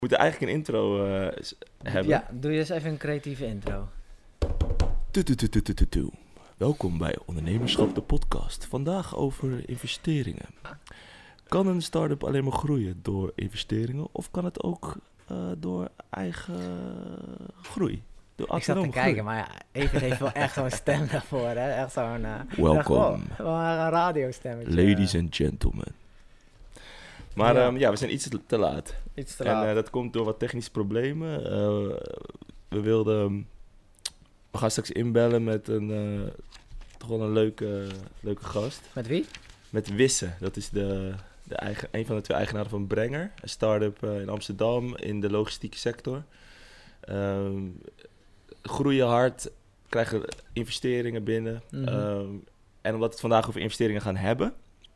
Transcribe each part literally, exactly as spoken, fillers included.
We moeten eigenlijk een intro uh, hebben. Ja, doe je eens even een creatieve intro. Tutututututu. Welkom bij Ondernemerschap, de podcast. Vandaag over investeringen. Kan een start-up alleen maar groeien door investeringen of kan het ook uh, door eigen groei? Door Ik zat te groei? kijken, maar ja, Evert heeft wel echt zo'n stem daarvoor, hè? Echt zo'n... Uh, Welkom. Echt wel, wel een radiostemmetje. Ladies and gentlemen. Maar ja. Um, ja, we zijn iets te laat. Iets te en laat. Uh, dat komt door wat technische problemen. Uh, we wilden... We gaan straks inbellen met een... Uh, toch wel een leuke, leuke gast. Met wie? Met Wisse. Dat is de, de eigen, een van de twee eigenaren van Brenger. Een start-up uh, in Amsterdam in de logistieke sector. Um, groeien hard, krijgen investeringen binnen. Mm-hmm. Um, en omdat we het vandaag over investeringen gaan hebben...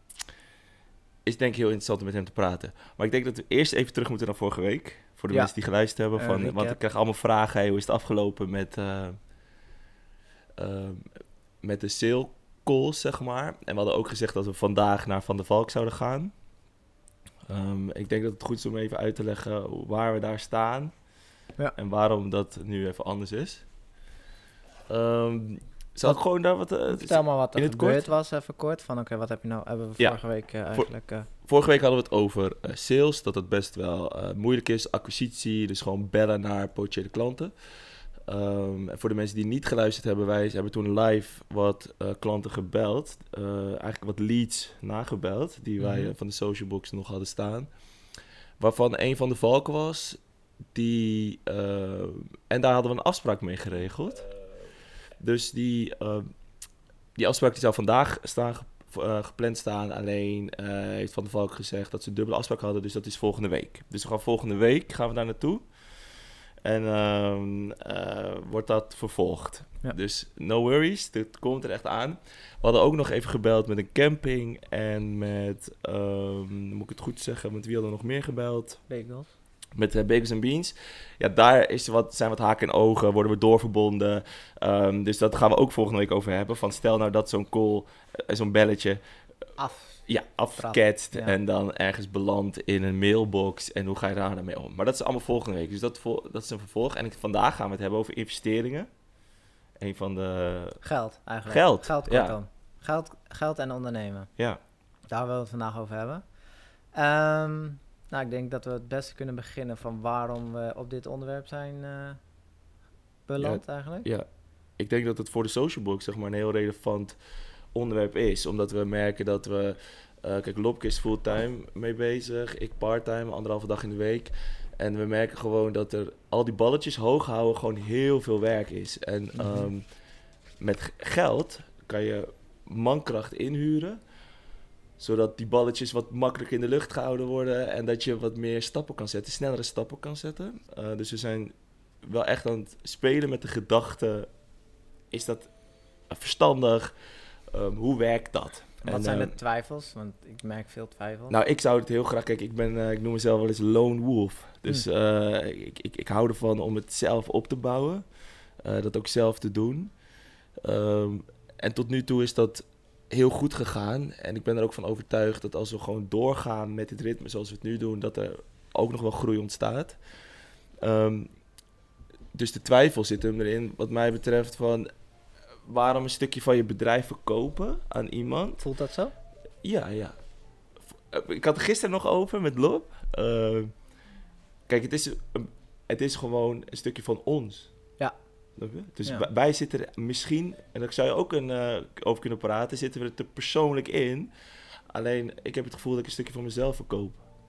is denk ik heel interessant om met hem te praten. Maar ik denk dat we eerst even terug moeten naar vorige week. Voor de ja. mensen die geluisterd hebben. Van, uh, want ik krijg allemaal vragen. Hey, hoe is het afgelopen met, uh, uh, met de sale calls, zeg maar. En we hadden ook gezegd dat we vandaag naar Van der Valk zouden gaan. Um, ik denk dat het goed is om even uit te leggen waar we daar staan. Ja. En waarom dat nu even anders is. Um, Zal ik gewoon daar wat... Uh, Vertel maar wat er gebeurd kort? was, even kort. Van oké, okay, wat heb je nou... Hebben we vorige ja. week uh, eigenlijk... Uh... Vorige week hadden we het over uh, sales. Dat het best wel uh, moeilijk is. Acquisitie, dus gewoon bellen naar potentiële klanten. Um, en voor de mensen die niet geluisterd hebben, wij hebben toen live wat uh, klanten gebeld. Uh, eigenlijk wat leads nagebeld, die wij mm-hmm. uh, van de Social Box nog hadden staan. Waarvan een van de valken was, die... Uh, en daar hadden we een afspraak mee geregeld. Dus die, uh, die afspraak die zou vandaag staan, uh, gepland staan. Alleen uh, heeft Van der Valk gezegd dat ze een dubbele afspraak hadden. Dus dat is volgende week. Dus we gaan volgende week gaan we daar naartoe. En uh, uh, wordt dat vervolgd. Ja. Dus no worries, dit komt er echt aan. We hadden ook nog even gebeld met een camping. En met, um, moet ik het goed zeggen, met wie hadden we nog meer gebeld? Bagels. Met uh, Bagels and Beans. Ja, daar is wat, zijn wat haken en ogen, worden we doorverbonden. Um, dus dat gaan we ook volgende week over hebben. Van stel nou dat zo'n call, uh, zo'n belletje... Af. Ja, afketst ja. en dan ergens belandt in een mailbox. En hoe ga je daar daarmee om? Maar dat is allemaal volgende week. Dus dat, vol, dat is een vervolg. En ik, vandaag gaan we het hebben over investeringen. Een van de... Geld, eigenlijk. Geld, Geld, ja. Geld, geld en ondernemen. Ja. Daar willen we het vandaag over hebben. Um, nou, ik denk dat we het beste kunnen beginnen van waarom we op dit onderwerp zijn uh, beland ja, eigenlijk. Ja, ik denk dat het voor de Social Box zeg maar een heel relevant onderwerp is. Omdat we merken dat we... Uh, kijk, Lopke is fulltime mee bezig. Ik parttime, anderhalve dag in de week. En we merken gewoon dat er al die balletjes hoog houden gewoon heel veel werk is. En mm-hmm. um, met geld kan je mankracht inhuren. Zodat die balletjes wat makkelijker in de lucht gehouden worden. En dat je wat meer stappen kan zetten. Snellere stappen kan zetten. Uh, dus we zijn wel echt aan het spelen met de gedachte. Is dat verstandig? Um, hoe werkt dat? Wat en, zijn uh, de twijfels? Want ik merk veel twijfels. Nou, ik zou het heel graag... Kijk, ik, ben, uh, ik noem mezelf wel eens lone wolf. Dus uh, ik, ik, ik hou ervan om het zelf op te bouwen. Uh, dat ook zelf te doen. Um, en tot nu toe is dat heel goed gegaan. En ik ben er ook van overtuigd dat als we gewoon doorgaan met dit ritme zoals we het nu doen, dat er ook nog wel groei ontstaat. Um, dus de twijfel zit hem erin, wat mij betreft, van waarom een stukje van je bedrijf verkopen aan iemand. Voelt dat zo? Ja, ja. Ik had het gisteren nog over met Lop. Uh, kijk, het is, het is gewoon een stukje van ons. Ja. Dus ja. wij zitten er misschien, en daar zou je ook een, uh, over kunnen praten, zitten we er te persoonlijk in. Alleen, ik heb het gevoel dat ik een stukje van mezelf verkoop.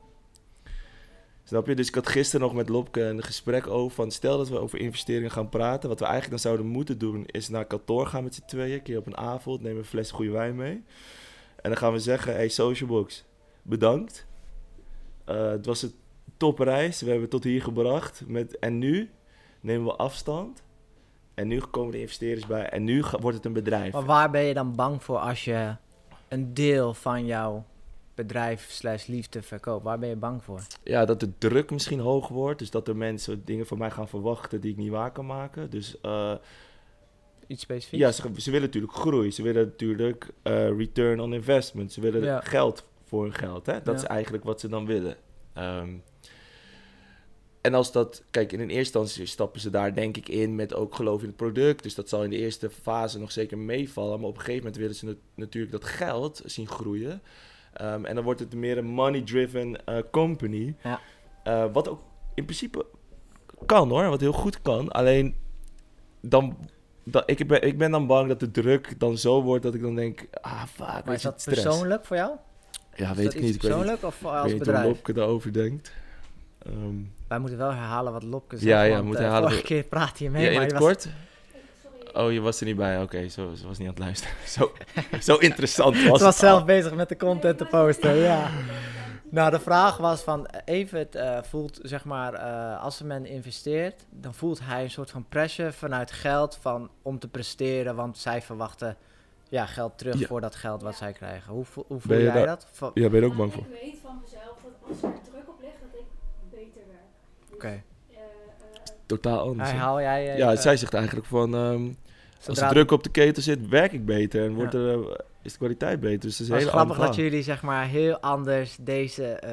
Snap je? Dus ik had gisteren nog met Lopke een gesprek over van, stel dat we over investeringen gaan praten. Wat we eigenlijk dan zouden moeten doen, is naar kantoor gaan met z'n tweeën. Een keer op een avond, nemen een fles goede wijn mee. En dan gaan we zeggen, hey Social Box, bedankt. Uh, het was een topreis, we hebben het tot hier gebracht. Met, en nu nemen we afstand. En nu komen de investeerders bij. En nu ga, wordt het een bedrijf. Maar waar ben je dan bang voor als je een deel van jouw bedrijf slash liefde verkoopt? Waar ben je bang voor? Ja, dat de druk misschien hoog wordt. Dus dat er mensen dingen van mij gaan verwachten die ik niet waar kan maken. Dus uh, iets specifieks? Ja, ze, ze willen natuurlijk groei. Ze willen natuurlijk uh, return on investment. Ze willen ja. geld voor hun geld. Hè? Dat ja. is eigenlijk wat ze dan willen. Um, en als dat, kijk, in een eerste instantie stappen ze daar denk ik in met ook geloof in het product. Dus dat zal in de eerste fase nog zeker meevallen. Maar op een gegeven moment willen ze nat- natuurlijk dat geld zien groeien. Um, en dan wordt het meer een money-driven uh, company. Ja. Uh, wat ook in principe kan hoor, wat heel goed kan. Alleen, dan, dan, ik, ben, ik ben dan bang dat de druk dan zo wordt dat ik dan denk, ah fuck, Maar weet is je, dat stress. persoonlijk voor jou? Ja, Is weet dat ik iets niet. Ik weet niet, persoonlijk of ik als weet niet hoe bedrijf? Lopke daarover denkt. Um, Wij moeten wel herhalen wat Lopke zegt. Ja, ja, want, we moeten uh, herhalen vorige keer praatte je mee, ja, in maar het je was- kort? Oh, je was er niet bij. Oké, okay, zo, ze was niet aan het luisteren. Zo, zo interessant was Ze het. was zelf al. bezig met de content te posten, ja. Nou, de vraag was van, Evert uh, voelt, zeg maar, uh, als men investeert, dan voelt hij een soort van pressure vanuit geld van, om te presteren, want zij verwachten ja, geld terug Ja. voor dat geld wat zij krijgen. Hoe, vo- hoe voel Ben je jij daar- dat? Van- Ja, ben je er ook Nou, bang voor? Ik weet van mezelf dat als er druk op ligt, dat ik beter werk. Dus, Oké. eh, eh, Totaal anders. hè? Herhaal jij... uh, Ja, uh, zij zegt eigenlijk van... ehm, als zodra- er druk op de ketel zit, werk ik beter. En wordt Ja. er, uh, is de kwaliteit beter. Dus het is Het een was hele grappig andere dat jullie zeg maar heel anders deze eh,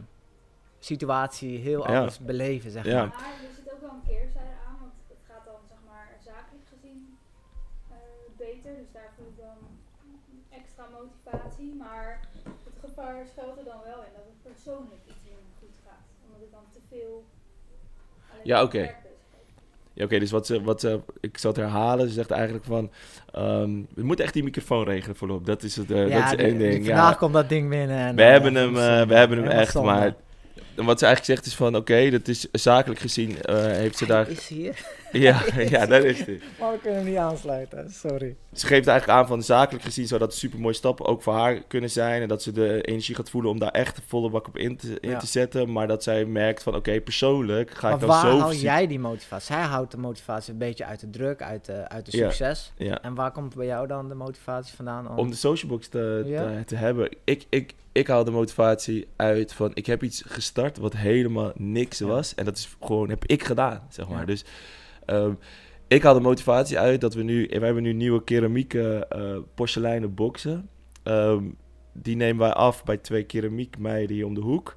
situatie heel Ja. anders beleven, zeg Ja. maar. Maar er zit ook wel een keerzijde aan, want het gaat dan zeg maar zakelijk gezien eh, beter. Dus daar voel ik dan extra motivatie. Maar het gevaar schuilt er dan wel in dat het persoonlijk iets minder goed gaat. Omdat ik dan te veel alleen Ja, met oké. werk bezig ben. Ja, oké, dus wat ze, wat ze... Ik zal het herhalen. Ze zegt eigenlijk van... ehm, we moeten echt die microfoon regelen voorop. Dat is het uh, Ja, dat is die- één die- ding. vandaag Ja. komt dat ding binnen. En We dan- hebben ja, hem, dat is uh, zonde. we hebben hem Helemaal echt, zonde. maar... Wat ze eigenlijk zegt is van... Oké, dat is zakelijk gezien... uh, heeft ze daar... Is hier? Ja, ja, daar is het. Maar we kunnen hem niet aansluiten, sorry. Ze geeft eigenlijk aan van zakelijk gezien zou dat een super mooie stap ook voor haar kunnen zijn. En dat ze de energie gaat voelen om daar echt volle bak op in te, in Ja. te zetten. Maar dat zij merkt van oké, persoonlijk ga Maar ik dan waar zo... haal fysiek- jij die motivatie? Zij houdt de motivatie een beetje uit de druk, uit de, uit de Ja. succes. Ja, En waar komt bij jou dan de motivatie vandaan? Om, om de social box te, Ja. te, te hebben. Ik, ik, ik haal de motivatie uit van ik heb iets gestart wat helemaal niks Ja. was. En dat is gewoon, heb ik gedaan, zeg maar. Ja. Dus ehm, ik haal de motivatie uit dat we nu... We hebben nu nieuwe keramieke eh porseleinen boxen. Ehm, die nemen wij af bij twee keramiekmeiden hier om de hoek.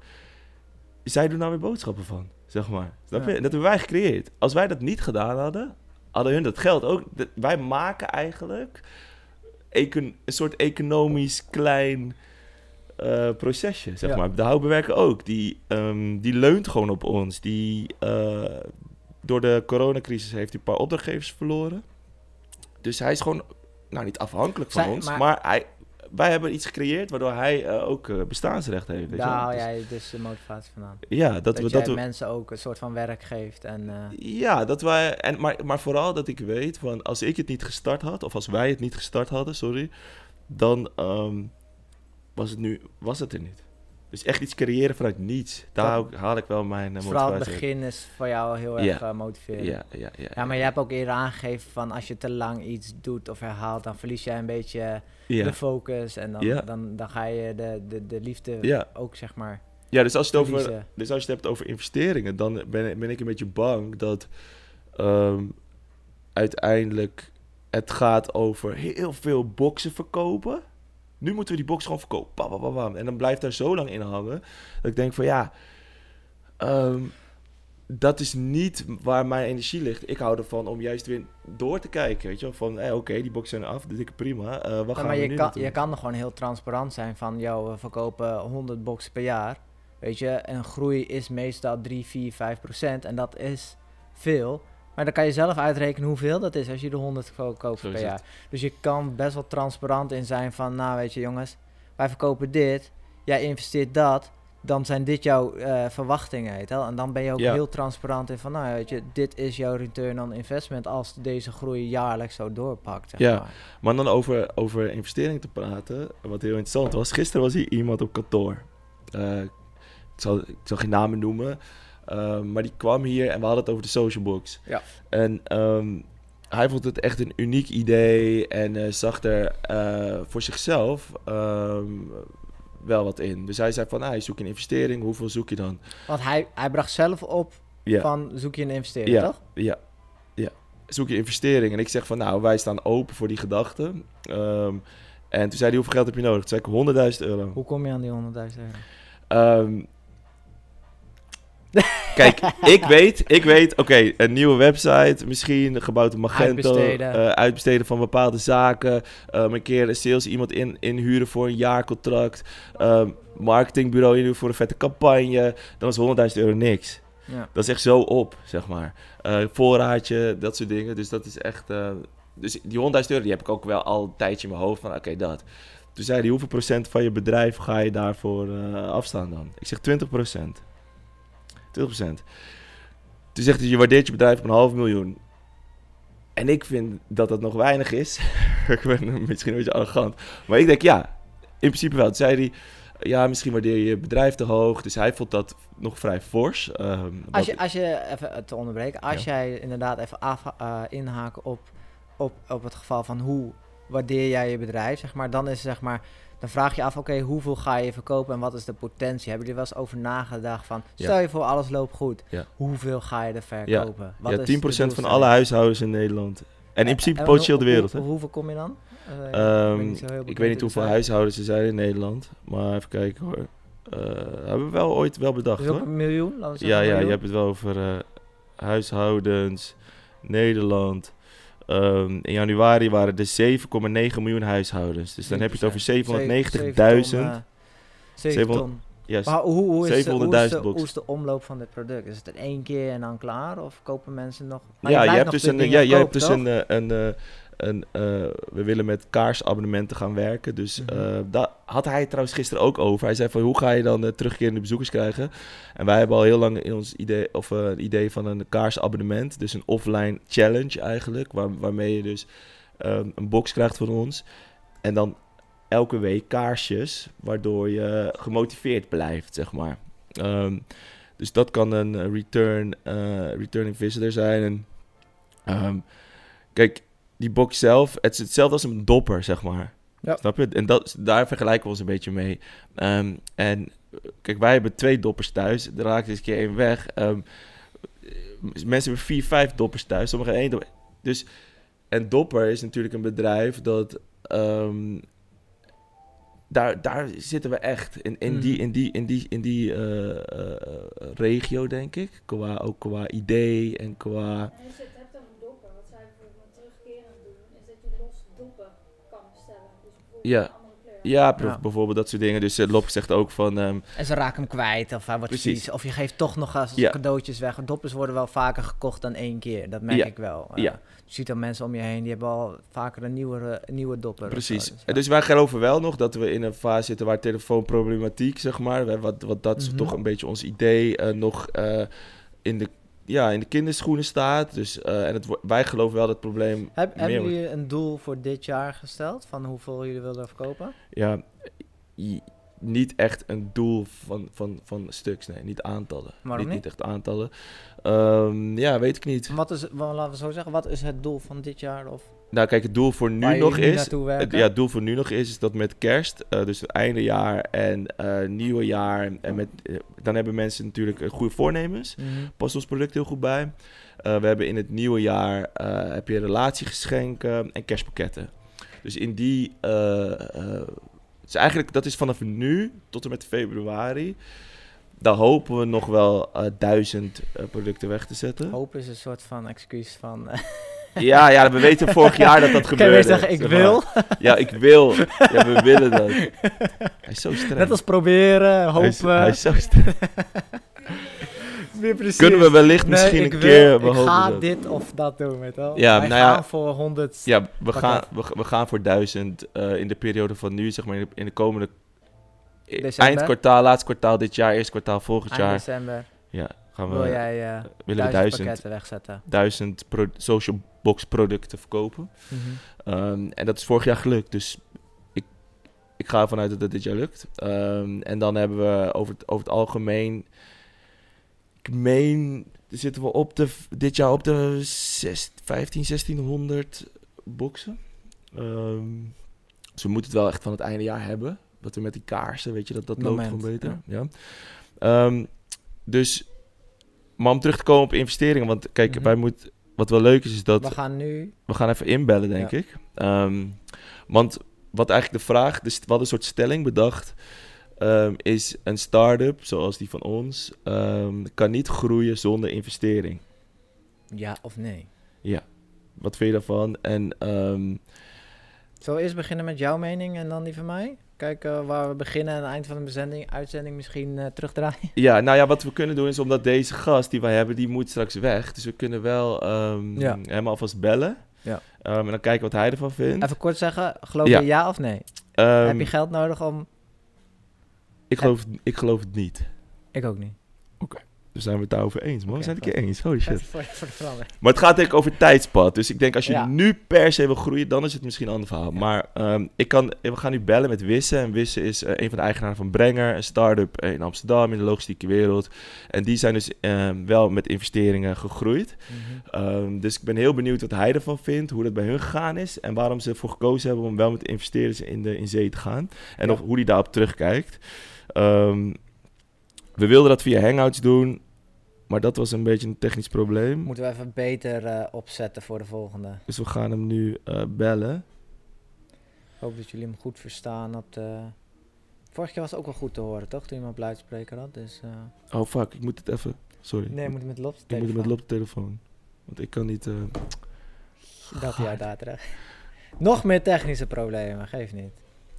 Zij doen daar weer boodschappen van, zeg maar. Snap je? Ja. Dat hebben wij gecreëerd. Als wij dat niet gedaan hadden, hadden hun dat geld ook... dat- wij maken eigenlijk econ- een soort economisch klein eh, procesje, zeg Ja. maar. De houtbewerker ook. Die, ehm, die leunt gewoon op ons. Die, eh, door de coronacrisis heeft hij een paar opdrachtgevers verloren. Dus hij is gewoon, nou niet afhankelijk van Zij- ons, maar- maar, hij, wij hebben iets gecreëerd waardoor hij eh, ook eh, bestaansrecht heeft. Weet je daar wel? haal Dus- jij dus de motivatie vandaan. ja, dat, Dat, we... jij Dat we mensen ook een soort van werk geeft en... eh, ja, dat wij, en, maar, maar vooral dat ik weet van als ik het niet gestart had, of als wij het niet gestart hadden, sorry, dan ehm, was het nu, was het er niet. Dus echt iets creëren vanuit niets, daar Dat- haal ik- haal ik wel mijn uh, vooral het motivatie uit. begin is voor jou heel erg Ja. eh, motiverend. Ja, ja, ja. Ja, maar je hebt ook eerder aangegeven van als je te lang iets doet of herhaalt, dan verlies jij een beetje ja. de focus en dan, Ja. dan, dan ga je de, de, de liefde Ja. ook zeg maar Ja, dus als, je het over, verliezen. dus als je het hebt over investeringen, dan ben, ben ik een beetje bang dat ehm, uiteindelijk het gaat over heel veel boxen verkopen. Nu moeten we die box gewoon verkopen. Bam, bam, bam, bam. En dan blijft daar zo lang in hangen dat ik denk van ja, ehm, dat is niet waar mijn energie ligt. Ik hou ervan om juist weer door te kijken. Weet je wel, van hey, oké, die boxen zijn af, dat is prima. Eh, wat Ja, gaan maar we je nu kan, naartoe? je kan er gewoon heel transparant zijn van, yo, we verkopen honderd boxen per jaar. Weet je, en groei is meestal drie, vier, vijf procent en dat is veel. Maar dan kan je zelf uitrekenen hoeveel dat is als je de honderd koopt Zo per is jaar. het. Dus je kan best wel transparant in zijn van, nou weet je jongens, wij verkopen dit, jij investeert dat, dan zijn dit jouw eh, verwachtingen. Weet je wel? En dan ben je ook Ja. heel transparant in van, nou weet je, dit is jouw return on investment als deze groei jaarlijks zo doorpakt. Zeg Ja. maar. Maar dan over, over investeringen te praten, wat heel interessant was. Gisteren was hier iemand op kantoor. Eh, ik, zal, ik zal geen namen noemen, eh, maar die kwam hier en we hadden het over de social box. Ja. En ehm, hij vond het echt een uniek idee en eh, zag er eh, voor zichzelf ehm, wel wat in. Dus hij zei van, ah, je zoekt een investering, hoeveel zoek je dan? Want hij, hij bracht zelf op Ja. van zoek je een investering, Ja, toch? ja, ja. Zoek je investering. En ik zeg van, nou, wij staan open voor die gedachten. Ehm, en toen zei hij, hoeveel geld heb je nodig? Toen zei ik, honderdduizend euro. Hoe kom je aan die honderdduizend euro? Ehm, Kijk, ik weet, ik weet, oké, okay, een nieuwe website, misschien gebouwd op Magento, Uitbesteden. Uh, uitbesteden van bepaalde zaken, um, een keer een sales iemand in, inhuren voor een jaarcontract, um, marketingbureau inhuren voor een vette campagne, dan is honderdduizend euro niks. Ja. Dat is echt zo op, zeg maar. Uh, voorraadje, dat soort dingen, dus dat is echt, uh, dus die honderdduizend euro, die heb ik ook wel al een tijdje in mijn hoofd van, oké, okay, dat. Toen zei hij, hoeveel procent van je bedrijf ga je daarvoor uh, afstaan dan? Ik zeg twintig procent. twintig procent. Toen zegt hij, je waardeert je bedrijf op een half miljoen. En ik vind dat dat nog weinig is. Ik ben misschien een beetje arrogant. Maar ik denk, ja, in principe wel. Toen zei hij, ja, misschien waardeer je je bedrijf te hoog. Dus hij vond dat nog vrij fors. Um, als, je, als je, even te onderbreken, als ja. jij inderdaad even af, uh, inhaken op, op, op het geval van hoe waardeer jij je bedrijf, zeg maar, dan is zeg maar, dan vraag je af, oké, okay, hoeveel ga je verkopen en wat is de potentie? Hebben jullie wel eens over nagedacht van, stel ja. je voor alles loopt goed, ja. hoeveel ga je er verkopen? Ja, wat ja is tien procent van alle huishoudens in Nederland. En in principe en, potentieel de wereld. Hoe, hoe, hoeveel kom je dan? Uh, um, ik weet niet, ik weet niet hoeveel huishoudens er zijn in Nederland, maar even kijken hoor. Uh, hebben we wel ooit wel bedacht, dus hoor. ook een miljoen? Laten we ja, een ja, miljoen? je hebt het wel over uh, huishoudens, Nederland. Um, in januari waren er zeven komma negen miljoen huishoudens. Dus dan heb je het over zevenhonderdnegentigduizend. zeven ton. Yes. Maar hoe, hoe, is de, hoe, is de, box. hoe is de omloop van dit product? Is het er één keer en dan klaar? Of kopen mensen nog? Maar ja, je, je hebt dus een, ja, je hebt dus een, een, een, een, een uh, we willen met kaarsabonnementen gaan werken. Dus mm-hmm. uh, daar had hij het trouwens gisteren ook over. Hij zei van, hoe ga je dan uh, terugkerende bezoekers krijgen? En wij hebben al heel lang in ons idee, of uh, een idee van een kaarsabonnement. Dus een offline challenge eigenlijk, waar, waarmee je dus um, een box krijgt van ons. En dan elke week kaarsjes, waardoor je gemotiveerd blijft, zeg maar. Um, dus dat kan een return, uh, returning visitor zijn. En, um, kijk, die box zelf, het is hetzelfde als een dopper, zeg maar. Ja. Snap je? En dat, daar vergelijken we ons een beetje mee. Um, en kijk, wij hebben twee doppers thuis. Er raakt eens een keer één weg. Um, mensen hebben vier, vijf doppers thuis. Sommigen één dopper. Dus, en Dopper is natuurlijk een bedrijf dat... Um, Daar, daar zitten we echt in, in, mm. die, in die, in die, in die uh, uh, regio, denk ik. Qua, ook qua idee en qua... En als je het hebt over doppen, wat zij bijvoorbeeld met terugkerend doen, is dat je los doppen kan bestellen. Dus bijvoorbeeld ja. een andere kleur. Ja, ja, bijvoorbeeld dat soort dingen. Dus uh, Lop zegt ook van... Um, en ze raken hem kwijt of hij wordt precies. vies. Of je geeft toch nog als ja. cadeautjes weg. Doppers worden wel vaker gekocht dan één keer. Dat merk ja. ik wel. Uh, ja. Je ziet dan mensen om je heen, die hebben al vaker een nieuwe, een nieuwe dopper. Precies. Zo, dus, ja. dus wij geloven wel nog dat we in een fase zitten waar telefoonproblematiek, zeg maar, wat, wat dat mm-hmm. is toch een beetje ons idee, uh, nog uh, in, de, ja, in de kinderschoenen staat. Dus, uh, en het, wij geloven wel dat het probleem Heb, meer Hebben wordt. jullie een doel voor dit jaar gesteld, van hoeveel jullie willen verkopen? Ja, j- niet echt een doel van, van, van stuks, nee, niet aantallen. Waarom niet, niet? niet echt aantallen. Um, ja, weet ik niet. Wat is, well, laten we zo zeggen, wat is het doel van dit jaar? Of nou, kijk, het doel voor nu nog is... Het, ja, het doel voor nu nog is, is dat met kerst, uh, dus het eindejaar en uh, nieuwe jaar... En met, uh, dan hebben mensen natuurlijk uh, goede voornemens. Mm-hmm. Past ons product heel goed bij. Uh, we hebben in het nieuwe jaar uh, heb je relatiegeschenken en kerstpakketten. Dus in die... Uh, uh, dus eigenlijk, dat is vanaf nu tot en met februari... Dan hopen we nog wel uh, duizend uh, producten weg te zetten. Hoop is een soort van excuus van... Uh Ja, ja, we weten vorig jaar dat dat gebeurde. Kan je zeggen, ik zeg wil? Ja, ik wil. Ja, we willen dat. Hij is zo streng. Net als proberen, hopen. Hij is, hij is zo streng. Weer precies. Kunnen we wellicht nee, misschien een wil, keer... Ik ga dat. dit of dat doen, weet wel. Ja, Wij nou gaan ja, voor honderd... Ja, we gaan, we, we gaan voor duizend uh, in de periode van nu, zeg maar, in de, in de komende... December? Eindkwartaal, laatste kwartaal dit jaar, eerste kwartaal volgend Eind jaar. december. Ja, gaan we... Wil jij uh, willen we duizend pakketten wegzetten? Duizend pro- social box producten verkopen. Mm-hmm. Um, en dat is vorig jaar gelukt, dus ik, ik ga ervan uit dat het dit jaar lukt. Um, en dan hebben we over het, over het algemeen... Ik meen, zitten we op de, dit jaar op de zes, vijftien, zestienhonderd boxen. Um, dus we moeten het wel echt van het einde jaar hebben. Dat we met die kaarsen, weet je, dat, dat loopt gewoon beter. Ja. Ja. Um, dus, maar om terug te komen op investeringen. Want kijk, mm-hmm. wij moeten, wat wel leuk is, is dat... We gaan nu... We gaan even inbellen, denk ja. ik. Um, want wat eigenlijk de vraag... Dus we hadden een soort stelling bedacht. um, is een start-up zoals die van ons, um, kan niet groeien zonder investering. Ja of nee? Ja, wat vind je daarvan? En, um, Zullen we eerst beginnen met jouw mening en dan die van mij? Kijken waar we beginnen en aan het eind van de bezending, uitzending misschien uh, terugdraaien. Ja, nou ja, wat we kunnen doen is omdat deze gast die wij hebben, die moet straks weg. Dus we kunnen wel um, Ja. hem alvast bellen. Ja. Um, en dan kijken wat hij ervan vindt. Even kort zeggen, geloof Ja. je ja of nee? Um, Heb je geld nodig om... ik, geloof, ik geloof het niet. Ik ook niet. Dus zijn we het daarover eens, man. Oké, we zijn het een goed. keer eens. Holy shit. Even voor, voor de verandering. Maar het gaat denk ik over tijdspad. Dus ik denk als je Ja. nu per se wil groeien, dan is het misschien een ander verhaal. Ja. Maar um, ik kan, we gaan nu bellen met Wisse. En Wisse is uh, een van de eigenaren van Brenger, een start-up in Amsterdam in de logistieke wereld. En die zijn dus um, wel met investeringen gegroeid. Mhm. Um, dus ik ben heel benieuwd wat hij ervan vindt, hoe dat bij hun gegaan is. En waarom ze ervoor gekozen hebben om wel met investeerders in, de, in zee te gaan. En Ja. of, hoe hij daarop terugkijkt. Um, we wilden dat via Hangouts doen. Maar dat was een beetje een technisch probleem. Moeten we even beter uh, opzetten voor de volgende. Dus we gaan hem nu uh, bellen. Ik hoop dat jullie hem goed verstaan op de... Vorige keer was het ook wel goed te horen, toch? Toen je hem op luidspreker had, dus... Uh... Oh fuck, ik moet het even... Sorry. Nee, je moet het met lopte ik moet telefoon. het met lop de telefoon. Want ik kan niet... Uh... Dat hij uit daar terecht. Nog meer technische problemen, geef niet.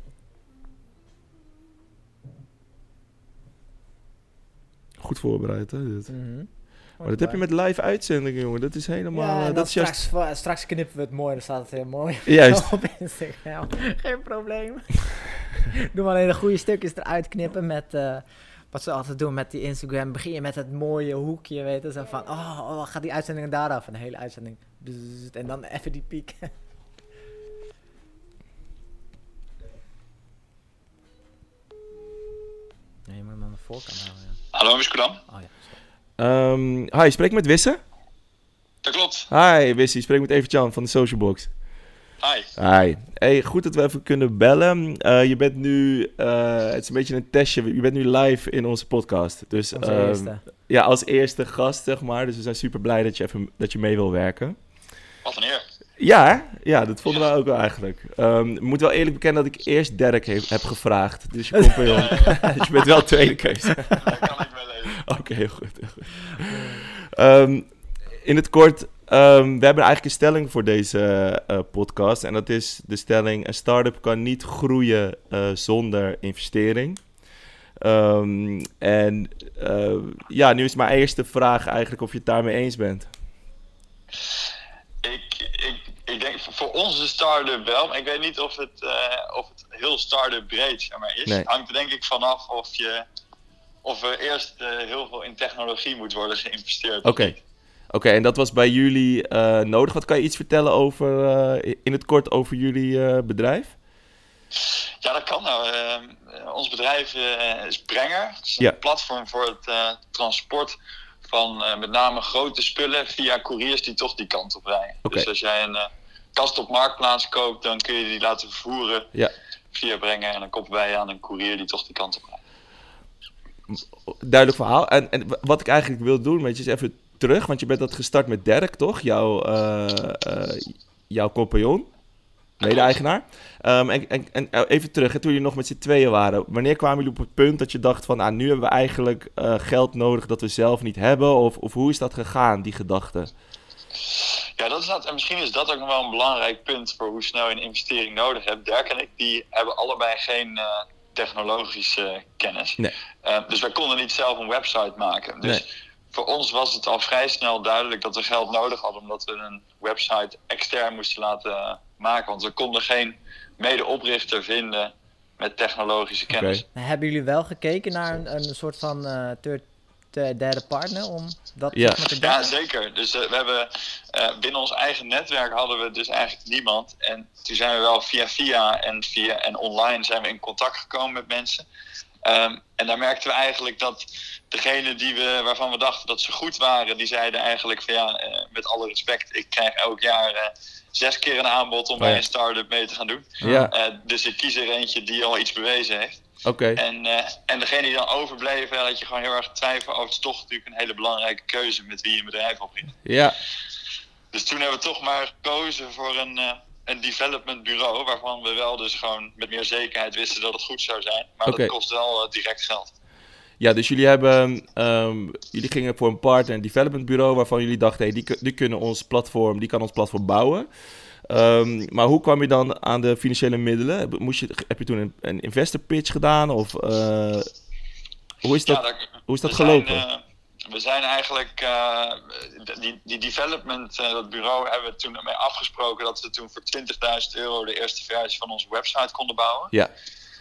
Goed voorbereid, hè? Dit. Mhm. Maar dat heb je met live uitzendingen, jongen. Dat is helemaal... Ja, uh, en dat dan is juist... straks, straks knippen we het mooi, dan staat het heel mooi. Juist. Op Instagram. Geen probleem. Doe maar alleen de goede stukjes eruit knippen met... Uh, wat ze altijd doen met die Instagram. Begin je met het mooie hoekje, weet je. Zo van, oh, oh gaat die uitzending daar af? En de hele uitzending. Bzzzt, en dan even die piek. Nee, je moet hem aan de voorkant houden, ja. Hallo, Miskudam. Oh ja, sorry. Um, hi, je spreekt met Wisse? Dat klopt. Hi, Wisse. Je spreekt met Evert-Jan van de Social Box. Hi. Hi. Hey, goed dat we even kunnen bellen. Uh, je bent nu... Uh, het is een beetje een testje. Je bent nu live in onze podcast. Dus, Onze um, eerste. Ja, als eerste gast, zeg maar. Dus we zijn super blij dat je, even, dat je mee wil werken. Wat een eer. Ja, hè? Ja, dat vonden wij ook wel eigenlijk. Um, ik moet wel eerlijk bekennen dat ik eerst Dirk he- heb gevraagd. Dus je compagnon. Dus je bent wel tweede keuze. Daar kan ik mee leven. Oké, okay, heel goed. Heel goed. Um, in het kort, um, we hebben eigenlijk een stelling voor deze uh, podcast. En dat is de stelling, een start-up kan niet groeien uh, zonder investering. Um, en uh, ja, nu is mijn eerste vraag eigenlijk of je het daarmee eens bent. Ik, ik, ik denk voor onze start-up wel, maar ik weet niet of het, uh, of het heel start-up breed zeg maar, is. Nee. Het hangt er denk ik vanaf of, je, of er eerst uh, heel veel in technologie moet worden geïnvesteerd. Oké. Okay. Oké, okay, en dat was bij jullie uh, nodig. Wat kan je iets vertellen over, uh, in het kort over jullie uh, bedrijf? Ja, dat kan nou. Uh, ons bedrijf uh, is Brenger. Het is een ja. platform voor het uh, transport van uh, met name grote spullen via couriers die toch die kant op rijden. Okay. Dus als jij een uh, kast op Marktplaats koopt, dan kun je die laten vervoeren ja. via Brenger. En dan koppelen wij aan een courier die toch die kant op rijdt. Duidelijk verhaal. En, en wat ik eigenlijk wil doen, weet je, is even terug. Want je bent dat gestart met Dirk, toch? Jouw, uh, uh, jouw compagnon. Mede-eigenaar. Um, en, en, en even terug, hè, toen jullie nog met z'n tweeën waren. Wanneer kwamen jullie op het punt dat je dacht van... Ah, nu hebben we eigenlijk uh, geld nodig dat we zelf niet hebben? Of, of hoe is dat gegaan, die gedachte? Ja, dat is dat, en misschien is dat ook nog wel een belangrijk punt... voor hoe snel je een investering nodig hebt. Dirk en ik die hebben allebei geen uh, technologische kennis. Nee. Uh, dus wij konden niet zelf een website maken. Dus nee. Voor ons was het al vrij snel duidelijk dat we geld nodig hadden... omdat we een website extern moesten laten maken. Want we konden geen medeoprichter vinden met technologische kennis. Okay. Hebben jullie wel gekeken naar een, een soort van uh, third, derde partner om dat ja. te doen? Ja, zeker. Dus uh, we hebben uh, binnen ons eigen netwerk hadden we dus eigenlijk niemand. En toen zijn we wel via via en via en online zijn we in contact gekomen met mensen. Um, en daar merkten we eigenlijk dat degene die we, waarvan we dachten dat ze goed waren, die zeiden eigenlijk van ja, uh, met alle respect, ik krijg elk jaar uh, zes keer een aanbod om oh, bij ja. een start-up mee te gaan doen. Ja. Uh, dus ik kies er eentje die al iets bewezen heeft. Okay. En, uh, en degene die dan overbleven, had je gewoon heel erg twijfel over. Het is toch natuurlijk een hele belangrijke keuze met wie je een bedrijf opricht. Ja. Dus toen hebben we toch maar gekozen voor een, uh, een development bureau, waarvan we wel dus gewoon met meer zekerheid wisten dat het goed zou zijn. Maar Oké. dat kost wel uh, direct geld. Ja, dus jullie hebben, um, jullie gingen voor een partner, een development bureau, waarvan jullie dachten, hey, die, die kunnen ons platform, die kan ons platform bouwen. Um, maar hoe kwam je dan aan de financiële middelen? Moest je, heb je toen een, een investor pitch gedaan? Of uh, hoe is dat, Ja, daar, hoe is dat we gelopen? Zijn, uh, we zijn eigenlijk, uh, die, die development, uh, dat bureau hebben we toen mee afgesproken dat we toen voor twintigduizend euro de eerste versie van onze website konden bouwen. Ja.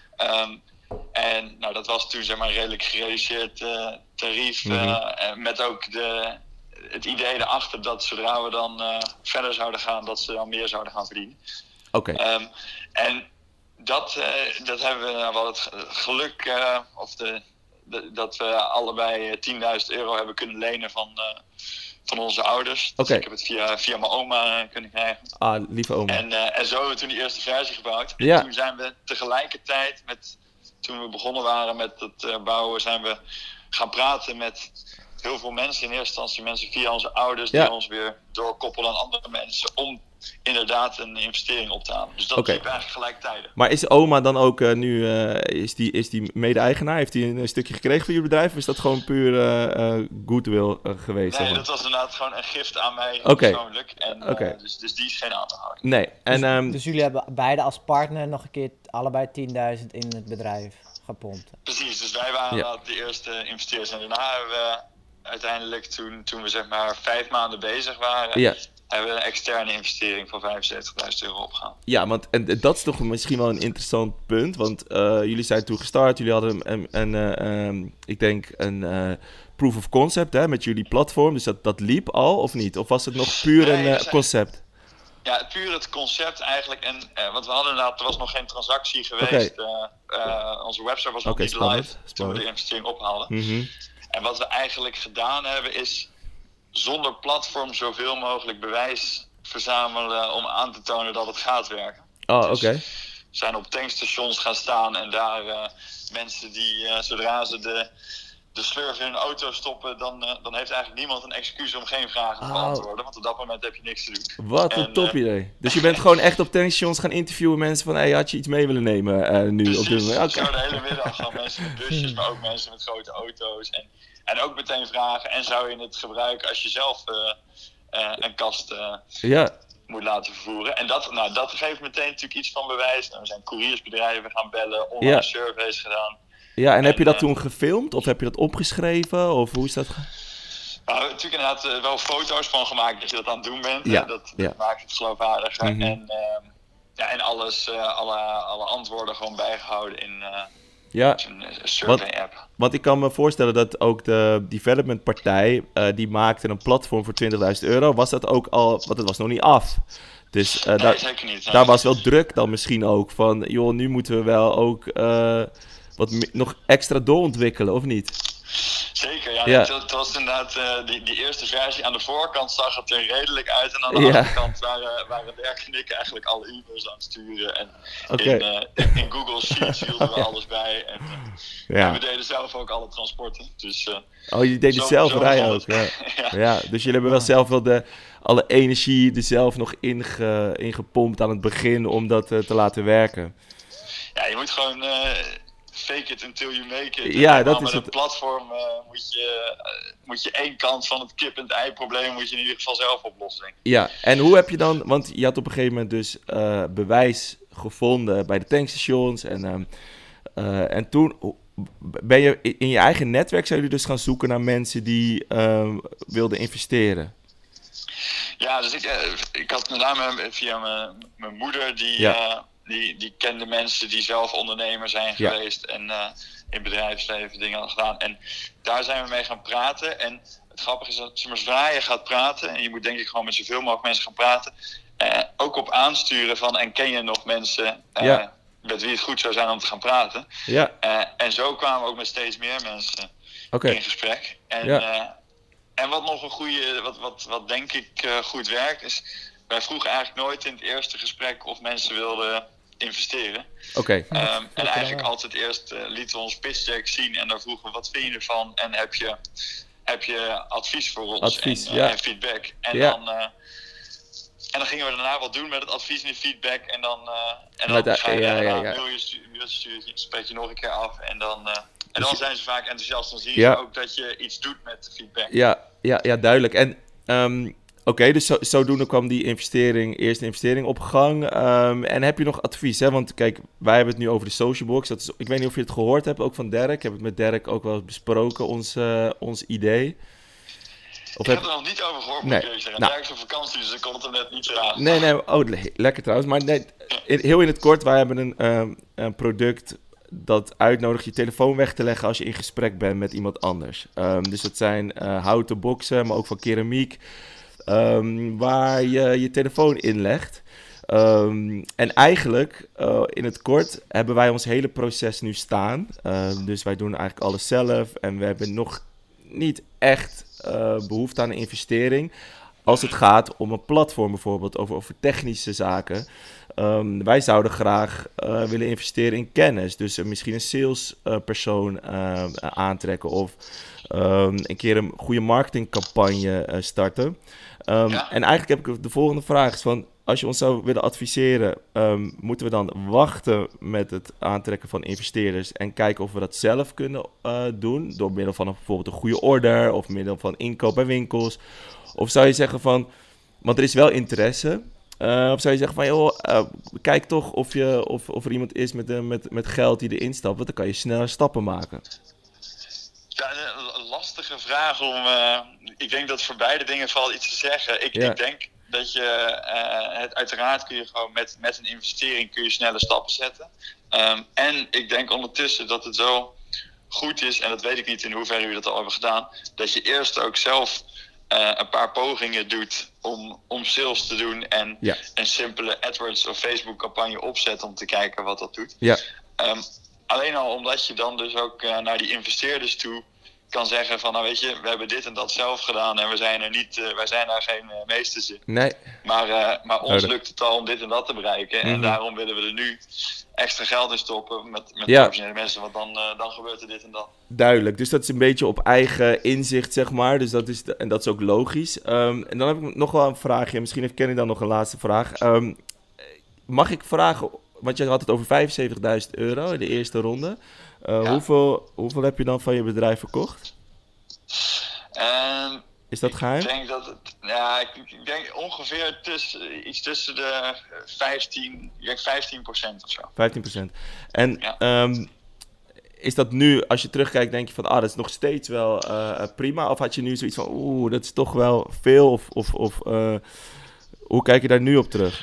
Um, en nou, dat was toen zeg maar een redelijk gereduceerd uh, tarief. Uh, Mm-hmm. en met ook de, het idee erachter dat zodra we dan uh, verder zouden gaan, dat ze dan meer zouden gaan verdienen. Oké. Okay. Um, en dat, uh, dat hebben we wel het geluk, uh, of de, de, dat we allebei tienduizend euro hebben kunnen lenen van, uh, van onze ouders. Okay. Dus ik heb het via, via mijn oma uh, kunnen krijgen. Ah, lieve oma. En, uh, en zo hebben we toen die eerste versie gebouwd. En ja. toen zijn we tegelijkertijd met... Toen we begonnen waren met het uh, bouwen, zijn we gaan praten met heel veel mensen. In eerste instantie mensen via onze ouders, die ja. ons weer doorkoppelen aan andere mensen. Om inderdaad een investering op te halen. Dus dat okay. liep eigenlijk gelijktijdig. Maar is oma dan ook uh, nu, uh, is die, is die mede-eigenaar? Heeft hij een, een stukje gekregen van jullie bedrijf? Of is dat gewoon puur uh, uh, goodwill uh, geweest? Nee, zeg maar? dat was inderdaad gewoon een gift aan mij okay. persoonlijk. En, uh, okay. dus, dus die is geen aandeelhouder. Nee. En, dus, um, dus jullie hebben beide als partner nog een keer allebei tienduizend in het bedrijf gepompt? Precies, dus wij waren ja. de eerste investeerders. En daarna hebben we uiteindelijk, toen, toen we zeg maar vijf maanden bezig waren... Ja. hebben we een externe investering van vijfenzeventigduizend euro opgehaald. Ja, want en, dat is toch misschien wel een interessant punt. Want uh, jullie zijn toen gestart. Jullie hadden een, een, een uh, um, ik denk een uh, proof of concept hè, met jullie platform. Dus dat, dat liep al of niet? Of was het nog puur nee, een uh, zijn, concept? Ja, puur het concept eigenlijk. En uh, want we hadden inderdaad, er was nog geen transactie geweest. Okay. Uh, uh, onze website was nog okay, niet spannend, live spannend. Toen we de investering ophaalden. Mm-hmm. En wat we eigenlijk gedaan hebben is... zonder platform zoveel mogelijk bewijs verzamelen om aan te tonen dat het gaat werken. Oh, oké. Okay. Dus we zijn op tankstations gaan staan en daar uh, mensen die, uh, zodra ze de, de slurf in hun auto stoppen, dan, uh, dan heeft eigenlijk niemand een excuus om geen vragen te beantwoorden, oh. want op dat moment heb je niks te doen. Wat een en, top uh, idee. Dus je bent gewoon echt op tankstations gaan interviewen mensen van, hey, had je iets mee willen nemen uh, nu? Precies, op dit moment? Okay. Zo de hele middag gaan mensen met busjes, maar ook mensen met grote auto's. En, En ook meteen vragen, en zou je het gebruiken als je zelf uh, uh, een kast uh, ja. moet laten vervoeren. En dat, nou, dat geeft meteen natuurlijk iets van bewijs. Nou, we zijn couriersbedrijven gaan bellen, online ja. surveys gedaan. Ja, en, en heb je dat uh, toen gefilmd? Of heb je dat opgeschreven? Of hoe is dat? Ge- nou, we hebben natuurlijk inderdaad uh, wel foto's van gemaakt dat je dat aan het doen bent. Ja. Uh, dat, dat ja. maakt het geloofwaardiger. Mm-hmm. En, uh, ja, en alles, uh, alle, alle antwoorden gewoon bijgehouden in... Uh, Ja, een survey-app. Want ik kan me voorstellen dat ook de development partij, uh, die maakte een platform voor twintigduizend euro. Was dat ook al, want het was nog niet af. Dus uh, nee, daar, zeker niet. Nee. daar was wel druk dan misschien ook van, joh, nu moeten we wel ook uh, wat me- nog extra doorontwikkelen, of niet? Zeker, ja. ja. Het, het was inderdaad, uh, die, die eerste versie aan de voorkant zag het er redelijk uit. En aan de ja. achterkant waren, waren Dirk en ik eigenlijk alle e-mails aan het sturen. En okay. in, uh, in Google Sheets hielden we alles bij. En, uh, ja. en we deden zelf ook alle transporten. Dus, uh, oh, je deed het zelf rijden ook. Ja. ja. ja, dus jullie hebben wel zelf wel de, alle energie er zelf nog inge, ingepompt aan het begin om dat uh, te laten werken. Ja, je moet gewoon... Uh, fake it until you make it. Ja, en dat is met het. een platform uh, moet, je, uh, moet je één kant van het kip en het ei probleem moet je in ieder geval zelf oplossen. Denk ik. Ja, en hoe heb je dan, want je had op een gegeven moment dus uh, bewijs gevonden bij de tankstations en, um, uh, en toen ben je in je eigen netwerk, zijn jullie dus gaan zoeken naar mensen die um, wilden investeren? Ja, dus ik, uh, ik had met name via mijn, mijn moeder die... Ja. Uh, Die, die kende mensen die zelf ondernemer zijn ja. geweest en uh, in bedrijfsleven dingen hadden gedaan. En daar zijn we mee gaan praten. En het grappige is dat zodra je gaat praten, en je moet denk ik gewoon met zoveel mogelijk mensen gaan praten, uh, ook op aansturen van en ken je nog mensen uh, ja. met wie het goed zou zijn om te gaan praten. Ja. Uh, en zo kwamen we ook met steeds meer mensen okay. in gesprek. En, ja. uh, en wat nog een goede, wat, wat, wat denk ik uh, goed werkt, is wij vroegen eigenlijk nooit in het eerste gesprek of mensen wilden investeren. Oké. Okay. Um, en eigenlijk altijd eerst uh, lieten we ons pitch deck zien en dan vroegen we wat vind je ervan en heb je, heb je advies voor ons advies, en, uh, ja. en feedback. En, ja. dan, uh, en dan gingen we daarna wat doen met het advies en de feedback. En dan, uh, en Met dan de- ga je ja, daarna ja, ja. een mailje stu- mailtje sturen, je spreek je nog een keer af. En dan, uh, en dan zijn ze vaak enthousiast. Dan zie je Ja. ook dat je iets doet met de feedback. Ja, ja, ja, duidelijk. En ehm, oké, dus zo, zodoende kwam die investering, eerste investering op gang. Ehm, en heb je nog advies? Hè? Want kijk, wij hebben het nu over de social box. Dat is, ik weet niet of je het gehoord hebt, ook van Derek. Ik heb het met Derek ook wel eens besproken, ons, uh, ons idee. Of Ik heb... heb er nog niet over gehoord, moet Nee. ik eerlijk zeggen. Nou. Daar is op vakantie, dus ik kon het er net niet zo aan. Nee, nee, oh, le- lekker trouwens. Maar nee, in- heel in het kort, wij hebben een, ehm, een product dat uitnodigt je telefoon weg te leggen als je in gesprek bent met iemand anders. Ehm, dus dat zijn eh, houten boxen, maar ook van keramiek, ehm, waar je je telefoon inlegt. Um, en eigenlijk, uh, in het kort, hebben wij ons hele proces nu staan. Um, dus wij doen eigenlijk alles zelf en we hebben nog niet echt uh, behoefte aan een investering. Als het gaat om een platform bijvoorbeeld, over, over technische zaken. Um, wij zouden graag uh, willen investeren in kennis. Dus uh, misschien een salespersoon uh, aantrekken of um, een keer een goede marketingcampagne uh, starten. Um, Ja. En eigenlijk heb ik de volgende vraag. Is van, als je ons zou willen adviseren, um, moeten we dan wachten met het aantrekken van investeerders en kijken of we dat zelf kunnen uh, doen? Door middel van een, bijvoorbeeld een goede order of middel van inkoop bij winkels. Of zou je zeggen van, want er is wel interesse. Uh, of zou je zeggen van, joh, uh, kijk toch of, je, of, of er iemand is met, uh, met, met geld die erin stapt. Want dan kan je sneller stappen maken. Ja, een een lastige vraag om... Uh, ik denk dat voor beide dingen valt iets te zeggen. Ik, Ja. ik denk dat je... Uh, het, uiteraard kun je gewoon met, met een investering kun je snelle stappen zetten. Um, en ik denk ondertussen dat het wel goed is... en dat weet ik niet in hoeverre jullie dat al hebben gedaan... dat je eerst ook zelf uh, een paar pogingen doet om, om sales te doen... en Ja. een simpele AdWords of Facebook campagne opzet om te kijken wat dat doet. Ja, Um, alleen al omdat je dan dus ook uh, naar die investeerders toe kan zeggen van, nou weet je, we hebben dit en dat zelf gedaan en we zijn er niet, uh, wij zijn daar geen uh, meesters in. nee, Maar, uh, maar ons Duidelijk. lukt het al om dit en dat te bereiken en Mhm. daarom willen we er nu extra geld in stoppen met, met Ja. professionele mensen, want dan, uh, dan gebeurt er dit en dat. duidelijk. Dus dat is een beetje op eigen inzicht, zeg maar. Dus dat is de- en dat is ook logisch. Um, en dan heb ik nog wel een vraagje. Misschien heeft Kenny dan nog een laatste vraag. Um, mag ik vragen, want je had het over vijfenzeventigduizend euro in de eerste ronde. Uh, Ja. hoeveel, hoeveel heb je dan van je bedrijf verkocht? En Is dat geheim? ik denk dat het, ja, ik, ik denk ongeveer tussen, iets tussen de vijftien, ik denk vijftien procent of zo. vijftien procent. En Ja. um, is dat nu, als je terugkijkt, denk je van, ah, dat is nog steeds wel uh, prima? Of had je nu zoiets van, oeh, dat is toch wel veel? Of, of, of uh, hoe kijk je daar nu op terug?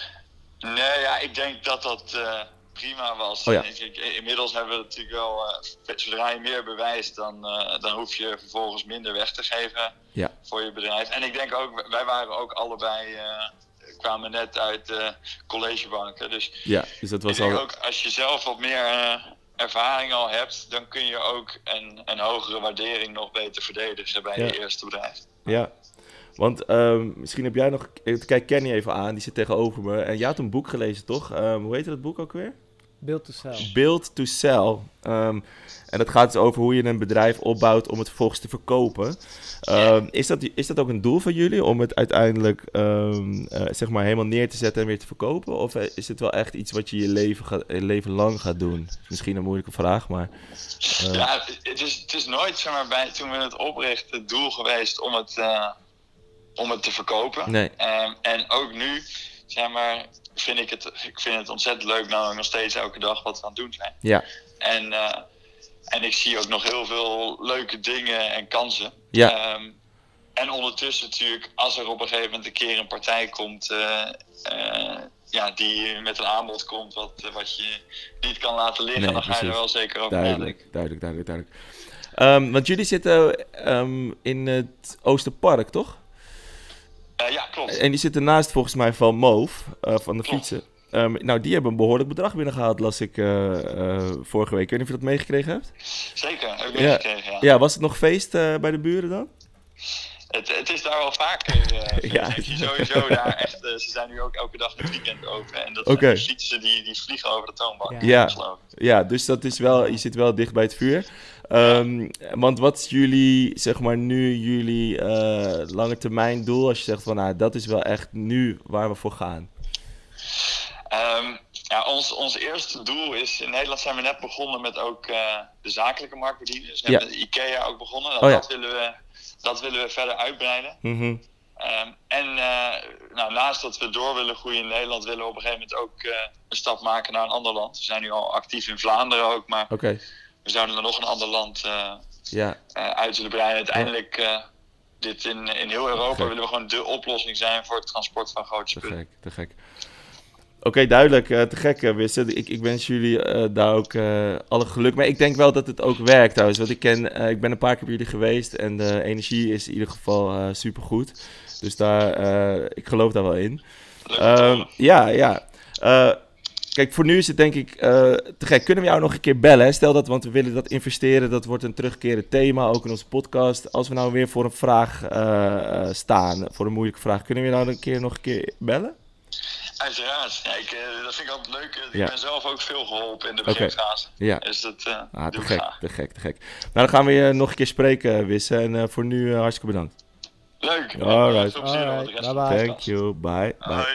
Nee, ja, ik denk dat dat uh, prima was. Oh ja. Ik, ik, inmiddels hebben we natuurlijk wel, uh, zodra je meer bewijst, dan, uh, dan hoef je vervolgens minder weg te geven Ja. voor je bedrijf. En ik denk ook, wij waren ook allebei, uh, kwamen net uit uh, collegebanken. Dus Ja, dus dat ik was denk al... ook, als je zelf wat meer uh, ervaring al hebt, dan kun je ook een, een hogere waardering nog beter verdedigen bij Ja. je eerste bedrijf. Ja, want um, misschien heb jij nog... Kijk Kenny even aan, die zit tegenover me. En jij had een boek gelezen, toch? Um, hoe heet dat boek ook weer? Build to sell. Build to Sell. Um, en dat gaat dus over hoe je een bedrijf opbouwt om het vervolgens te verkopen. Um, is, dat, is dat ook een doel van jullie om het uiteindelijk um, uh, zeg maar helemaal neer te zetten en weer te verkopen? Of is het wel echt iets wat je je leven, ga, je leven lang gaat doen? Misschien een moeilijke vraag, maar... Uh... Ja, het is, het is nooit, zeg maar, bij, toen we het oprichten, het doel geweest om het, uh, om het te verkopen. Nee. Um, en ook nu, zeg maar, vind ik het, ik vind het ontzettend leuk, nou nog steeds elke dag wat we aan het doen zijn. Ja. En, uh, en ik zie ook nog heel veel leuke dingen en kansen. Ja. Um, en ondertussen natuurlijk, als er op een gegeven moment een keer een partij komt... Uh, uh, ja, die met een aanbod komt wat, wat je niet kan laten liggen, Nee, dan ga je er precies. wel zeker over Duidelijk, nadenken. duidelijk, duidelijk, duidelijk. Um, want jullie zitten um, in het Oosterpark, toch? Uh, ja, klopt. En die zitten naast volgens mij van Moof, uh, van de Klopt. fietsen. Um, nou, die hebben een behoorlijk bedrag binnengehaald, las ik uh, uh, vorige week. Ik weet niet of je dat meegekregen hebt. Zeker, heb ik Ja. meegekregen, ja. Ja, was het nog feest uh, bij de buren dan? het, het is daar wel vaker. Uh, Ja. Heb je sowieso daar echt. Uh, ze zijn nu ook elke dag het weekend open. En dat Oké. zijn de fietsen die, die vliegen over de toonbank. Ja. Ja. Ongelooflijk. Ja, dus dat is wel, je zit wel dicht bij het vuur. Um, want wat is jullie, zeg maar nu, jullie uh, lange termijn doel? Als je zegt van, nou, dat is wel echt nu waar we voor gaan. Um, ja, ons, ons eerste doel is, in Nederland zijn we net begonnen met ook uh, de zakelijke markt bedienen. Dus we Ja. hebben IKEA ook begonnen. Dat, Oh, ja. dat, willen we, dat willen we verder uitbreiden. Mm-hmm. Um, en uh, nou, naast dat we door willen groeien in Nederland, willen we op een gegeven moment ook uh, een stap maken naar een ander land. We zijn nu al actief in Vlaanderen ook, maar Oké, okay. we zouden er nog een ander land uh, ja. uh, uit willen breiden. Uiteindelijk, uh, dit in, in heel Europa willen we gewoon de oplossing zijn voor het transport van grote Te spullen. gek, te gek. Oké, okay, duidelijk. Uh, te gek, uh, Wisse. Ik, ik wens jullie uh, daar ook uh, alle geluk mee. Ik denk wel dat het ook werkt trouwens. Want ik, ken, uh, ik ben een paar keer bij jullie geweest en de energie is in ieder geval uh, supergoed. Dus daar, uh, ik geloof daar wel in. Uh, ja, ja. Uh, kijk, voor nu is het denk ik uh, te gek. Kunnen we jou nog een keer bellen? Stel dat, want we willen dat investeren. Dat wordt een terugkerend thema, ook in onze podcast. Als we nou weer voor een vraag uh, staan, voor een moeilijke vraag. Kunnen we jou een keer nog een keer bellen? Uiteraard. Ja, ik, uh, dat vind ik altijd leuk. Ik ja. ben zelf ook veel geholpen in de beginfase. Okay. Ja. Dus dat uh, ah, te doe gek, ik graag. te gek, te gek. Nou, dan gaan we je nog een keer spreken, Wisse. En uh, voor nu uh, hartstikke bedankt. Leuk. Alright. Veel plezier Alright. met de rest Bye van de Thank you. Bye. Bye. Hoi.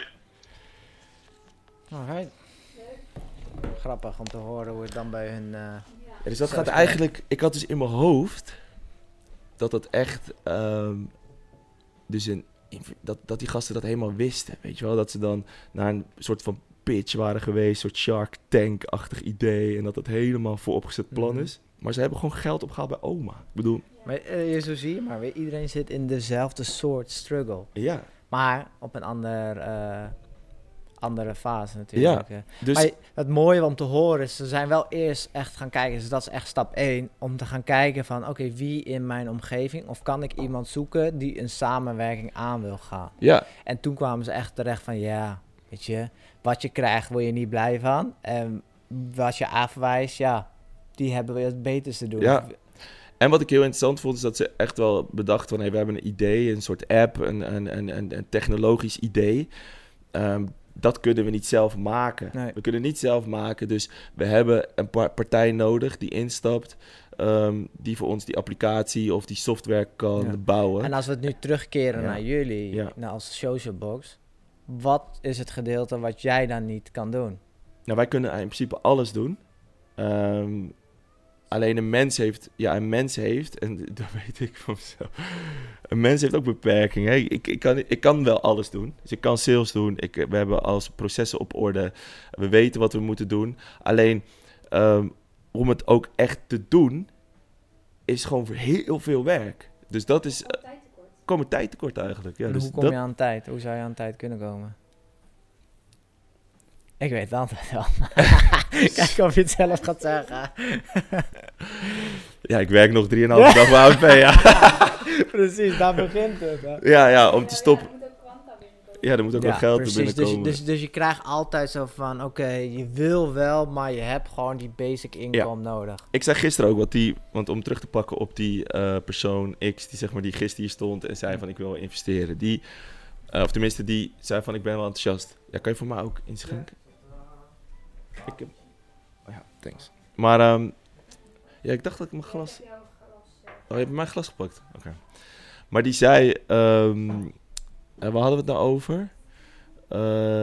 Alright. Grappig om te horen hoe het dan bij hun... Uh, Ja. Ja, dus dat Zo gaat is het. eigenlijk... Ik had dus in mijn hoofd dat dat echt... Um, dus een, dat, dat die gasten dat helemaal wisten, weet je wel? Dat ze dan naar een soort van pitch waren geweest, een soort Shark Tank-achtig idee. En dat dat helemaal vooropgezet plan Mhm. is. Maar ze hebben gewoon geld opgehaald bij oma. Ik bedoel, maar, uh, je zo zie je maar weer, iedereen zit in dezelfde soort struggle. ja. Maar op een ander, uh, andere fase natuurlijk. Ja, uh. dus... Maar het mooie om te horen is, ze zijn wel eerst echt gaan kijken, dus dat is echt stap één, om te gaan kijken van, oké, okay, wie in mijn omgeving, of kan ik iemand zoeken die een samenwerking aan wil gaan. Ja, En toen kwamen ze echt terecht van, ja, weet je, wat je krijgt word je niet blij van. En wat je afwijst, ja, die hebben we het beters te doen. Ja. En wat ik heel interessant vond, is dat ze echt wel bedacht van... Hey, we hebben een idee, een soort app, een, een, een, een, een technologisch idee. Um, dat kunnen we niet zelf maken. Nee. We kunnen niet zelf maken, dus we hebben een par- partij nodig die instapt... Um, die voor ons die applicatie of die software kan Ja. bouwen. En als we het nu terugkeren Ja. naar jullie, Ja. naar als social box, wat is het gedeelte wat jij dan niet kan doen? Nou, wij kunnen in principe alles doen. Um, alleen een mens heeft, ja, een mens heeft, en dat weet ik van mezelf, een mens heeft ook beperkingen. Hè? Ik, ik, kan, ik kan wel alles doen. Dus ik kan sales doen. Ik, we hebben als processen op orde. We weten wat we moeten doen. Alleen, um, om het ook echt te doen, is gewoon heel veel werk. Dus dat is, uh, Tijd tekort. komen tijd tekort eigenlijk. Ja, En dus hoe kom dat, je aan tijd? Hoe zou je aan tijd kunnen komen? Ik weet het antwoord wel. Kijk of je het zelf gaat zeggen. ja, ik werk nog drieënhalve dag bij A F P, ja. Precies, daar begint het. Hè? ja, ja, om te Ja, stoppen. Ja, er moet ook kwanta binnenkomen. Ja, er moet ook wel geld precies. er Dus, binnenkomen. dus, dus je krijgt altijd zo van, oké, okay, je wil wel, maar je hebt gewoon die basic inkomen nodig. Ik zei gisteren ook wat die, want om terug te pakken op die uh, persoon X, die zeg maar die gisteren hier stond en zei van ik wil investeren. Die, uh, of tenminste die zei van ik ben wel enthousiast. Ja, kan je voor mij ook inschenken? Ik heb, oh ja, thanks. Maar um, ja, ik dacht dat ik mijn glas, Ik heb jouw glas, eh, oh je hebt mijn glas gepakt? Oké. Okay. Maar die zei, um, uh, waar hadden we het nou over? Uh,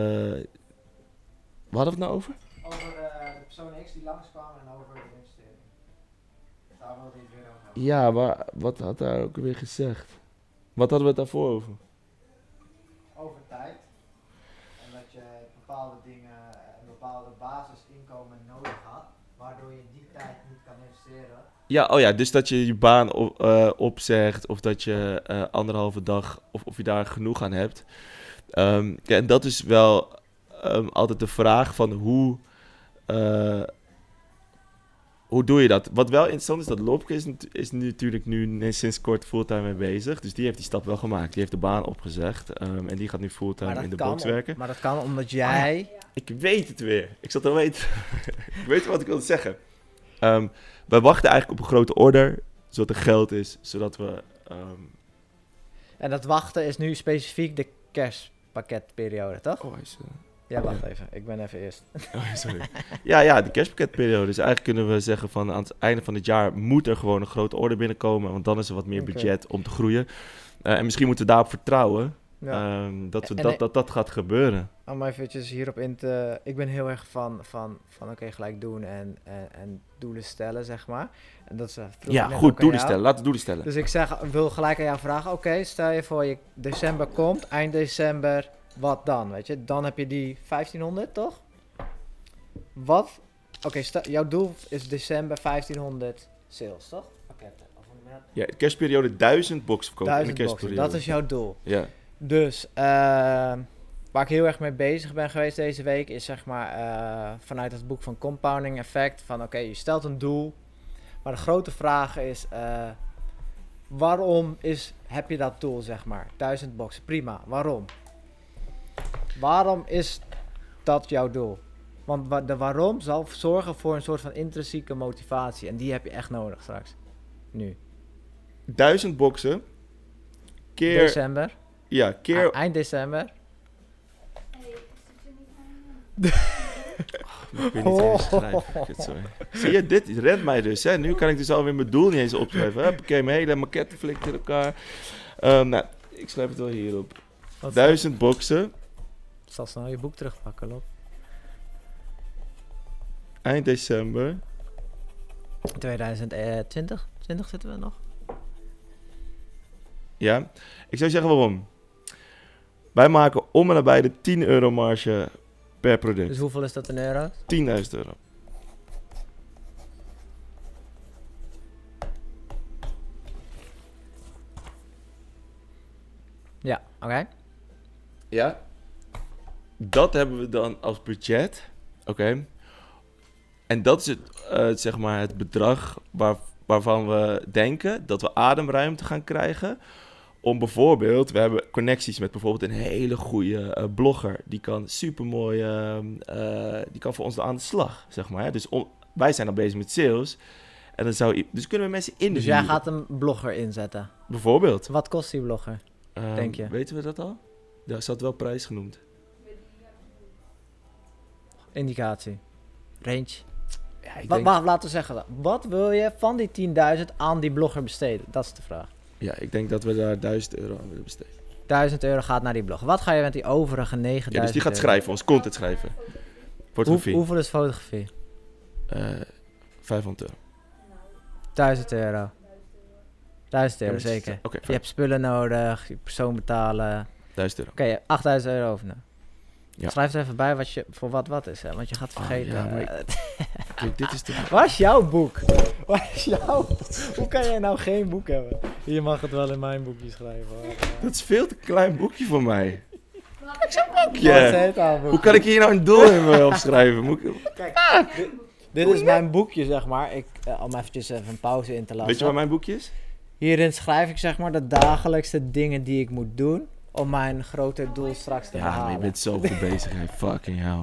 waar hadden we het nou over? Over uh, de persoon X die langskwam en over de investering. Daar wilde je het weer over hebben. Ja, maar wat had hij ook weer gezegd? Wat hadden we het daarvoor over? Over tijd. En dat je bepaalde dingen, een bepaalde basisinkomen nodig had, waardoor je die tijd niet kan investeren. Ja, oh ja, dus dat je je baan op, uh, opzegt of dat je uh, anderhalve dag of, of je daar genoeg aan hebt. Um, ja, en dat is wel um, altijd de vraag van hoe, uh, hoe doe je dat? Wat wel interessant is, dat Lopke is, is nu natuurlijk nu sinds kort fulltime mee bezig. Dus die heeft die stap wel gemaakt. Die heeft de baan opgezegd um, en die gaat nu fulltime in de box werken. Maar dat kan omdat jij... ja. Ik weet het weer. Ik zat al weten. Ik weet wat ik wilde zeggen. Um, wij wachten eigenlijk op een grote order, zodat er geld is, zodat we um, En dat wachten is nu specifiek de kerstpakketperiode, toch? Oh, hij is... Uh... Ja, wacht Ja. even. Ik ben even eerst. Oh, sorry. ja, ja, de kerstpakketperiode. Dus eigenlijk kunnen we zeggen van aan het einde van het jaar moet er gewoon een grote order binnenkomen. Want dan is er wat meer Oké. budget om te groeien. Uh, en misschien moeten we daarop vertrouwen Ja. um, dat, we En- dat, en- dat dat gaat gebeuren. Om eventjes hierop in te... Ik ben heel erg van, van, van oké, gelijk doen en, en, en doelen stellen, zeg maar. En dat is, uh, vroeg Ja, ik net goed, ook aan doelen jou. stellen. Laten we doelen stellen. Dus ik zeg, wil gelijk aan jou vragen, oké, stel je voor je december komt, eind december, wat dan, weet je? Dan heb je die vijftienhonderd, toch? Wat? Oké, stel- jouw doel is december vijftienhonderd sales, toch? Pakketten. Of hoe noem je dat? Ja, de kerstperiode duizend boxen verkopen in de Duizend boxen, kerstperiode. dat is jouw doel. Ja. Dus, eh, waar ik heel erg mee bezig ben geweest deze week, is zeg maar eh, vanuit het boek van Compounding Effect, van oké, je stelt een doel, maar de grote vraag is, eh, waarom is, heb je dat doel, zeg maar? Duizend boxen, prima. Waarom? Waarom is dat jouw doel? Want wa- de waarom zal zorgen voor een soort van intrinsieke motivatie. En die heb je echt nodig straks. Nu. Duizend boxen. Keer... December. Ja, keer... E- Eind december. Hey, is het er niet aan? Ik weet niet eens schrijven. Kut, sorry. Zie je, dit redt mij dus. Hè. Nu kan ik dus alweer mijn doel niet eens opschrijven. Oké, mijn hele maquette flikt in elkaar. Um, nou, ik schrijf het wel hierop. Wat Duizend boxen. Ik zal snel je boek terugpakken, Lop. Eind december. twintig twintig? twintig zitten we nog? Ja. Ik zou zeggen waarom. Wij maken om en nabij de tien euro marge per product. Dus hoeveel is dat in euro? tienduizend euro. Ja, oké. Ja. Dat hebben we dan als budget. Oké. En dat is het, eh, zeg maar het bedrag waar, waarvan we denken dat we ademruimte gaan krijgen. Om bijvoorbeeld, we hebben connecties met bijvoorbeeld een hele goede uh, blogger. Die kan supermooi, uh, uh, die kan voor ons aan de slag, zeg maar. Hè? Dus on, wij zijn al bezig met sales. En dan zou, i- dus kunnen we mensen in Dus jij gaat een blogger inzetten. bijvoorbeeld. Wat kost die blogger? Um, denk je? Weten we dat al? Daar staat wel prijs genoemd. Indicatie. Range. Ja, ik Wat, denk, wacht, laten we zeggen. Wat wil je van die tienduizend aan die blogger besteden? Dat is de vraag. ja, ik denk dat we daar duizend euro aan willen besteden. duizend euro gaat naar die blogger. Wat ga je met die overige Ja, negenduizend dus die gaat euro? schrijven, ons content schrijven. Hoe, Fotografie. hoeveel is fotografie? Eh, vijfhonderd euro. duizend euro. duizend euro, Ja, maar- zeker. Oké, Je hebt spullen nodig, je persoon betalen. duizend euro. Oké, achtduizend euro over. Nou. Ja. Schrijf er even bij wat je, voor wat wat is, hè? Want je gaat Oh, vergeten. ja, maar ik- eh, Kijk, dit is de... Waar is jouw boek? Waar is jouw... Hoe kan jij nou geen boek hebben? Je mag het wel in mijn boekje schrijven. Hoor. Dat is veel te klein boekje voor mij. Wacht, ik zou Wat Ja. heet dat boek? Hoe kan ik hier nou een doel in me opschrijven? Moet ik... Kijk, dit, dit is mijn boekje, zeg maar. Ik, eh, om eventjes even een pauze in te laten. Weet je waar mijn boekje is? Hierin schrijf ik zeg maar de dagelijkse dingen die ik moet doen om mijn grote doel straks te Ja, maar behalen. je bent zo goed bezig. Hè. Fucking hell.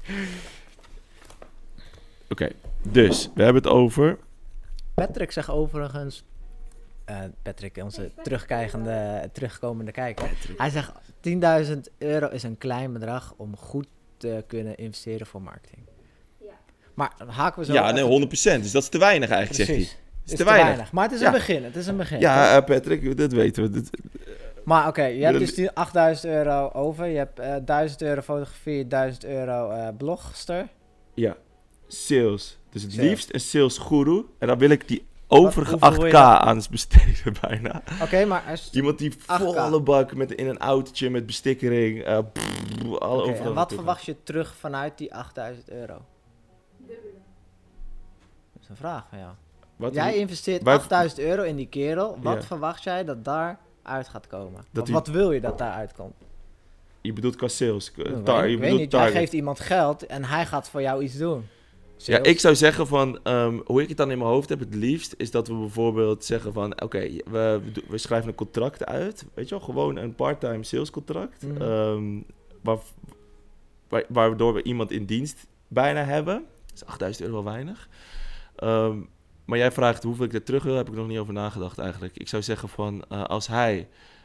Oké, dus we hebben het over... Patrick zegt overigens, eh, Patrick, onze terugkijkende, terugkomende kijker. Hij zegt tienduizend euro is een klein bedrag om goed te kunnen investeren voor marketing. Ja. Maar haken we zo Ja, even- nee, honderd procent. Dus dat is te weinig eigenlijk, zegt Precies. hij. Het is te weinig. Maar het is Ja. een begin, het is een begin. Ja, uh, Patrick, dat weten we. Dat- Maar oké, je hebt De- dus die achtduizend euro over. Je hebt eh duizend euro fotografie, duizend euro eh blogster. Ja, sales. Dus het Sales. liefst een sales guru. En dan wil ik die overige hoeveel wil acht k je dat? aan besteden bijna. Oké, maar als, Iemand die acht k. volle bak met, in een autootje met bestikkering. Uh, pff, alle oké, overal en wat naartoe verwacht je terug vanuit die achtduizend euro? dubbele. Dat is een vraag van jou. gaan. Wat Jij investeert wij- achtduizend euro in die kerel. Wat Ja. verwacht jij dat daar uit gaat komen? Dat Of die- wat wil je dat daar uitkomt? Je bedoelt qua sales. uh, Ik tar- weet, je ik weet bedoelt niet, jij target. geeft iemand geld en hij gaat voor jou iets doen. Ja, Sales. ik zou zeggen van, ehm, hoe ik het dan in mijn hoofd heb, het liefst, is dat we bijvoorbeeld zeggen van, oké, we, we, do- we schrijven een contract uit, weet je wel, gewoon een part-time salescontract, Mhm. ehm, waar, waar, waardoor we iemand in dienst bijna hebben. Dat is achtduizend euro wel weinig. Ehm, maar jij vraagt hoeveel ik er terug wil, heb ik er nog niet over nagedacht eigenlijk. Ik zou zeggen van, eh, als hij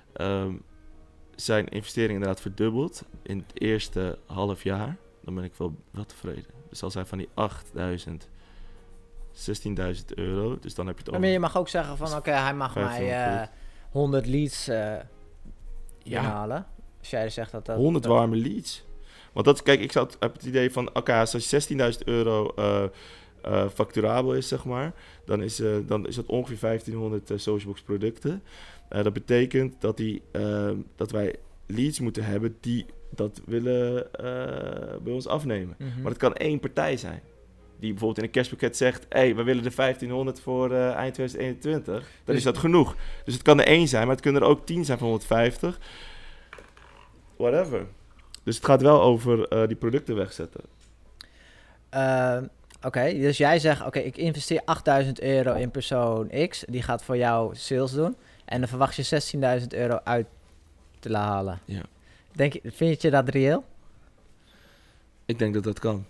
um, zijn investering inderdaad verdubbeld in het eerste half jaar. Dan ben ik wel, wel tevreden. Dus als hij van die achtduizend, zestienduizend euro, dus dan heb je het over... Maar je mag ook zeggen van, oké, okay, hij mag mij uh, honderd leads uh, ja. inhalen. Als jij zegt dat dat... honderd dat... warme leads. Want dat, kijk, ik zou, heb het idee van, oké, okay, als zestienduizend euro uh, uh, facturabel is, zeg maar, dan is, uh, dan is dat ongeveer vijftienhonderd uh, Socialbox producten. Uh, dat betekent dat, die, uh, dat wij leads moeten hebben die dat willen uh, bij ons afnemen. Mm-hmm. Maar het kan één partij zijn. Die bijvoorbeeld in een cashpakket zegt, hé, hey, we willen de vijftienhonderd voor uh, eind twintig eenentwintig. Dan dus is dat genoeg. Dus het kan er één zijn, maar het kunnen er ook tien zijn van honderdvijftig. Whatever. Dus het gaat wel over uh, die producten wegzetten. Uh, Oké, okay, dus jij zegt, oké, okay, ik investeer achtduizend euro in persoon X. Die gaat voor jou sales doen. En dan verwacht je zestienduizend euro uit te halen. Ja. Denk je, vind je dat reëel? Ik denk dat dat kan.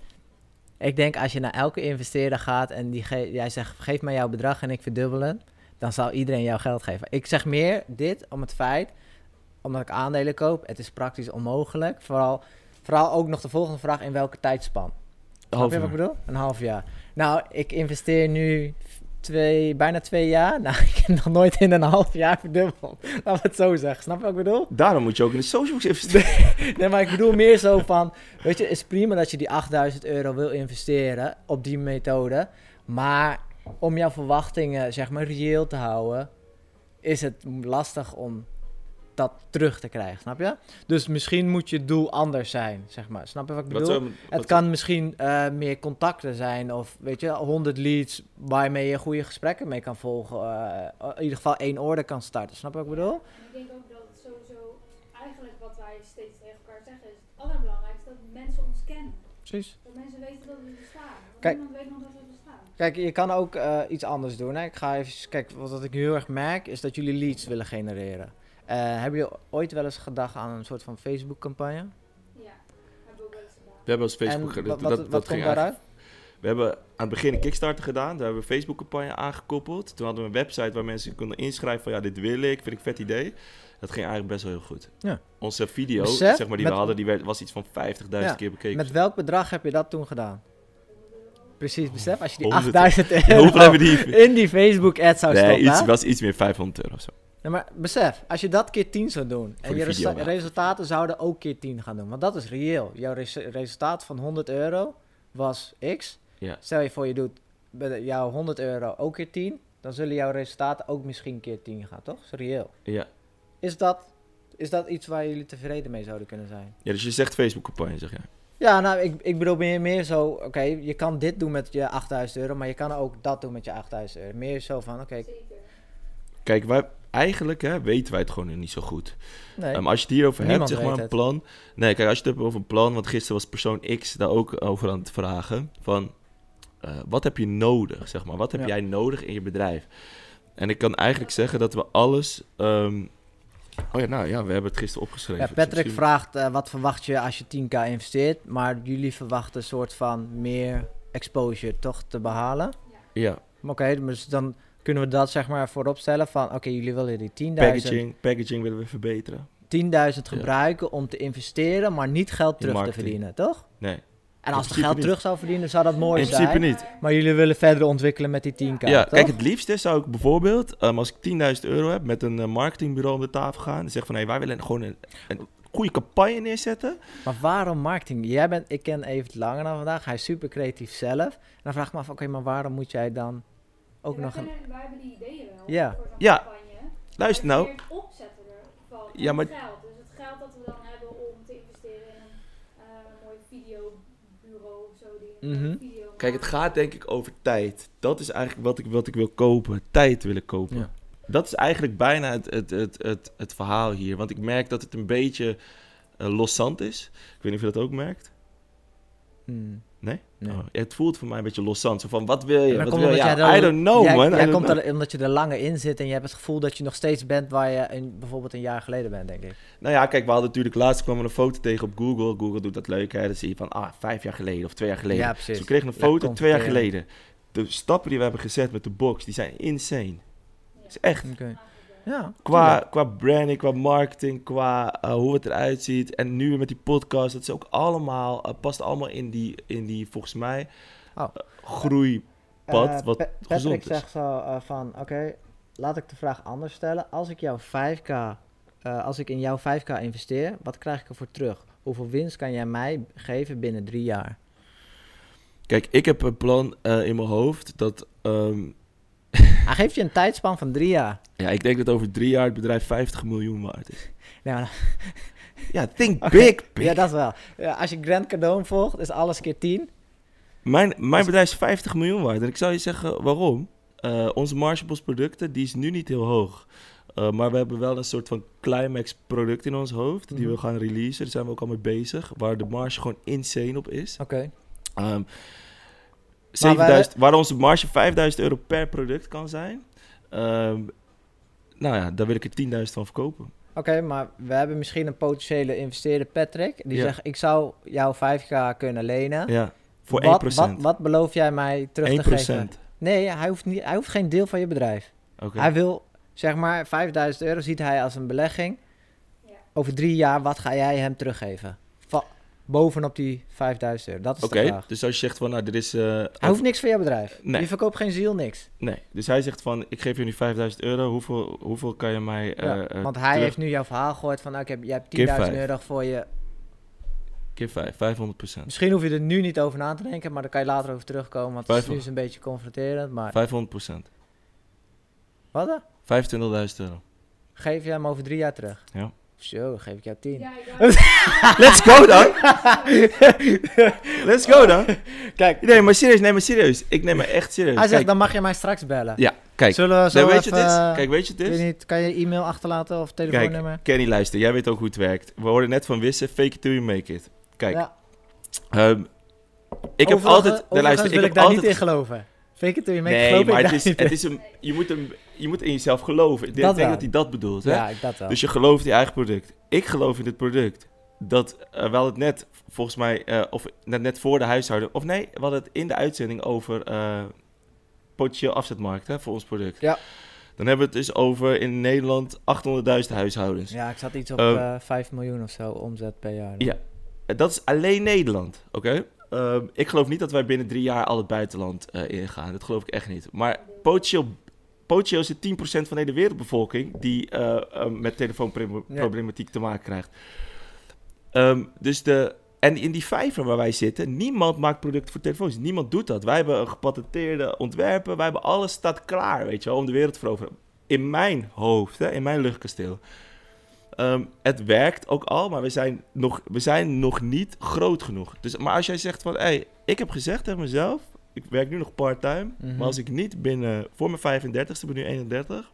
Ik denk als je naar elke investeerder gaat en die ge- jij zegt, geef mij jouw bedrag en ik verdubbel het, dan zal iedereen jou geld geven. Ik zeg meer dit om het feit, omdat ik aandelen koop, het is praktisch onmogelijk. Vooral, vooral ook nog de volgende vraag, in welke tijdspan? Snap je wat ik bedoel? Een half jaar. Nou, ik investeer nu twee, bijna twee jaar. Nou, ik heb nog nooit in een half jaar verdubbeld. Laten we het zo zeggen. Snap je wat ik bedoel? Daarom moet je ook in de Socialbox investeren. Nee, maar ik bedoel meer zo van, weet je, het is prima dat je die achtduizend euro wil investeren op die methode. Maar om jouw verwachtingen, zeg maar, reëel te houden, is het lastig om dat terug te krijgen, snap je? Dus misschien moet je doel anders zijn, zeg maar. Snap je wat ik bedoel? Wat zou, wat het kan zou... misschien uh, meer contacten zijn of, weet je, honderd leads waarmee je goede gesprekken mee kan volgen. Uh, in ieder geval één orde kan starten, snap je wat ik bedoel? En ik denk ook dat het sowieso, eigenlijk wat wij steeds tegen elkaar zeggen, is het allerbelangrijkste dat mensen ons kennen. Precies. Dat mensen weten dat we bestaan. Want Kijk, niemand weet nog dat we bestaan. Kijk, je kan ook uh, iets anders doen. Hè? Ik ga even, kijk, wat ik heel erg merk, is dat jullie leads willen genereren. Uh, hebben jullie ooit wel eens gedacht aan een soort van Facebook-campagne? Ja, hebben we ook wel eens gedaan. We hebben als Facebook... En dat, wat, dat, wat dat komt daaruit? We hebben aan het begin een Kickstarter gedaan. Daar hebben we een Facebook-campagne aangekoppeld. Toen hadden we een website waar mensen konden inschrijven van, ja, dit wil ik, vind ik een vet idee. Dat ging eigenlijk best wel heel goed. Ja. Onze video, Besef, zeg maar, die met, we hadden, die werd, was iets van vijftigduizend ja, keer bekeken. Met welk bedrag heb je dat toen gedaan? Precies, besef, als je die achtduizend euro ja, die... in die Facebook-ad zou nee, stoppen. Nee, het was iets meer vijfhonderd euro of zo. Ja, maar besef, als je dat keer tien zou doen en je video, res- resultaten zouden ook keer tien gaan doen, want dat is reëel. Jouw res- resultaat van honderd euro was X. Ja. Stel je voor je doet jouw honderd euro ook keer tien, dan zullen jouw resultaten ook misschien keer tien gaan, toch? Dat is reëel. Ja. Is dat, is dat iets waar jullie tevreden mee zouden kunnen zijn? Ja, dus je zegt Facebook-campagne, zeg jij? Ja, nou, ik, ik bedoel meer, meer zo, oké, okay, je kan dit doen met je achtduizend euro, maar je kan ook dat doen met je achtduizend euro. Meer zo van, oké. Okay. Kijk, wij, eigenlijk hè, weten wij het gewoon niet zo goed. Nee, um, als je het hierover hebt, zeg maar, een het. plan. Nee, kijk, als je het hebt over een plan, want gisteren was persoon X daar ook over aan het vragen. Van, uh, wat heb je nodig, zeg maar? Wat heb ja. jij nodig in je bedrijf? En ik kan eigenlijk zeggen dat we alles... Um, oh ja, nou ja, we hebben het gisteren opgeschreven. Ja, Patrick vraagt, uh, wat verwacht je als je tien k investeert? Maar jullie verwachten een soort van meer exposure toch te behalen? Ja. Oké, okay, dus dan kunnen we dat zeg maar voorop stellen van, oké, okay, jullie willen die tienduizend... Packaging, packaging willen we verbeteren. tienduizend gebruiken ja. om te investeren, maar niet geld terug te verdienen, toch? Nee. En als het geld niet. terug zou verdienen, zou dat mooi zijn. In principe niet. Maar jullie willen verder ontwikkelen met die tien k, ja, toch? Kijk, het liefste zou ik bijvoorbeeld, um, als ik tienduizend euro heb, met een uh, marketingbureau om de tafel gaan en zeg van, hé, hey, wij willen gewoon een, een goede campagne neerzetten. Maar waarom marketing? Jij bent, ik ken even langer dan vandaag, hij is super creatief zelf. En dan vraag ik me af, oké, okay, maar waarom moet jij dan ook ja, nog wij een... Kunnen, wij hebben die ideeën wel ja. voor zo'n ja. campagne. Luister nou. Het opzetten ervan, ja, maar... het geld. Dus het geld dat we dan hebben om te investeren in een uh, mooi videobureau of zo. Die mm-hmm. video Kijk, het gaat denk ik over tijd. Dat is eigenlijk wat ik, wat ik wil kopen. Tijd willen kopen. Ja. Dat is eigenlijk bijna het, het, het, het, het verhaal hier. Want ik merk dat het een beetje uh, loszand is. Ik weet niet of je dat ook merkt. Mm. Nee? nee. Oh, het voelt voor mij een beetje loszand. Zo van, wat wil je? Ja, wat wil je? Ja, er, I don't know, jij, man. Jij don't komt know. er omdat je er langer in zit en je hebt het gevoel dat je nog steeds bent waar je een, bijvoorbeeld een jaar geleden bent, denk ik. Nou ja, kijk, we hadden natuurlijk laatst kwam er een foto tegen op Google. Google doet dat leuk, hè. Dan zie je van, ah, vijf jaar geleden of twee jaar geleden. Ja, precies. Dus we kregen een foto twee jaar geleden. De stappen die we hebben gezet met de box, die zijn insane. Ja. Is echt. Okay. Ja, Qua, tuurlijk. qua branding, qua marketing, qua uh, hoe het eruit ziet. En nu weer met die podcast, dat is ook allemaal, uh, past allemaal in die, in die volgens mij, Oh. uh, groeipad, Eh, wat Pa- gezond Patrick is. zegt zo uh, van, oké, laat ik de vraag anders stellen. Als ik jouw vijf k, uh, als ik in jouw vijf k investeer, wat krijg ik ervoor terug? Hoeveel winst kan jij mij geven binnen drie jaar? Kijk, ik heb een plan uh, in mijn hoofd dat, um, Hij geeft je een tijdspan van drie jaar. ja, ik denk dat over drie jaar het bedrijf vijftig miljoen waard is. Nee, maar- Ja, think Oké, big, big. Ja, dat wel. Ja, als je Grant Cardone volgt, is alles keer tien. Mijn, mijn bedrijf is vijftig miljoen waard. En ik zou je zeggen waarom. Uh, onze Marshalls producten, die is nu niet heel hoog. Uh, maar we hebben wel een soort van climax product in ons hoofd. Die Mhm. we gaan releasen. Daar zijn we ook al mee bezig. Waar de marge gewoon insane op is. Oké. Um, zevenduizend, waar onze marge vijfduizend euro per product kan zijn. Um, nou ja, daar wil ik er tienduizend van verkopen. Oké, maar we hebben misschien een potentiële investeerder, Patrick. Die Ja. zegt, ik zou jouw vijf k kunnen lenen. Ja, voor wat, één procent. Wat, wat beloof jij mij terug één te geven? procent. Nee, hij hoeft, niet, hij hoeft geen deel van je bedrijf. Oké. Hij wil, zeg maar, vijfduizend euro ziet hij als een belegging. Ja. Over drie jaar, wat ga jij hem teruggeven? Va- bovenop die vijfduizend euro, dat is Oké, de vraag. dus als je zegt van, nou, dit is... Uh, Hij hoeft niks van je bedrijf. Nee. Je verkoopt geen ziel, niks. Nee, dus hij zegt van, ik geef je nu vijfduizend euro, hoeveel, hoeveel kan je mij uh, Ja, uh, want hij terug- heeft nu jouw verhaal gehoord van, nou, ik heb, je hebt Keer tienduizend vijf. euro voor je. Keer vijf, vijfhonderd procent. Misschien hoef je er nu niet over na te denken, maar daar kan je later over terugkomen, want het is nu Vijfhonderd. is een beetje confronterend. Maar vijfhonderd procent. wat dan? vijfentwintigduizend euro. Geef je hem over drie jaar terug? Ja. Zo, dan geef ik jou tien. Ja, ik wou- Let's go dan! Let's go dan! Kijk, Nee, maar serieus, nee, maar serieus. Ik neem me echt serieus. hij zegt, Kijk, dan mag je mij straks bellen. ja, kijk. Zullen we zo Nee, weet je even, het is? eh, Kijk, weet je het ik is? weet niet, kan je e-mail achterlaten of telefoonnummer? Kijk, Kenny, luister. Jij weet ook hoe het werkt. We hoorden net van Wisse, fake it till you make it. Kijk, Ja. ehm, ik heb Overigens- altijd... Nee, overigens luister, wil ik ik heb daar altijd... niet in geloven. Fake it till you make it, Nee, geloof maar ik het daar is, niet het in. is een, je, moet een, je moet in jezelf geloven. Ik denk, Dat denk wel. dat hij dat bedoelt. Hè? Ja, ik dat wel. Dus je gelooft in je eigen product. Ik geloof in dit product. Dat, uh, wel het net, volgens mij, uh, of net, net voor de huishouden... Of nee, we hadden het in de uitzending over uh, potentieel afzetmarkt hè, voor ons product. Ja. Dan hebben we het dus over in Nederland achthonderdduizend huishoudens. Ja, ik zat iets op Ehm, eh vijf miljoen of zo omzet per jaar. Ja. Uh, dat is alleen Nederland, oké? Uh, ik geloof niet dat wij binnen drie jaar al het buitenland uh, ingaan. Dat geloof ik echt niet. Maar potentieel... Potentieel is het tien procent van de hele wereldbevolking die uh, uh, met telefoonproblematiek ja. te maken krijgt. Um, dus de, en in die vijver waar wij zitten, niemand maakt producten voor telefoons. Niemand doet dat. Wij hebben een gepatenteerde ontwerpen. Wij hebben alles staat klaar, weet je wel, om de wereld te veroveren. In mijn hoofd, hè, in mijn luchtkasteel. Um, het werkt ook al, maar we zijn nog, we zijn nog niet groot genoeg. Dus, maar als jij zegt van, hé, hey, ik heb gezegd tegen mezelf, ik werk nu nog part-time, Mhm. maar als ik niet binnen, voor mijn vijfendertigste, ik ben nu eenendertig,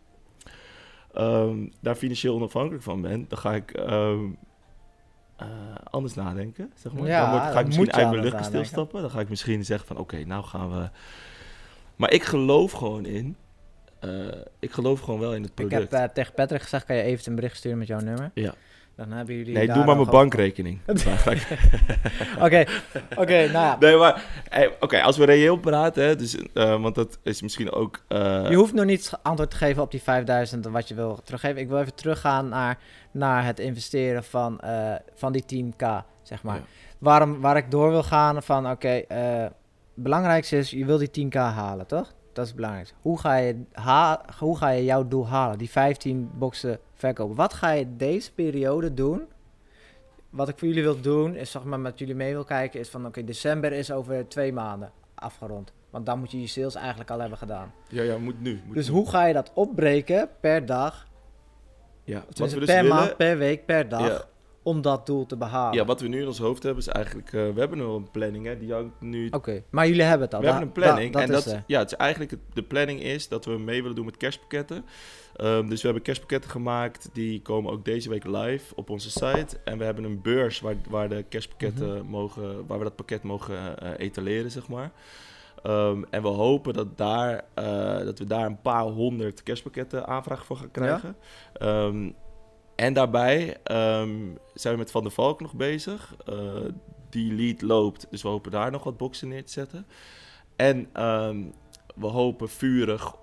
um, daar financieel onafhankelijk van ben, dan ga ik um, uh, anders nadenken, zeg maar. Ja, dan word, ga dan ik misschien moet je uit mijn anders luchtkasteel nadenken. stappen. Dan ga ik misschien zeggen van, oké, okay, nou gaan we... Maar ik geloof gewoon in, uh, ik geloof gewoon wel in het Ik product. heb uh, tegen Patrick gezegd, kan je even een bericht sturen met jouw nummer? Ja. Dan hebben jullie Nee, daar doe maar al mijn bankrekening. Oké, oké, nou ja. Nee, maar hey, oké, okay, als we reëel praten, hè, dus, uh, want dat is misschien ook... Uh... Je hoeft nog niet antwoord te geven op die vijfduizend wat je wil teruggeven. Ik wil even teruggaan naar, naar het investeren van, uh, van die tien k, zeg maar. Ja. Waarom, waar ik door wil gaan van, oké, okay, uh, het belangrijkste is, je wil die tien k halen, toch? Dat is het belangrijkste. Hoe ga je, ha- hoe ga je jouw doel halen? Die vijftien boxen verkopen. Wat ga je deze periode doen? Wat ik voor jullie wil doen, is zeg maar met jullie mee wil kijken, is van oké, okay, december is over twee maanden afgerond. Want dan moet je je sales eigenlijk al hebben gedaan. Ja, ja, moet nu. Moet dus nu. hoe ga je dat opbreken per dag? Ja, Wat wat we dus per willen, maand, per week, per dag, ja. om dat doel te behalen? Ja, wat we nu in ons hoofd hebben is eigenlijk, uh, we hebben nog een planning, hè, die hangt nu... Oké, okay. Maar jullie hebben het al. We da- hebben een planning da- en dat dat, is, ja, het is eigenlijk, het, de planning is dat we mee willen doen met kerstpakketten. Um, dus we hebben kerstpakketten gemaakt, die komen ook deze week live op onze site. En we hebben een beurs waar, waar de kerstpakketten Mm-hmm. mogen, waar we dat pakket mogen uh, etaleren, zeg maar. Um, en we hopen dat, daar, uh, dat we daar een paar honderd kerstpakketten aanvragen voor gaan krijgen. Ja. Um, en daarbij um, zijn we met Van der Valk nog bezig. Uh, die lead loopt, dus we hopen daar nog wat boxen neer te zetten. En um, we hopen vurig op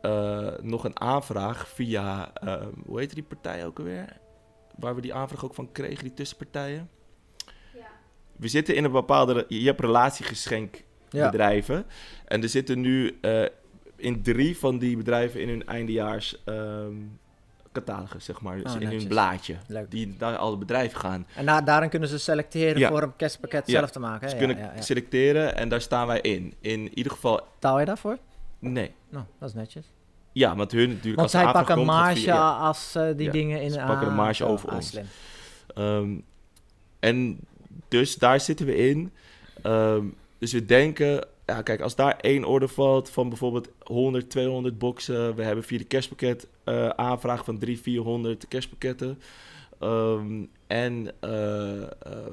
uh, nog een aanvraag via, uh, hoe heet die partij ook alweer? Waar we die aanvraag ook van kregen, die tussenpartijen. Ja. We zitten in een bepaalde, je hebt relatiegeschenkbedrijven. Ja. En er zitten nu uh, in drie van die bedrijven in hun eindejaars um, catalogus, zeg maar. Dus oh, in netjes. hun blaadje. Leuk. Die naar alle bedrijven gaan. En na, daarin kunnen ze selecteren Ja. voor een kerstpakket Ja. zelf te maken. Hè? Ze Ja, kunnen ja, ja. selecteren en daar staan wij in. In ieder geval, Betaal je daarvoor? nee. Nou, dat is netjes. Ja, want hun natuurlijk Want als de zij aanvraag pakken komt, gaat marge via- ja. als uh, die Ja, dingen in ze de pakken de marge over ah, ons. Slim. Um, en dus daar zitten we in. Um, dus we denken, ja, kijk, als daar één order valt van bijvoorbeeld honderd, tweehonderd boxen. We hebben via de kerstpakket uh, aanvraag van driehonderd, vierhonderd kerstpakketten. Um, en uh, uh,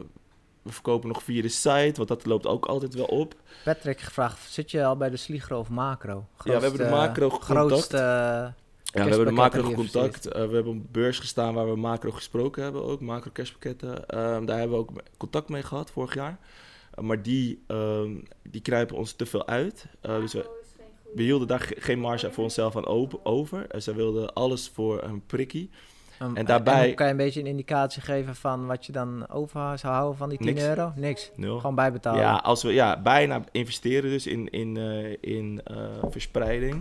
we verkopen nog via de site, want dat loopt ook altijd wel op. Patrick gevraagd, zit je al bij de Sligro of Macro? Ja, we hebben de Macro contact. Grootste, uh, Ja, we hebben de macro die je contact. verstuurt. Uh, we hebben een beurs gestaan waar we macro gesproken hebben ook. Macro kerstpakketten. Um, daar hebben we ook contact mee gehad vorig jaar. Uh, maar die, um, die kruipen ons te veel uit. Uh, dus we, Macro is geen goede. we hielden daar ge- geen marge voor onszelf aan open, over. Uh, zij wilden alles voor een prikkie. Um, en daarbij- hoe kan je een beetje een indicatie geven van wat je dan over zou houden van die tien Niks. euro? Niks. Nul. Gewoon bijbetalen. Ja, als we ja, bijna investeren dus in, in, uh, in uh, verspreiding.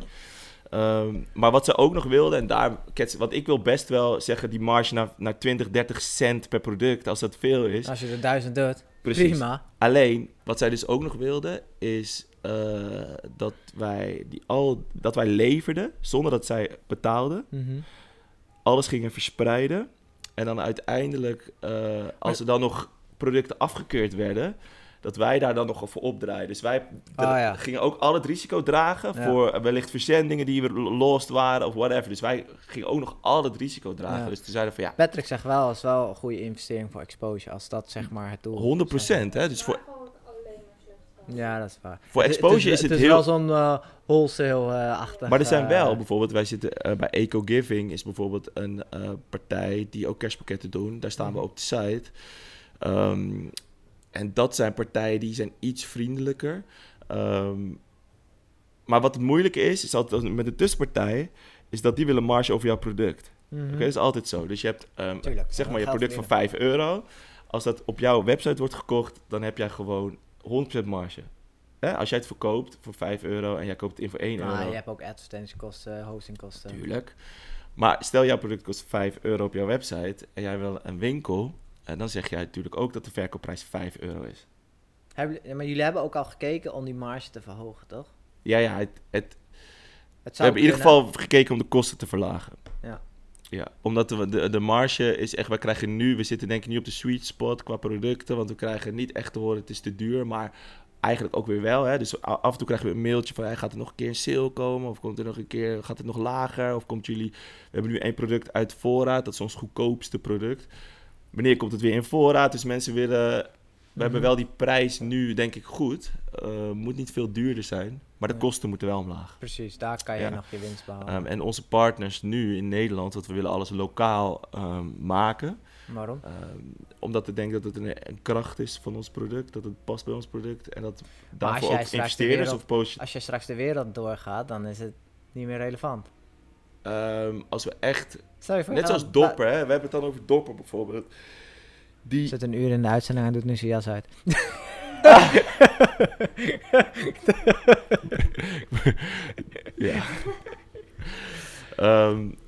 Um, maar wat ze ook nog wilden, en daar, want ik wil best wel zeggen die marge naar, naar twintig, dertig cent per product, als dat veel is. Als je er duizend doet, Precies. prima. Alleen, wat zij dus ook nog wilden, is uh, dat, wij die al, dat wij leverden, zonder dat zij betaalden, Mhm. alles gingen verspreiden. En dan uiteindelijk, uh, als er dan nog producten afgekeurd werden, dat wij daar dan nog voor opdraaien. Dus wij dra- Oh, ja. gingen ook al het risico dragen Ja. voor uh, wellicht verzendingen die weer lost waren of whatever. Dus wij gingen ook nog al het risico dragen. Ja. Dus toen zeiden we van ja, Patrick zegt wel, het is wel een goede investering voor exposure, als dat zeg maar het doel is. honderd procent. Hè? Dus voor, Maar gewoon alleen maar slecht gaan. Ja, dat is waar. voor Het- exposure is het, het is heel... wel zo'n uh, wholesale-achtig. Maar er zijn wel, uh, bijvoorbeeld, wij zitten uh, bij EcoGiving is bijvoorbeeld een uh, partij die ook kerstpakketten doen. Daar staan we op de site. Um, en dat zijn partijen die zijn iets vriendelijker. Um, maar wat het moeilijke is, is altijd met de tussenpartij, is dat die willen marge over jouw product. mhm. Oké, dat is altijd zo. Dus je hebt, um, Tuurlijk, zeg ja, maar, je geld product van verdienen. vijf euro. Als dat op jouw website wordt gekocht, dan heb jij gewoon honderd procent marge. Hè? Als jij het verkoopt voor vijf euro en jij koopt het in voor één Ah, euro. je hebt ook advertentiekosten, hostingkosten. Tuurlijk. Maar stel jouw product kost vijf euro op jouw website en jij wil een winkel, en dan zeg jij natuurlijk ook dat de verkoopprijs vijf euro is. Hebben, ja, maar jullie hebben ook al gekeken om die marge te verhogen, toch? Ja, ja, het, het, Het we zou hebben in ieder kunnen. geval gekeken om de kosten te verlagen. Ja. Ja, omdat de, de, de marge is echt, wij krijgen nu, we zitten denk ik nu op de sweet spot qua producten, want we krijgen niet echt te horen het is te duur, maar eigenlijk ook weer wel. Hè? Dus a- af en toe krijgen we een mailtje van, hey, gaat er nog een keer een sale komen? Of komt er nog een keer, gaat het nog lager? Of komt jullie, we hebben nu één product uit voorraad, dat is ons goedkoopste product. Wanneer komt het weer in voorraad? Dus mensen willen, we hebben wel die prijs nu denk ik goed. Uh, moet niet veel duurder zijn, maar de Ja. kosten moeten wel omlaag. Precies, daar kan je Ja. nog je winst behalen. Um, en onze partners nu in Nederland, want we willen alles lokaal um, maken. Waarom? Um, omdat ik denk dat het een, een kracht is van ons product, dat het past bij ons product. En dat daarvoor jij ook straks de investeerders wereld- of post- Als je straks de wereld doorgaat, dan is het niet meer relevant. um, als we echt, Stel je voor, net je zoals gaat- Dopper, hè, we hebben het dan over Dopper bijvoorbeeld. Die, Zit een uur in de uitzending en doet nu zijn jas uit. ja. um,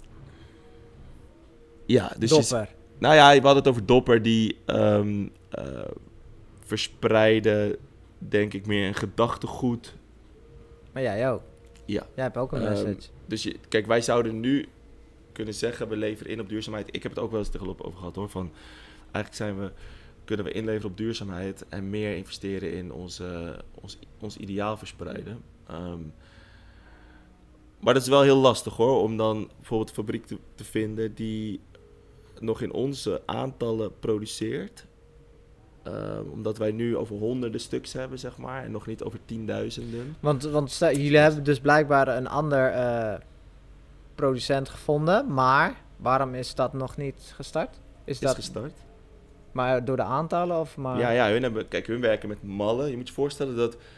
ja, dus je- Dopper. nou ja, we hadden het over Dopper die um, uh, verspreiden, denk ik, meer een gedachtegoed. Maar jij ook. Ja. Jij hebt ook een Ehm, message. Dus je, kijk, wij zouden nu kunnen zeggen, we leveren in op duurzaamheid. Ik heb het ook wel eens tegen Lop over gehad hoor, van eigenlijk zijn we, kunnen we inleveren op duurzaamheid en meer investeren in onze, ons, ons ideaal verspreiden. Um, maar dat is wel heel lastig hoor, om dan bijvoorbeeld een fabriek te, te vinden die nog in onze aantallen produceert. Um, omdat wij nu over honderden stuks hebben, zeg maar, en nog niet over tienduizenden. Want, want stel, jullie hebben dus blijkbaar een ander eh, producent gevonden, maar waarom is dat nog niet gestart? Is Is dat gestart. maar door de aantallen of maar... Ja, ja, hun hebben, kijk, hun werken met mallen. Je moet je voorstellen dat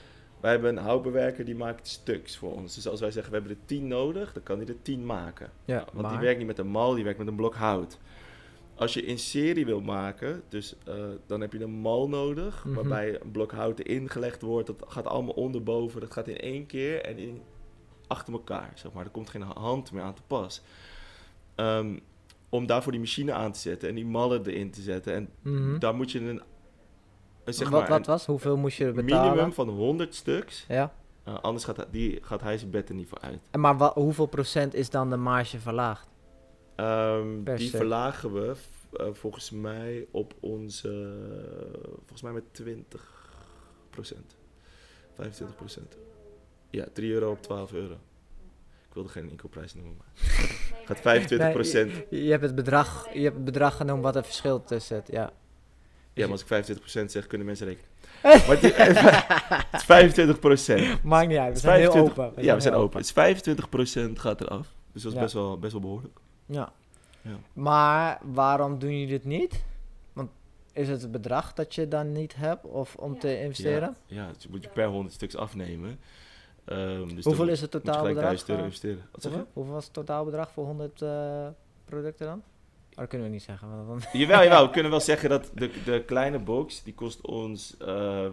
wij hebben een houtbewerker die maakt stuks voor ons. Dus als wij zeggen we hebben er tien nodig, dan kan hij er tien maken. Ja, Want maar... die werkt niet met een mal, die werkt met een blok hout. Als je in serie wil maken, dus uh, dan heb je een mal nodig, Mhm. waarbij een blok hout erin gelegd wordt. Dat gaat allemaal onderboven, dat gaat in één keer en in, achter elkaar, zeg maar. Er komt geen hand meer aan te pas. Um, om daarvoor die machine aan te zetten en die mallen erin te zetten. En Mhm. daar moet je een, een zeg wat, maar, wat een was? Hoeveel moest je betalen? minimum van honderd stuks. Ja. Uh, anders gaat, hij- die, gaat hij zijn bed er niet voor uit. En maar wa- hoeveel procent is dan de marge verlaagd? Um, Per die stuk. verlagen we v- uh, volgens mij op onze, uh, volgens mij met twintig procent. vijfentwintig procent. Ja, drie euro op twaalf euro. Ik wilde geen inkoopprijs noemen, maar Nee, gaat maar- vijfentwintig procent. Je hebt het bedrag, je hebt het bedrag genoemd wat het verschil tussen het, ja. Ja, maar als ik vijfentwintig procent zeg, kunnen mensen rekenen. Maar het is, het is vijfentwintig procent. Maakt niet uit, we Het is zijn heel vijfentwintig open. ja, we zijn heel open. Het is vijfentwintig procent gaat eraf. Dus dat is Ja. best, wel, best wel behoorlijk. Ja. Ja. Maar waarom doen jullie dit niet? Want is het het bedrag dat je dan niet hebt of om Ja. te investeren? Ja, ja, dus je moet je per honderd stuks afnemen. Um, dus Hoeveel dan is het moet je totaal gelijk bedrag? duizend euro eh? investeren. Wat zeg je? Hoeveel? Hoeveel was het totaalbedrag voor honderd eh, producten dan? Oh, dat kunnen we niet zeggen. Want dan... Jawel, jawel. We kunnen wel zeggen dat de, de kleine box, die kost ons uh,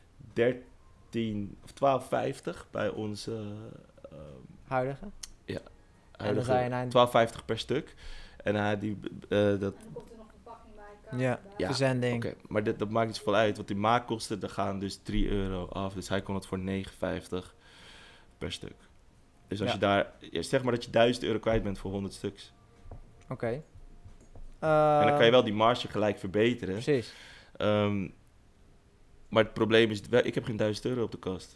dertien of twaalf vijftig bij onze uh, Huidige? huidige dan zei je nou- twaalf vijftig per stuk. En uh, die, uh, dat, En dan komt er nog verpakking bij. kaart Ja. erbij. Ja, Verzending. oké, maar dit, dat maakt niet zoveel uit, want die maakkosten daar gaan dus drie euro af. Dus hij kon het voor negen vijftig per stuk. Dus als Ja. je daar, ja, zeg maar dat je duizend euro kwijt bent voor honderd stuks. Oké. en dan kan je wel die marge gelijk verbeteren. Precies. Um, maar het probleem is, wel- ik heb geen duizend euro op de kast.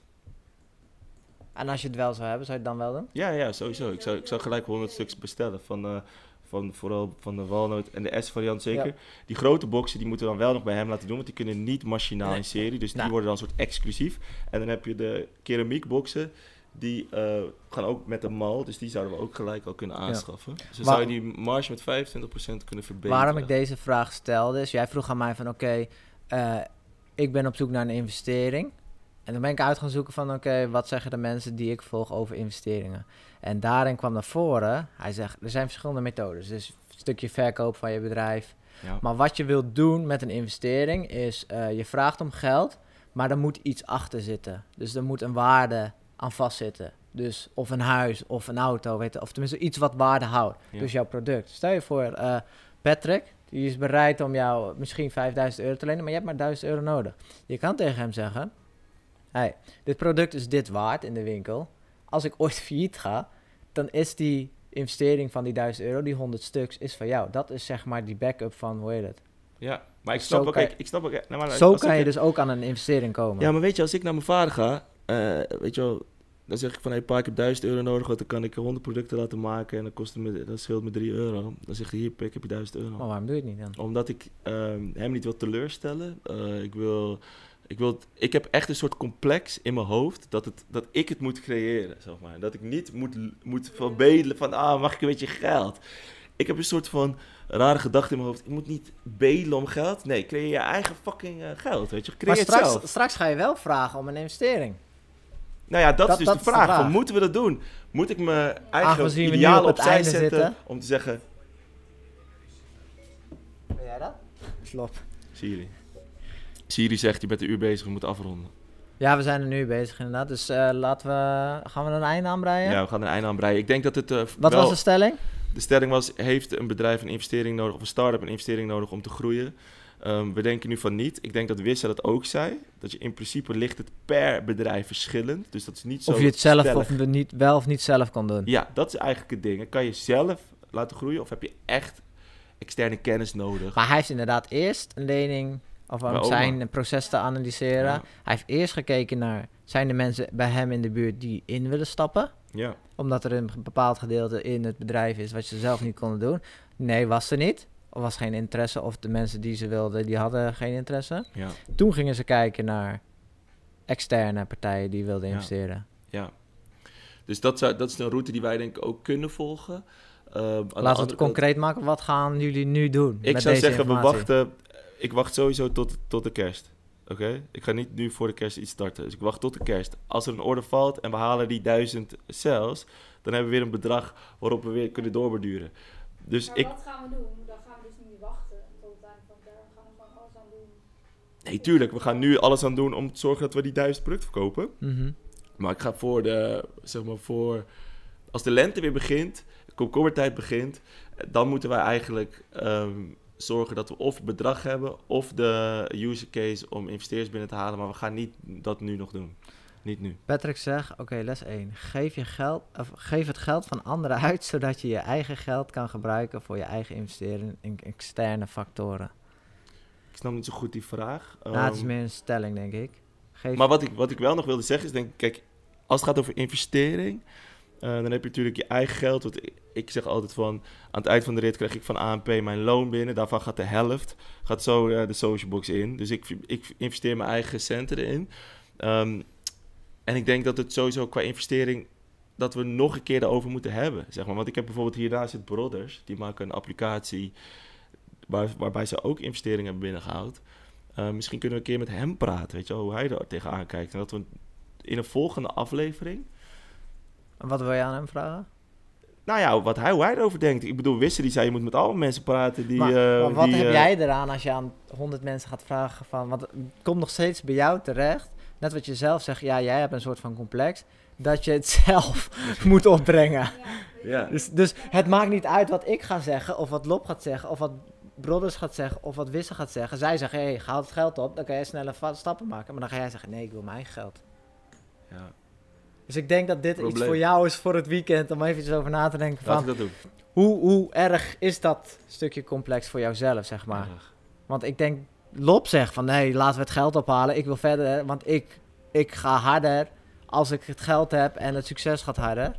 En als je het wel zou hebben, zou je het dan wel doen? Ja, ja, sowieso. Ik zou, ik zou gelijk honderd stuks bestellen. Van, uh, van vooral van de walnoot en de S-variant zeker. Ja. Die grote boxen die moeten we dan wel nog bij hem laten doen. Want die kunnen niet machinaal Nee. in serie. Dus die Nou. worden dan een soort exclusief. En dan heb je de keramiek boxen. Die uh, gaan ook met een mal. Dus die zouden we ook gelijk al kunnen aanschaffen. Dus dan Waar- zou je die marge met vijfentwintig procent kunnen verbeteren. Waarom ik deze vraag stelde is, jij vroeg aan mij van oké, eh, ik ben op zoek naar een investering. En dan ben ik uit gaan zoeken van oké, wat zeggen de mensen die ik volg over investeringen. En daarin kwam naar voren, hij zegt, er zijn verschillende methodes. Dus een stukje verkoop van je bedrijf. Ja. Maar wat je wilt doen met een investering is, uh, je vraagt om geld, maar er moet iets achter zitten. Dus er moet een waarde aan vastzitten. Dus of een huis of een auto, weet je, of tenminste iets wat waarde houdt. Ja. Dus jouw product. Stel je voor, uh, Patrick, die is bereid om jou misschien vijfduizend euro te lenen, maar je hebt maar duizend euro nodig. Je kan tegen hem zeggen, hey, dit product is dit waard in de winkel. Als ik ooit failliet ga, dan is die investering van die duizend euro, die honderd stuks, is van jou. Dat is zeg maar die backup van, hoe heet het? Ja, maar ik Zo snap ook... kan je- kijk, ik snap ook nou, maar Zo als kan ik- je dus ook aan een investering komen. Ja, maar weet je, als ik naar mijn vader ga, uh, weet je wel, dan zeg ik van, hey pa, ik heb duizend euro nodig, want dan kan ik honderd producten laten maken en dan kost het me, dat scheelt me drie euro. Dan zeg je, hier pik, heb je duizend euro. Maar waarom doe je het niet dan? Omdat ik um, hem niet wil teleurstellen. Uh, ik wil, ik wil, ik heb echt een soort complex in mijn hoofd dat, het, dat ik het moet creëren, zeg maar. Dat ik niet moet, moet van bedelen van, ah, mag ik een beetje geld? Ik heb een soort van rare gedachte in mijn hoofd. Ik moet niet bedelen om geld. Nee, creëer je eigen fucking uh, geld, weet je. Creëer Maar het straks, zelf. straks ga je wel vragen om een investering. Nou ja, dat, Dat- is dus dat de is de vraag. vraag. Van, moeten we dat doen? Moet ik mijn eigen Aangezien we nu idealen op het opzij einde zetten zitten. om te zeggen... Ben jij dat? Klopt. Siri. Siri zegt, je bent een uur bezig, we moeten afronden. Ja, we zijn er nu bezig inderdaad. Dus uh, laten we... Gaan we er een einde aan breien? Ja, we gaan er een einde aan breien. Ik denk dat het uh, Wat wel... was de stelling? De stelling was, heeft een bedrijf een investering nodig, of een start-up een investering nodig om te groeien? Um, we denken nu van niet. Ik denk dat Wissa dat ook zei. Dat je in principe ligt het per bedrijf verschillend. Dus dat is niet zo Of je het zelf stellig. of niet, wel of niet zelf kan doen. Ja, dat is eigenlijk het ding. Kan je zelf laten groeien of heb je echt externe kennis nodig? Maar hij heeft inderdaad eerst een lening... Of om Bij oma. zijn proces te analyseren. Ja. Hij heeft eerst gekeken naar... Zijn er mensen bij hem in de buurt die in willen stappen? Ja, Omdat er een bepaald gedeelte in het bedrijf is wat ze zelf niet konden doen. Nee, was er niet. Of was geen interesse. Of de mensen die ze wilden, die hadden geen interesse. ja, Toen gingen ze kijken naar externe partijen die wilden Ja. investeren. ja. Dus dat, zou, dat is een route die wij denk ik ook kunnen volgen. Um, aan de Laten we andere het kant- concreet maken. Wat gaan jullie nu doen? Ik met zou deze zeggen, we informatie? wachten. Ik wacht sowieso tot, tot de kerst. Oké, okay? Ik ga niet nu voor de kerst iets starten. Dus ik wacht tot de kerst. Als er een order valt en we halen die duizend sales, dan hebben we weer een bedrag waarop we weer kunnen doorborduren. Dus maar ik... wat gaan we doen? Dan gaan we dus niet wachten tot het einde van het jaar. Dan gaan we gewoon alles aan doen. Nee, tuurlijk. We gaan nu alles aan doen om te zorgen dat we die duizend producten verkopen. Mm-hmm. Maar ik ga voor de, zeg maar voor... Als de lente weer begint, de komkommertijd begint, dan moeten wij eigenlijk um, zorgen dat we of het bedrag hebben of de user case om investeerders binnen te halen. Maar we gaan niet dat nu nog doen. Niet nu. Patrick zegt, oké, okay, les één. Geef, je geld, of geef het geld van anderen uit, zodat je je eigen geld kan gebruiken voor je eigen investeren in externe factoren. Ik snap niet zo goed die vraag. Nou, um, het is Um, meer een stelling, denk ik. Geef... Maar wat ik, wat ik wel nog wilde zeggen is, denk ik, kijk, als het gaat over investering, uh, dan heb je natuurlijk je eigen geld. Want ik, ik zeg altijd van, aan het eind van de rit krijg ik van A N P mijn loon binnen. Daarvan gaat de helft, gaat zo uh, de social box in. Dus ik, ik investeer mijn eigen centen erin. Um, en ik denk dat het sowieso qua investering, dat we nog een keer daarover moeten hebben, zeg maar. Want ik heb bijvoorbeeld hiernaast zit Brothers, die maken een applicatie waar, waarbij ze ook investeringen hebben binnengehaald. Uh, misschien kunnen we een keer met hem praten, weet je wel, hoe hij er tegenaan kijkt. En dat we in een volgende aflevering... Wat wil je aan hem vragen? Nou ja, wat hij, hoe hij erover denkt. Ik bedoel, Wisse die zei, je moet met alle mensen praten die... Maar, uh, maar wat die, heb uh, jij eraan als je aan honderd mensen gaat vragen van... Want het komt nog steeds bij jou terecht. Net wat je zelf zegt, ja, jij hebt een soort van complex. Dat je het zelf moet opbrengen. Ja, Ja. Dus, dus het maakt niet uit wat ik ga zeggen, of wat Lob gaat zeggen, of wat Brothers gaat zeggen, of wat Wisse gaat zeggen. Zij zeggen, hé, hey, haal het geld op, dan kan jij snelle va- stappen maken. Maar dan ga jij zeggen, nee, ik wil mijn eigen geld. Ja. Dus ik denk dat dit Probleem. iets voor jou is voor het weekend, om even over na te denken Laat ik van... dat doen. Hoe, hoe erg is dat stukje complex voor jouzelf, zeg maar? Erg. Want ik denk, Lob zegt van, nee, laten we het geld ophalen, ik wil verder, want ik, ik ga harder als ik het geld heb en het succes gaat harder.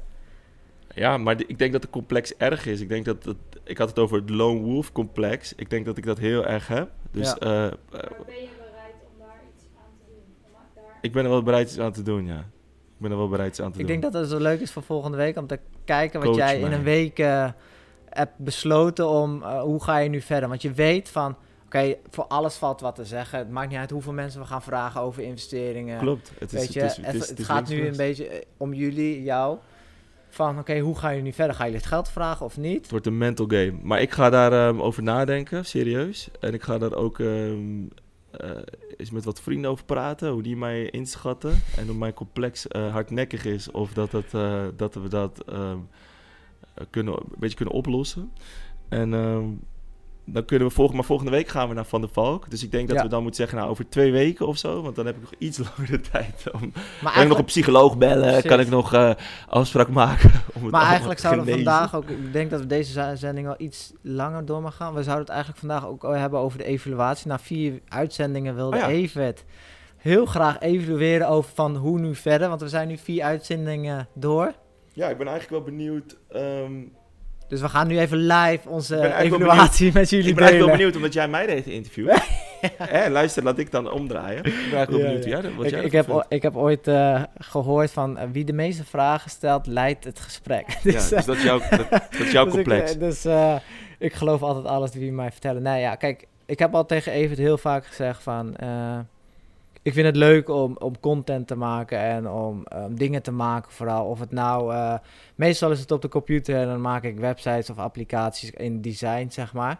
Ja, maar de, ik denk dat de complex erg is. Ik denk dat het, ik had het over het lone wolf complex. Ik denk dat ik dat heel erg heb. Dus Ja. uh, uh, maar ben je bereid om daar iets aan te doen? Om daar... ik ben er wel bereid iets aan te doen, ja. Ik ben er wel bereid iets aan te Ik doen. denk dat het zo leuk is voor volgende week om te kijken wat Coach jij in mij. een week uh, hebt besloten om, uh, hoe ga je nu verder? Want je weet van, oké, okay, voor alles valt wat te zeggen. Het maakt niet uit hoeveel mensen we gaan vragen over investeringen. Klopt. Het, is, Weet je, het, is, het, het, is, het het is gaat nu een links-rechts. beetje uh, om jullie, jou. Van, oké, okay, hoe gaan jullie nu verder? Ga je het geld vragen of niet? Het wordt een mental game. Maar ik ga daar um, over nadenken, serieus. En ik ga daar ook um, uh, eens met wat vrienden over praten. Hoe die mij inschatten. En hoe mijn complex uh, hardnekkig is. Of dat, het, uh, dat we dat um, kunnen, een beetje kunnen oplossen. En um, dan kunnen we volgende, maar volgende week gaan we naar Van der Valk. Dus ik denk dat Ja. we dan moeten zeggen, nou over twee weken of zo. Want dan heb ik nog iets langer de tijd om... Maar Kan ik nog een psycholoog bellen? Precies. Kan ik nog uh, afspraak maken? Om het Maar eigenlijk te zouden we genezen? vandaag ook... Ik denk dat we deze za- zending wel iets langer door mag gaan. We zouden het eigenlijk vandaag ook hebben over de evaluatie. Na vier uitzendingen wilde Oh ja. Evert heel graag evalueren over van hoe nu verder. Want we zijn nu vier uitzendingen door. Ja, ik ben eigenlijk wel benieuwd. Um, Dus we gaan nu even live onze Ik ben eigenlijk wel evaluatie met jullie ik ben eigenlijk wel delen. benieuwd, omdat jij mij deed interviewen. eh, luister, laat ik dan omdraaien. Ik ben eigenlijk wel Ja, benieuwd ja. hoe jij dat- wat Ik, jij ik, ervan heb, o- vindt. ik heb ooit uh, gehoord van uh, wie de meeste vragen stelt, leidt het gesprek. Ja, Dus, dus dat is jouw, dat, dat is jouw dus complex. Ik, uh, dus uh, ik geloof altijd alles wie mij vertellen. Nee, ja, kijk, ik heb al tegen Evert heel vaak gezegd van... Uh, ik vind het leuk om, om content te maken en om um, dingen te maken vooral. Of het nou... Uh, meestal is het op de computer en dan maak ik websites of applicaties in design, zeg maar.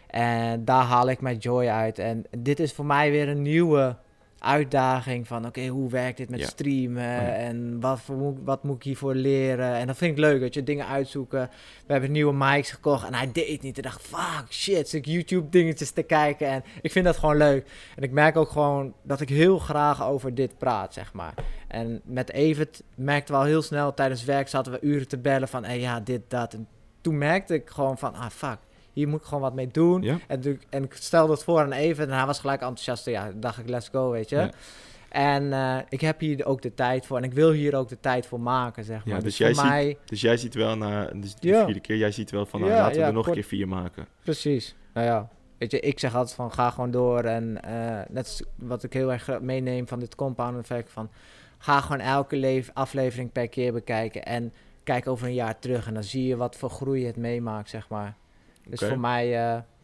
En daar haal ik mijn joy uit. En dit is voor mij weer een nieuwe uitdaging van... oké, okay, hoe werkt dit met Ja. streamen? Oh ja. En wat, voor, moet- wat moet ik hiervoor leren? En dat vind ik leuk, dat je dingen uitzoeken. We hebben nieuwe mics gekocht en hij deed het niet. En dacht, fuck, shit, zit ik YouTube dingetjes te kijken. En ik vind dat gewoon leuk. En ik merk ook gewoon dat ik heel graag over dit praat, zeg maar. En met Evert merkte wel heel snel, tijdens werk zaten we uren te bellen van... hey, ja, dit, dat. En toen merkte ik gewoon van, ah, fuck. Hier moet ik gewoon wat mee doen. Ja? En, toen- en ik stelde het voor aan Evert en hij was gelijk enthousiast. Ja, dacht ik, let's go, weet je. Ja. En uh, ik heb hier ook de tijd voor. En ik wil hier ook de tijd voor maken, zeg maar. Ja, dus dus voor jij mij... Dus jij ziet wel na dus de Ja. vierde keer, jij ziet wel van, nou, Ja, laten we ja, er nog kort- een keer vier maken. Precies. Nou ja, weet je, ik zeg altijd van, ga gewoon door. En uh, net als wat ik heel erg meeneem van dit compound effect van... ga gewoon elke leef- aflevering per keer bekijken. En kijk over een jaar terug. En dan zie je wat voor groei het meemaakt, zeg maar. Dus Oké. voor mij... Uh,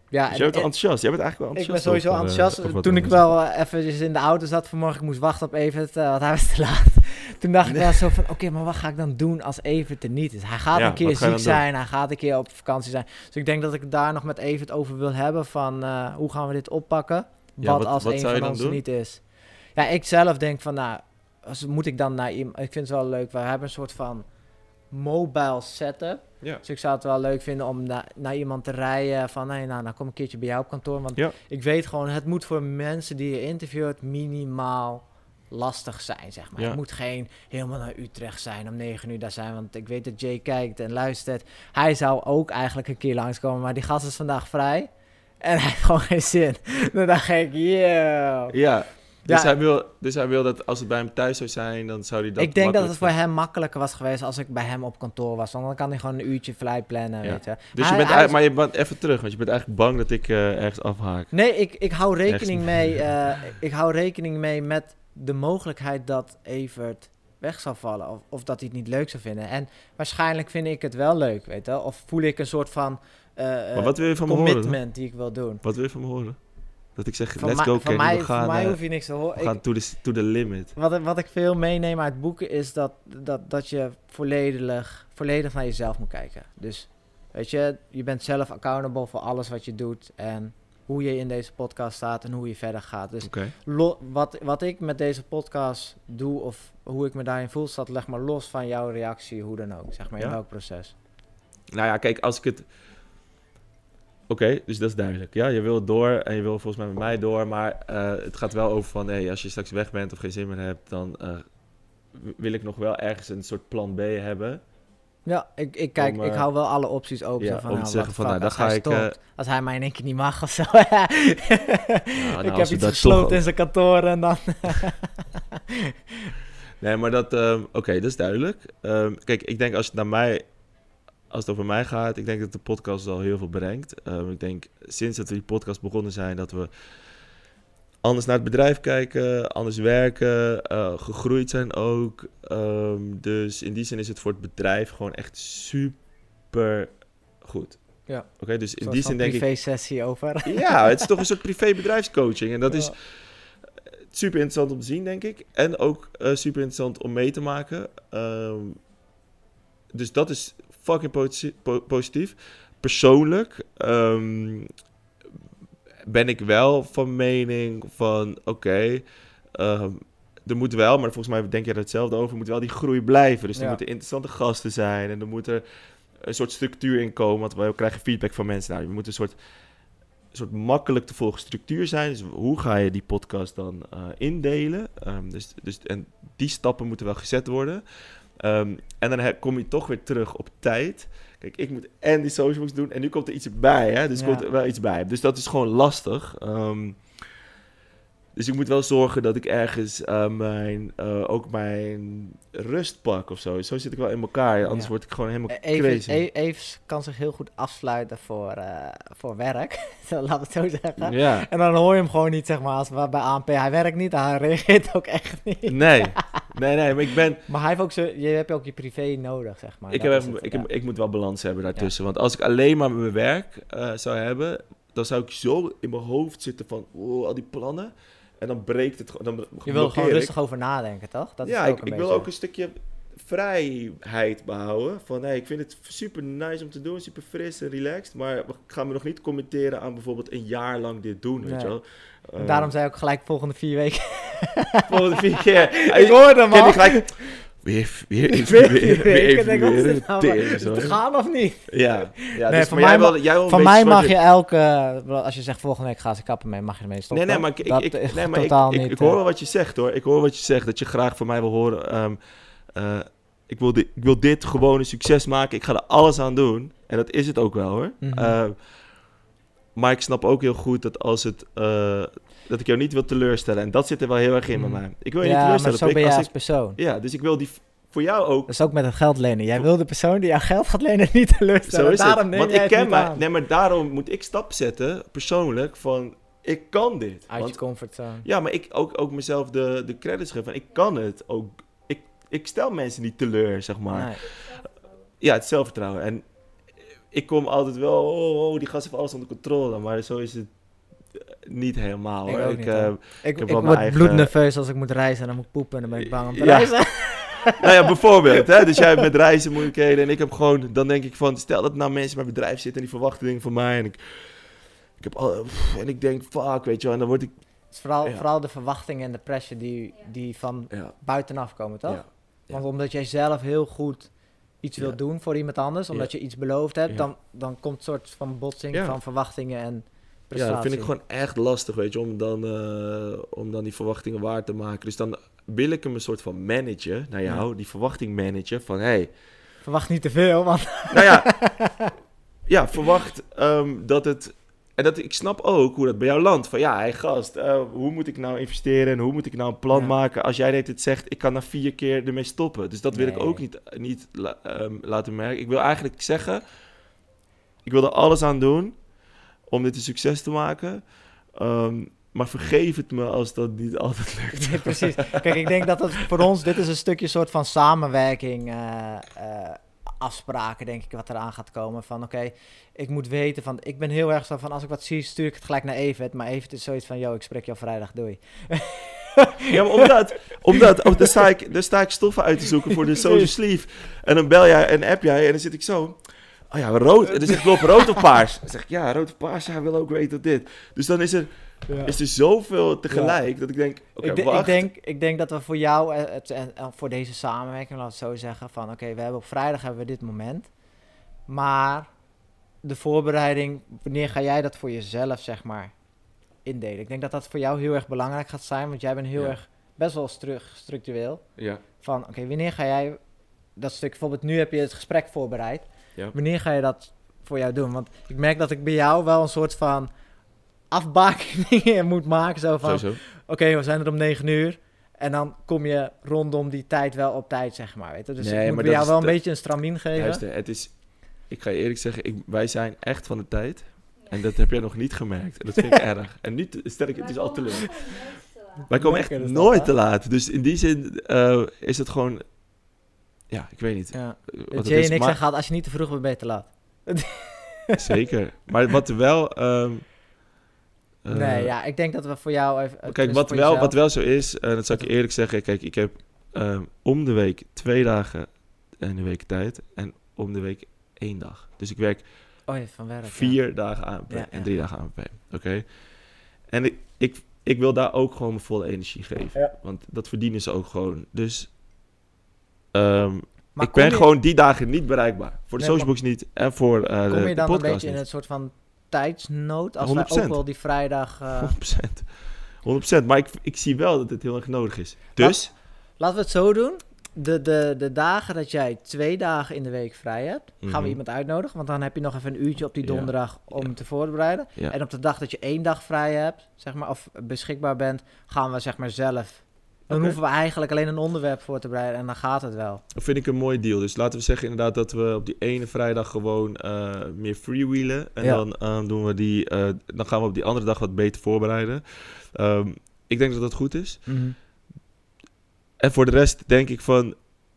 Ja, Dus jij bent wel en- enthousiast. Jij bent eigenlijk wel ik ben enthousiast. sowieso over, eh, enthousiast. over wat Toen we ik doen. wel uh, eventjes in de auto zat vanmorgen, ik moest wachten op Evert, uh, want hij was te laat. Toen dacht ik Nee. wel zo van, oké, okay, maar wat ga ik dan doen als Evert er niet is? Hij gaat Ja, een keer wat ga je ziek dan doen? zijn, hij gaat een keer op vakantie zijn. Dus ik denk dat ik daar nog met Evert over wil hebben van, uh, hoe gaan we dit oppakken? Ja, wat, wat- als wat een zou je van dan ons er doen? niet is? Ja, ik zelf denk van, nou, als, moet ik dan naar iemand... Ik vind het wel leuk, we hebben een soort van mobile setup. Ja. Dus ik zou het wel leuk vinden om na, naar iemand te rijden van, nee, nou, nou kom een keertje bij jou op kantoor. Want Ja. ik weet gewoon, het moet voor mensen die je interviewt minimaal lastig zijn, zeg maar. Ja. Het moet geen helemaal naar Utrecht zijn, om negen uur daar zijn. Want ik weet dat Jay kijkt en luistert. Hij zou ook eigenlijk een keer langskomen, maar die gast is vandaag vrij. En hij heeft gewoon geen zin. Dan dacht ik, yeah. Ja. Dus, Ja. hij wil, dus hij wil dat als het bij hem thuis zou zijn, dan zou hij dat ik denk dat het makkelijk voor hem makkelijker was geweest als ik bij hem op kantoor was. Want dan kan hij gewoon een uurtje vrij plannen, Ja. weet je. Dus Hij- je bent hij eigenlijk, is- maar je bent even terug, want je bent eigenlijk bang dat ik eh, ergens afhaak. Nee, ik, ik hou rekening Echt. mee. eh, ik hou rekening mee met de mogelijkheid dat Evert weg zal vallen. Of, of dat hij het niet leuk zou vinden. En waarschijnlijk vind ik het wel leuk, weet je wel. Of voel ik een soort van eh, Maar wat wil je van me horen? commitment dan? die ik wil doen. Wat wil je van me horen? Dat ik zeg, Van, let's mij, go van, Kenny, mij, we gaan, van mij eh, hoef je niks te horen. we Ik- gaan to, the, to the limit. wat, wat ik veel meeneem uit boeken is dat, dat, dat je volledig, volledig naar jezelf moet kijken. Dus weet je, je bent zelf accountable voor alles wat je doet. En hoe je in deze podcast staat en hoe je verder gaat. Dus Oké. Lo- wat, wat ik met deze podcast doe of hoe ik me daarin voel, staat leg maar los van jouw reactie, hoe dan ook, zeg maar, in Ja? welk proces. Nou ja, kijk, als ik het... Oké, dus dat is duidelijk. Ja, je wil het door en je wil volgens mij met mij door. Maar eh, het gaat wel over van, hey, als je straks weg bent of geen zin meer hebt, dan eh, w- wil ik nog wel ergens een soort plan B hebben. Ja, ik, ik kijk, Om, ik eh, hou wel alle opties open. ja, zo van, om nou, te zeggen what van, the nou, fuck, dan als ga hij ik, stopt, als hij mij in één keer niet mag of zo. nou, ik als heb we iets dat gesloten toch- in zijn kantoor en dan... Nee, maar dat... ehm, Oké, dat is duidelijk. Ehm, kijk, ik denk als het naar mij... Als het over mij gaat, ik denk dat de podcast al heel veel brengt. Ehm, ik denk sinds dat we die podcast begonnen zijn, dat we anders naar het bedrijf kijken, anders werken, eh, gegroeid zijn ook. Ehm, dus in die zin is het voor het bedrijf gewoon echt super goed. Ja. Oké, dus in Soort die van zin denk ik... privé-sessie over. Ja, het is toch een soort privé bedrijfscoaching. En dat is Ja. super interessant om te zien, denk ik. En ook eh, super interessant om mee te maken. Ehm, dus dat is fucking posi- po- positief. Persoonlijk ehm, ben ik wel van mening van... Oké, ehm, er moet wel, maar volgens mij denk jij er hetzelfde over... moet wel die groei blijven. Dus er Ja. moeten interessante gasten zijn. En er moet er een soort structuur in komen. Want we krijgen feedback van mensen. Nou, je moet een soort... een soort makkelijk te volgen structuur zijn. Dus hoe ga je die podcast dan uh, indelen? Um, dus, dus, en die stappen moeten wel gezet worden. Um, en dan he- kom je toch weer terug op tijd. Kijk, ik moet en die socials doen en nu komt er iets bij. Hè? Dus er Ja. komt er wel iets bij. Dus dat is gewoon lastig. Um, dus ik moet wel zorgen dat ik ergens uh, mijn, uh, ook mijn rust pak of zo. Zo zit ik wel in elkaar. Anders Ja. word ik gewoon helemaal Even, crazy. E- Eves kan zich heel goed afsluiten voor, eh, voor werk. Zo, laat het zo zeggen. Ja. En dan hoor je hem gewoon niet, zeg maar, als we bij A N P. Hij werkt niet, hij reageert ook echt niet. Nee. nee, nee, maar ik ben... Maar hij heeft ook zo, je hebt ook je privé nodig, zeg maar. Ik, Dat heb is even, het, ik, ja. heb, ik moet wel balans hebben daartussen. Want als ik alleen maar mijn werk uh, zou hebben, dan zou ik zo in mijn hoofd zitten van oh, al die plannen. En dan breekt het gewoon. Dan Je wil blokkeer gewoon ik. rustig over nadenken, toch? Dat ja, is ook ik, een ik beetje... wil ook een stukje vrijheid behouden. Van hey, ik vind het super nice om te doen, super fris en relaxed. Maar ik ga me nog niet committeren aan bijvoorbeeld een jaar lang dit doen. Weet Nee. je wel? En Uh, daarom zei ik ook gelijk volgende vier weken. volgende vier keer. Ik hoorde hem Ken al. ik gelijk. Weer, weer, Ik weer, weet weer, niet, weer ik denk, wat is even dit nou, weer. maar- Is Tering, het zo. gaan of niet? Ja, ja Nee, dus, van maar jij mij wil, jij wil een Van beetje mij zwart- mag je elke... Als je zegt volgende week ga ze kappen mee, mag je ermee stoppen. Nee, nee, maar, ik, ik, Dat ik, is nee, maar totaal ik, ik, niet... ik hoor eh, wel wat je zegt hoor. Ik hoor wat je zegt, dat je graag van mij wil horen. ehm, eh, ik, wil dit, ik wil dit gewoon een succes maken. Ik ga er alles aan doen. En dat is het ook wel hoor. Mhm. Eh, maar ik snap ook heel goed dat als het... eh, dat ik jou niet wil teleurstellen. En dat zit er wel heel erg in Mhm. bij mij. Ik wil je niet ja, maar teleurstellen. zo Pik. ben jij Als als ik, persoon. ja, dus ik wil die v- voor jou ook... Dat is ook met het geld lenen. Jij wil de persoon die jou geld gaat lenen niet teleurstellen. Zo is Daarom het. neem Want jij ik het ken niet mij. aan. Nee, maar daarom moet ik stap zetten, persoonlijk, van... Ik kan dit. Uit Want je comfortzone. ja, maar ik ook, ook mezelf de, de credits geven. Ik kan het ook. Ik, ik stel mensen niet teleur, zeg maar. Nee. Ja, het zelfvertrouwen. En ik kom altijd wel, oh, oh, die gast heeft alles onder controle. Maar zo is het niet helemaal. Ik Hoor. ook Ik, niet, uh, hoor. ik, Ik, heb ik wel word mijn eigen- bloednerveus als ik moet reizen en dan moet ik poepen en dan ben ik bang om te Ja. reizen. Nou ja, bijvoorbeeld. Hè? Dus jij hebt met reizen moeilijkheden en ik heb gewoon... Dan denk ik van, stel dat nou mensen in mijn bedrijf zitten en die verwachten dingen van mij. En ik, ik heb al, pff, en ik denk, fuck, weet je wel. En dan word ik... Het is vooral, Ja. vooral de verwachtingen en de pressure die, Ja. die van Ja, buitenaf komen, toch? ja, ja. Want omdat jij zelf heel goed iets Ja. wilt doen voor iemand anders, omdat je iets beloofd hebt, Ja. dan, dan komt een soort van botsing Ja. van verwachtingen en Ja, prestatie. dat vind ik gewoon echt lastig, weet je, om dan, uh, om dan die verwachtingen waar te maken. Dus dan wil ik hem een soort van managen, naar jou, Ja. die verwachting managen van, hey, Verwacht niet te veel, want... nou ja, ja, verwacht um, dat het... En dat, ik snap ook hoe dat bij jou landt. Van ja, hey gast, uh, hoe moet ik nou investeren en hoe moet ik nou een plan Ja. maken als jij dit zegt, ik kan na vier keer ermee stoppen. Dus dat wil ik Nee. ook niet, niet la- um, laten merken. Ik wil eigenlijk zeggen, ik wil er alles aan doen om dit een succes te maken. Um, maar vergeef het me als dat niet altijd lukt. Nee, precies. Kijk, ik denk dat het voor ons, dit is een stukje soort van samenwerking, uh, uh, afspraken, denk ik, wat eraan gaat komen. Van oké, okay, ik moet weten, van ik ben heel erg zo van, als ik wat zie, stuur ik het gelijk naar Evert. Maar Evert is zoiets van, yo, ik spreek jou vrijdag, doei. Ja, maar omdat, omdat oh, dan, sta ik, dan sta ik stoffen uit te zoeken voor de social sleeve. En dan bel jij en app jij en dan zit ik zo... Oh ja, rood. En dan zegt Bob, rood of paars? Dan zeg ik, ja, rood of paars, hij wil ook weten dat dit. Dus dan is er, Ja. is er zoveel tegelijk ja. dat ik denk, oké, okay, ik, de, ik, denk, ik denk dat we voor jou en het, en, en voor deze samenwerking, laten we het zo zeggen, van oké, okay, we hebben op vrijdag hebben we dit moment. Maar de voorbereiding, wanneer ga jij dat voor jezelf, zeg maar, indelen? Ik denk dat dat voor jou heel erg belangrijk gaat zijn, want jij bent heel ja. erg best wel stru- structureel. Ja. Van oké, okay, wanneer ga jij dat stuk, bijvoorbeeld nu heb je het gesprek voorbereid. Ja. Wanneer ga je dat voor jou doen? Want ik merk dat ik bij jou wel een soort van afbakeningen moet maken. Zo van, oké, okay, we zijn er om negen uur. En dan kom je rondom die tijd wel op tijd, zeg maar. Weet je? Dus nee, ik moet bij jou wel een de, beetje een stramien geven. Luister, het is, ik ga je eerlijk zeggen, ik, wij zijn echt van de tijd. Ja. En dat heb jij nog niet gemerkt. En dat vind ik erg. En nu stel ik het dus al teleur. Wij komen echt dus nooit dat, te laat. Dus in die zin uh, is het gewoon... Ja, ik weet niet. Ja. Wat Jay het is, en ik maar... zeggen als je niet te vroeg bent, ben je te laat. Zeker. Maar wat wel... Um, uh, nee, ja, ik denk dat we voor jou even... Kijk, wat wel, wat wel zo is, uh, dat zal ik je eerlijk zeggen. Kijk, ik heb um, om de week twee dagen in de week tijd en om de week één dag. Dus ik werk oh, ja, van werk, vier ja. dagen A M P ja, en ja. drie dagen A M P. Oké? Okay? En ik, ik, ik wil daar ook gewoon mijn volle energie geven. Ja. Want dat verdienen ze ook gewoon. Dus... Um, Maar ik ben je... gewoon die dagen niet bereikbaar. Voor de nee, socialbox niet en voor uh, de, kom je dan de podcast een beetje niet. in een soort van tijdsnood? Als honderd procent. wij ook wel die vrijdag... Uh... honderd procent. honderd procent. Maar ik, ik zie wel dat het heel erg nodig is. Dus... Laat, laten we het zo doen. De, de, de dagen dat jij twee dagen in de week vrij hebt, gaan mm-hmm. we iemand uitnodigen. Want dan heb je nog even een uurtje op die donderdag ja. om ja. te voorbereiden. Ja. En op de dag dat je één dag vrij hebt, zeg maar, of beschikbaar bent, gaan we zeg maar zelf... Dan okay. hoeven we eigenlijk alleen een onderwerp voor te bereiden en dan gaat het wel. Dat vind ik een mooi deal. Dus laten we zeggen inderdaad dat we op die ene vrijdag gewoon uh, meer freewheelen. En ja. dan, uh, doen we die, uh, dan gaan we op die andere dag wat beter voorbereiden. Um, ik denk dat dat goed is. Mm-hmm. En voor de rest denk ik van...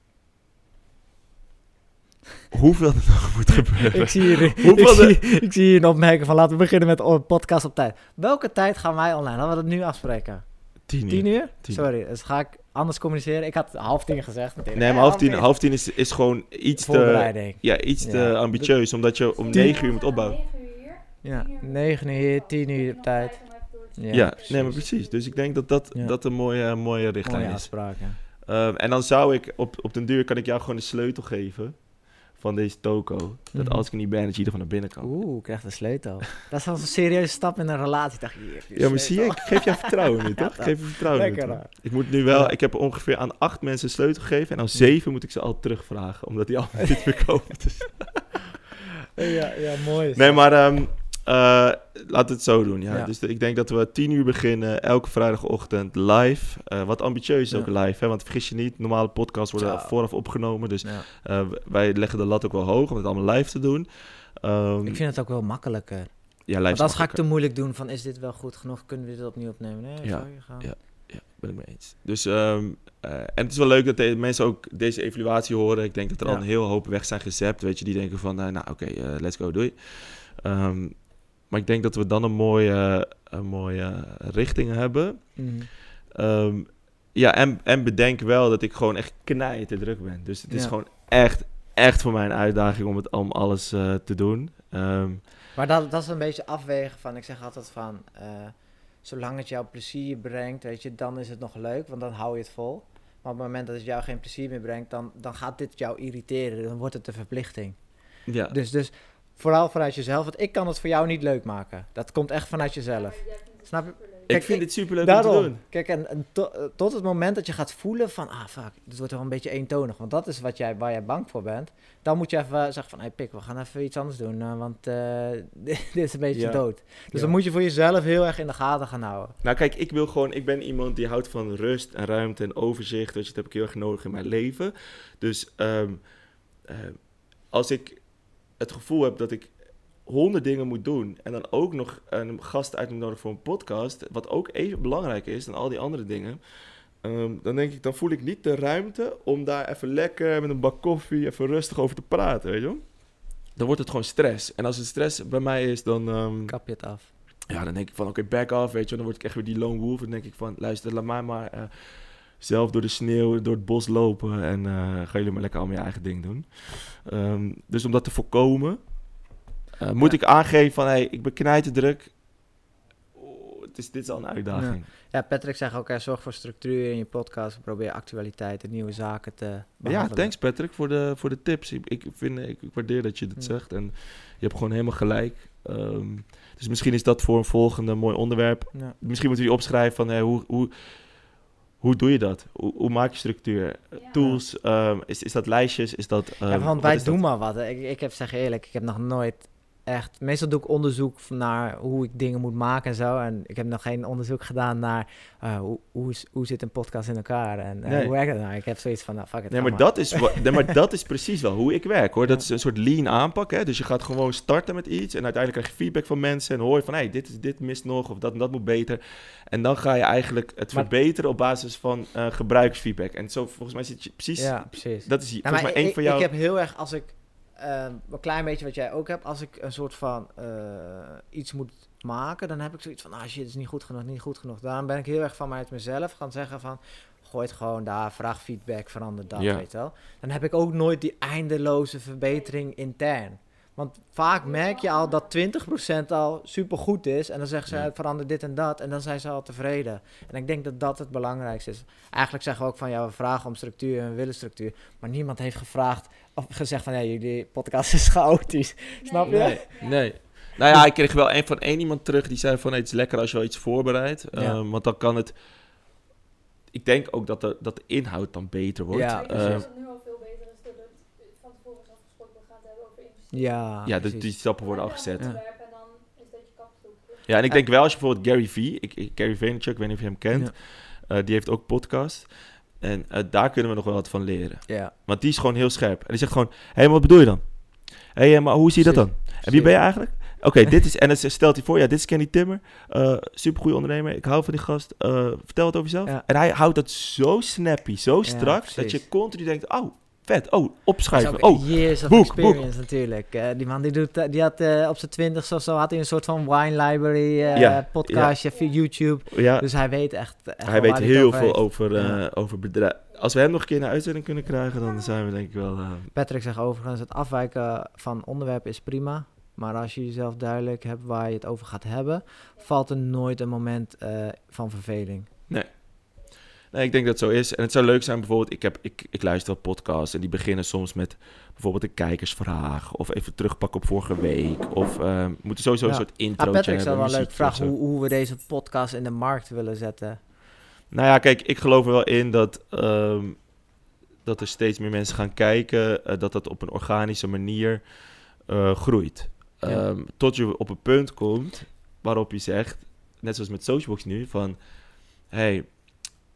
Hoeveel er nog moet gebeuren. ik, zie hier, ik, zie, ik zie hier een opmerking van laten we beginnen met een podcast op tijd. Welke tijd gaan wij online? Laten we dat nu afspreken. Tien uur. Tien uur? Tien. Sorry, dus ga ik anders communiceren. Ik had half tien gezegd. Natuurlijk. Nee, maar half tien, half tien is, is gewoon iets te, ja, iets ja. te ambitieus. Omdat je om negen uur moet opbouwen. Ja, negen uur hier, tien uur op tijd. Ja, ja nee, maar precies. Dus ik denk dat dat, ja. dat een mooie, mooie richtlijn mooie is. Afspraak, ja. um, en dan zou ik, op, op den duur kan ik jou gewoon de sleutel geven van deze toko. Dat mm-hmm. als ik er niet ben, dat je ieder van naar binnen kan. Oeh, ik krijg de sleutel. Dat is wel een serieuze stap in een relatie. Dacht je, ja, maar zie je, ik geef jou vertrouwen nu, toch? Ik geef je vertrouwen Lekker, nu, toch? Ik moet nu wel, ik heb ongeveer aan acht mensen een sleutel gegeven. En aan zeven moet ik ze al terugvragen, omdat die allemaal niet meer komen. Dus. ja, ja, mooi. Nee, maar um, uh, laten we het zo doen, ja. ja. Dus de, ik denk dat we tien uur beginnen, elke vrijdagochtend live. Uh, wat ambitieus is ook ja. live, hè. Want vergis je niet, normale podcasts worden ja. vooraf opgenomen. Dus ja. uh, wij leggen de lat ook wel hoog om het allemaal live te doen. Um, ik vind het ook wel makkelijker. Ja, want anders ga ik te moeilijk doen van, is dit wel goed genoeg? Kunnen we dit opnieuw opnemen? Nee, ja. sorry, gaan. Ja. Ja, ben ik mee eens. Dus, um, uh, en het is wel leuk dat de mensen ook deze evaluatie horen. Ik denk dat er Ja. al een heel hoop weg zijn gezept. Weet je, die denken van, uh, nou oké, okay, uh, let's go, doei. Um, maar ik denk dat we dan een mooie, een mooie richting hebben. Mm. Um, ja, en, en bedenk wel dat ik gewoon echt knijt te druk ben. Dus het is Ja. gewoon echt, echt voor mij een uitdaging om, het, om alles uh, te doen. Um, Maar dat, dat is een beetje afwegen van, ik zeg altijd van, uh, zolang het jou plezier brengt, weet je, dan is het nog leuk, want dan hou je het vol. Maar op het moment dat het jou geen plezier meer brengt, dan, dan gaat dit jou irriteren, dan wordt het een verplichting. ja. Dus, dus vooral vanuit jezelf, want ik kan het voor jou niet leuk maken. Dat komt echt vanuit jezelf. Snap je? Ik Kijk, vind ik- het superleuk om te Daarom. doen. Kijk, en, en to- uh, tot het moment dat je gaat voelen van, ah fuck, dit wordt wel een beetje eentonig, want dat is wat jij, waar jij bang voor bent. Dan moet je even uh, zeggen van, hey pik, we gaan even iets anders doen, uh, want uh, dit is een beetje Ja. dood. Dus Ja. dan moet je voor jezelf heel erg in de gaten gaan houden. Nou kijk, ik wil gewoon, ik ben iemand die houdt van rust en ruimte en overzicht. Dus dat heb ik heel erg nodig in mijn leven. Dus um, uh, als ik het gevoel heb dat ik honderd dingen moet doen en dan ook nog een gast uit moet nodigen voor een podcast, wat ook even belangrijk is dan al die andere dingen, um, dan denk ik, dan voel ik niet de ruimte om daar even lekker met een bak koffie even rustig over te praten, weet je wel? Dan wordt het gewoon stress. En als het stress bij mij is, dan um, Kap je het af. ja, dan denk ik van, oké, okay, back off, weet je wel. Dan word ik echt weer die lone wolf. Dan denk ik van, luister, laat mij maar uh, zelf door de sneeuw, door het bos lopen. En uh, gaan jullie maar lekker allemaal je eigen ding doen. Um, dus om dat te voorkomen, uh, moet Ja. ik aangeven van, hé, hey, ik ben knijterdruk. Oh, het is, dit is al een uitdaging. Ja, Patrick zegt ook, hè, zorg voor structuur in je podcast. Probeer actualiteiten, nieuwe zaken te Ja, behandelen. thanks Patrick voor de, voor de tips. Ik, ik, vind, ik, ik waardeer dat je dat Ja. zegt. En je hebt gewoon helemaal gelijk. Um, dus misschien is dat voor een volgende mooi onderwerp. Ja. Misschien moeten we die opschrijven van hey, hoe, hoe, hoe doe je dat? Hoe, hoe maak je structuur? Ja. Tools? Um, is, is dat lijstjes? Is dat, um, Ja, want wat wij is dat? doen maar wat. hè. Ik, ik heb zeg eerlijk, ik heb nog nooit echt... Meestal doe ik onderzoek naar hoe ik dingen moet maken en zo. En ik heb nog geen onderzoek gedaan naar uh, hoe, hoe, is- hoe zit een podcast in elkaar en uh, Nee. hoe werkt dat nou. Ik heb zoiets van, nou fuck it. Nee, ga maar dat, is, wa- nee, maar dat is precies wel hoe ik werk, hoor. Dat Ja. is een soort lean aanpak, hè. Dus je gaat gewoon starten met iets en uiteindelijk krijg je feedback van mensen en hoor je van, hey, dit, is, dit mist nog of dat en dat moet beter. En dan ga je eigenlijk het Maar- verbeteren op basis van uh, gebruikersfeedback. En zo, volgens mij zit je precies... Ja, precies. Dat is Nou, volgens mij maar één ik, van jou... ik heb heel erg, als ik uh, een klein beetje wat jij ook hebt, als ik een soort van uh, iets moet maken, dan heb ik zoiets van, ah shit, het is niet goed genoeg, niet goed genoeg. Daarom ben ik heel erg van uit mezelf gaan zeggen van, gooi het gewoon daar, vraag feedback, verander dat, Ja. weet je wel. Dan heb ik ook nooit die eindeloze verbetering intern. Want vaak merk je al dat twintig procent al supergoed is. En dan zeggen ze, Ja. ja. verander dit en dat. En dan zijn ze al tevreden. En ik denk dat dat het belangrijkste is. Eigenlijk zeggen we ook van, ja, we vragen om structuur en we willen structuur. Maar niemand heeft gevraagd of gezegd van, ja, jullie podcast is chaotisch. Snap je? Nee, nee. Nou ja, ik kreeg wel een van één iemand terug die zei van, hey, het is lekker als je wel iets voorbereidt. Ja. Um, want dan kan het... Ik denk ook dat de, dat de inhoud dan beter wordt. Ja, Ik Uh, denk precies. dat het nu al veel beter is doordat het van tevoren is afgesproken, we gaan het hebben over investeren. Ja, ja, dus precies. die stappen worden al Dan heb je gezet. een Ja. onderwerp En dan is dat je kapstok. Ja, en ik denk wel als je bijvoorbeeld Gary Vee, ik, ik, Gary Vaynerchuk, ik weet niet of je hem kent, Ja. uh, die heeft ook podcast. En uh, daar kunnen we nog wel wat van leren. Ja. Want die is gewoon heel scherp. En die zegt gewoon, hé, hey, maar wat bedoel je dan? Hé, hey, maar hoe zie je dat dan? En wie ben je eigenlijk? Oké, okay, dit is, en dan stelt hij voor, ja, dit is Kenny Timmer, uh, supergoeie ondernemer, ik hou van die gast, uh, vertel het over jezelf. Ja. En hij houdt dat zo snappy, zo strak, dat precies. je continu denkt, oh, vet, oh, Dat is opschrijven, ook oh, years of boek, experience natuurlijk. Uh, die man die, doet, uh, die had uh, op zijn twintigste of zo had hij een soort van wine library uh, Ja, podcastje via YouTube. ja, Dus hij weet echt, echt hij wel weet waar het heel over veel heeft. over, uh, Ja. over bedrijf. Als we hem nog een keer naar uitzending kunnen krijgen, dan zijn we denk ik wel... Uh, Patrick zegt overigens, het afwijken van onderwerpen is prima. Maar als je jezelf duidelijk hebt waar je het over gaat hebben, valt er nooit een moment uh, van verveling. Nee, ik denk dat het zo is. En het zou leuk zijn bijvoorbeeld, ik, heb, ik, ik luister wel podcasts en die beginnen soms met bijvoorbeeld een kijkersvraag. Of even terugpakken op vorige week. Of uh, we moeten sowieso Ja. een soort Ah, intro Patrick hebben. stelt wel een leuke muziekje of vraag zo. hoe, hoe we deze podcast in de markt willen zetten. Nou ja, kijk, ik geloof er wel in dat, um, dat er steeds meer mensen gaan kijken. Uh, dat dat op een organische manier uh, groeit. Ja. Um, tot je op een punt komt waarop je zegt, net zoals met Socialbox nu, van... Hey,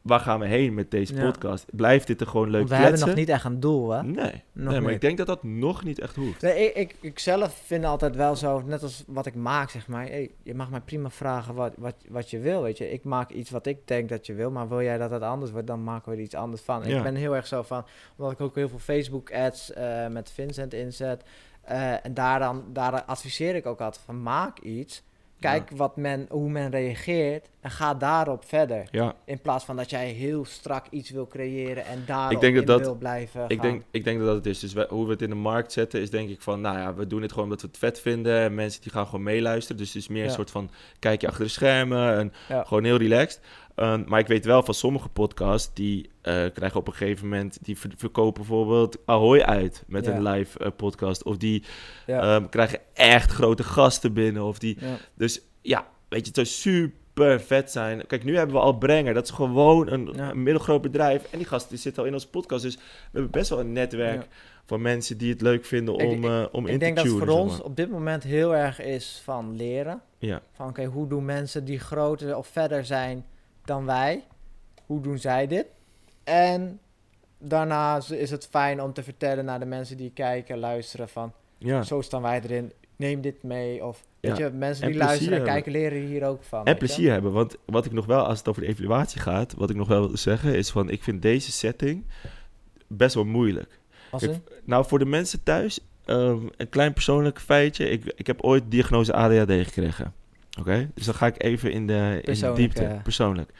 waar gaan we heen met deze Ja. podcast? Blijft dit er gewoon leuk Want we kletsen? hebben nog niet echt een doel, hè? Nee, Nog nee maar niet. ik denk dat dat nog niet echt hoeft. Nee, ik, ik, ik zelf vind altijd wel zo, net als wat ik maak, zeg maar. Hey, je mag mij prima vragen wat, wat, wat je wil, weet je. Ik maak iets wat ik denk dat je wil, maar wil jij dat het anders wordt, dan maken we er iets anders van. Ja. Ik ben heel erg zo van, omdat ik ook heel veel Facebook-ads uh, met Vincent inzet. Uh, en daar dan, daar adviseer ik ook altijd van, maak iets. Kijk Ja. wat men, hoe men reageert en ga daarop verder. Ja, In plaats van dat jij heel strak iets wil creëren en daarop denk dat in dat- wil blijven ik gaan. denk, ik denk dat dat het is. Dus wij- hoe we het in de markt zetten is denk ik van... Nou ja, we doen het gewoon omdat we het vet vinden. En mensen die gaan gewoon meeluisteren. Dus het is meer Ja. een soort van... Kijk je achter de schermen en Ja. gewoon heel relaxed. Um, maar ik weet wel van sommige podcasts... Die uh, krijgen op een gegeven moment... Die ver- verkopen bijvoorbeeld Ahoy uit met Ja. een live uh, podcast. Of die Ja. um, krijgen echt grote gasten binnen. Of die... Ja. Dus ja, weet je, het zou super vet zijn. Kijk, nu hebben we al Brenger. Dat is gewoon een, Ja. een middelgroot bedrijf. En die gasten die zitten al in onze podcast. Dus we hebben best wel een netwerk Ja. van mensen die het leuk vinden Ik- om, uh, om in Ik denk te dat het tunen. voor zeg ons maar. op dit moment heel erg is van leren. Ja, Van oké, hoe doen mensen die groter of verder zijn dan wij? Hoe doen zij dit? En daarna is- is het fijn om te vertellen naar de mensen die kijken, luisteren van... ja. Zo staan wij erin, neem dit mee. Of weet Ja. je, mensen En die plezier luisteren en hebben. kijken leren hier ook van. En weet je? plezier hebben. Want wat ik nog wel, als het over de evaluatie gaat... Wat ik nog wel wil zeggen is van... Ik vind deze setting best wel moeilijk. Als Ik- een- Nou, voor de mensen thuis, um, een klein persoonlijk feitje. Ik, ik heb ooit diagnose A D H D gekregen. Oké? Dus dan ga ik even in de, in de Persoonlijk, diepte, eh. persoonlijk.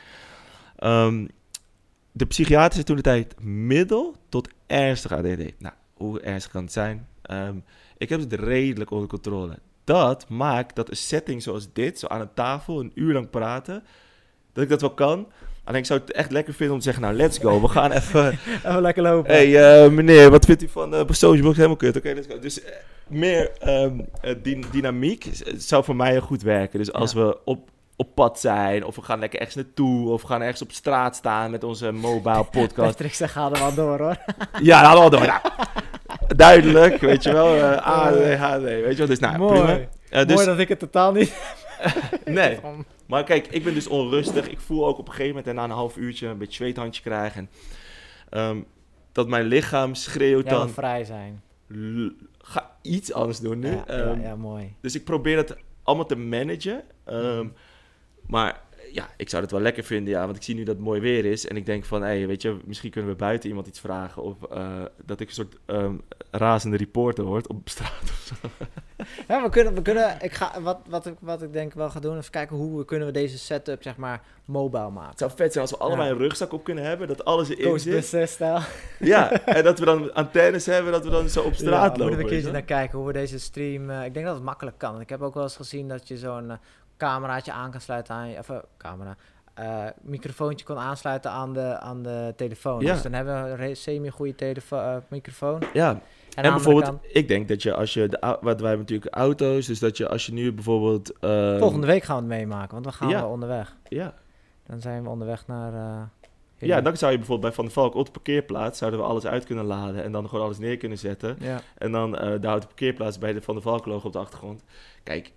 Um, de psychiater zei toen de tijd middel tot ernstig A D H D. Nou, hoe ernstig kan het zijn? Um, ik heb het redelijk onder controle. Dat maakt dat een setting zoals dit, zo aan een tafel, een uur lang praten, dat ik dat wel kan. Alleen ik zou het echt lekker vinden om te zeggen, nou, let's go. We gaan even... Even lekker lopen. Hey uh, meneer, wat vindt u van uh, Social Box? Helemaal kut. Oké, okay, let's go. Dus uh, meer um, uh, dy- dynamiek zou voor mij heel goed werken. Dus als Ja. we op, op pad zijn, of we gaan lekker ergens naartoe, of we gaan ergens op straat staan met onze mobile podcast. Patrick zegt, ga er wel door hoor. Ja, dat hadden we al door. Nou, duidelijk, weet je wel. Uh, A D H D, weet je wel. Dus nou, Mooi. prima. Uh, dus, Mooi dat ik het totaal niet... nee. Maar kijk, ik ben dus onrustig. Ik voel ook op een gegeven moment en na een half uurtje een beetje zweethandje krijgen. En, um, dat mijn lichaam schreeuwt Jij wil dan... vrij zijn. L- ga iets anders doen nu. Ja, ja, Um, ja, mooi. Dus ik probeer het allemaal te managen. Um, maar ja, ik zou het wel lekker vinden, ja. Want ik zie nu dat het mooi weer is. En ik denk van, hey, weet je, misschien kunnen we buiten iemand iets vragen. Of uh, dat ik een soort um, razende reporter word op straat of zo. Ja, we kunnen, we kunnen ik ga, wat, wat, ik, wat ik denk wel ga doen, is kijken hoe we, kunnen we deze setup, zeg maar, mobile maken. Het zou vet zijn als we allemaal Ja. een rugzak op kunnen hebben. Dat alles erin zit. Ghostbusters-stijl. Ja, en dat we dan antennes hebben, dat we dan zo op straat Ja, lopen. moeten we een weet keertje je naar kijken hoe we deze stream... Uh, ik denk dat het makkelijk kan. Ik heb ook wel eens gezien dat je zo'n uh, cameraatje aan kan sluiten aan je... Of, uh, camera... Uh, microfoontje kon aansluiten aan de, aan de telefoon. Ja. Dus dan hebben we een re- semi-goede telefo- uh, microfoon. Ja, En, en, aan de andere bijvoorbeeld, ik denk dat je als je, de, au- wat wij hebben natuurlijk auto's, dus dat je als je nu bijvoorbeeld... kant, Uh, volgende week gaan we het meemaken, want we gaan Ja. wel onderweg. Ja, Dan zijn we onderweg naar... Uh, ja, dan zou je bijvoorbeeld bij Van der Valk op de parkeerplaats, zouden we alles uit kunnen laden en dan gewoon alles neer kunnen zetten. Ja. En dan uh, daar houdt de parkeerplaats bij de Van der Valk logo op de achtergrond. Kijk,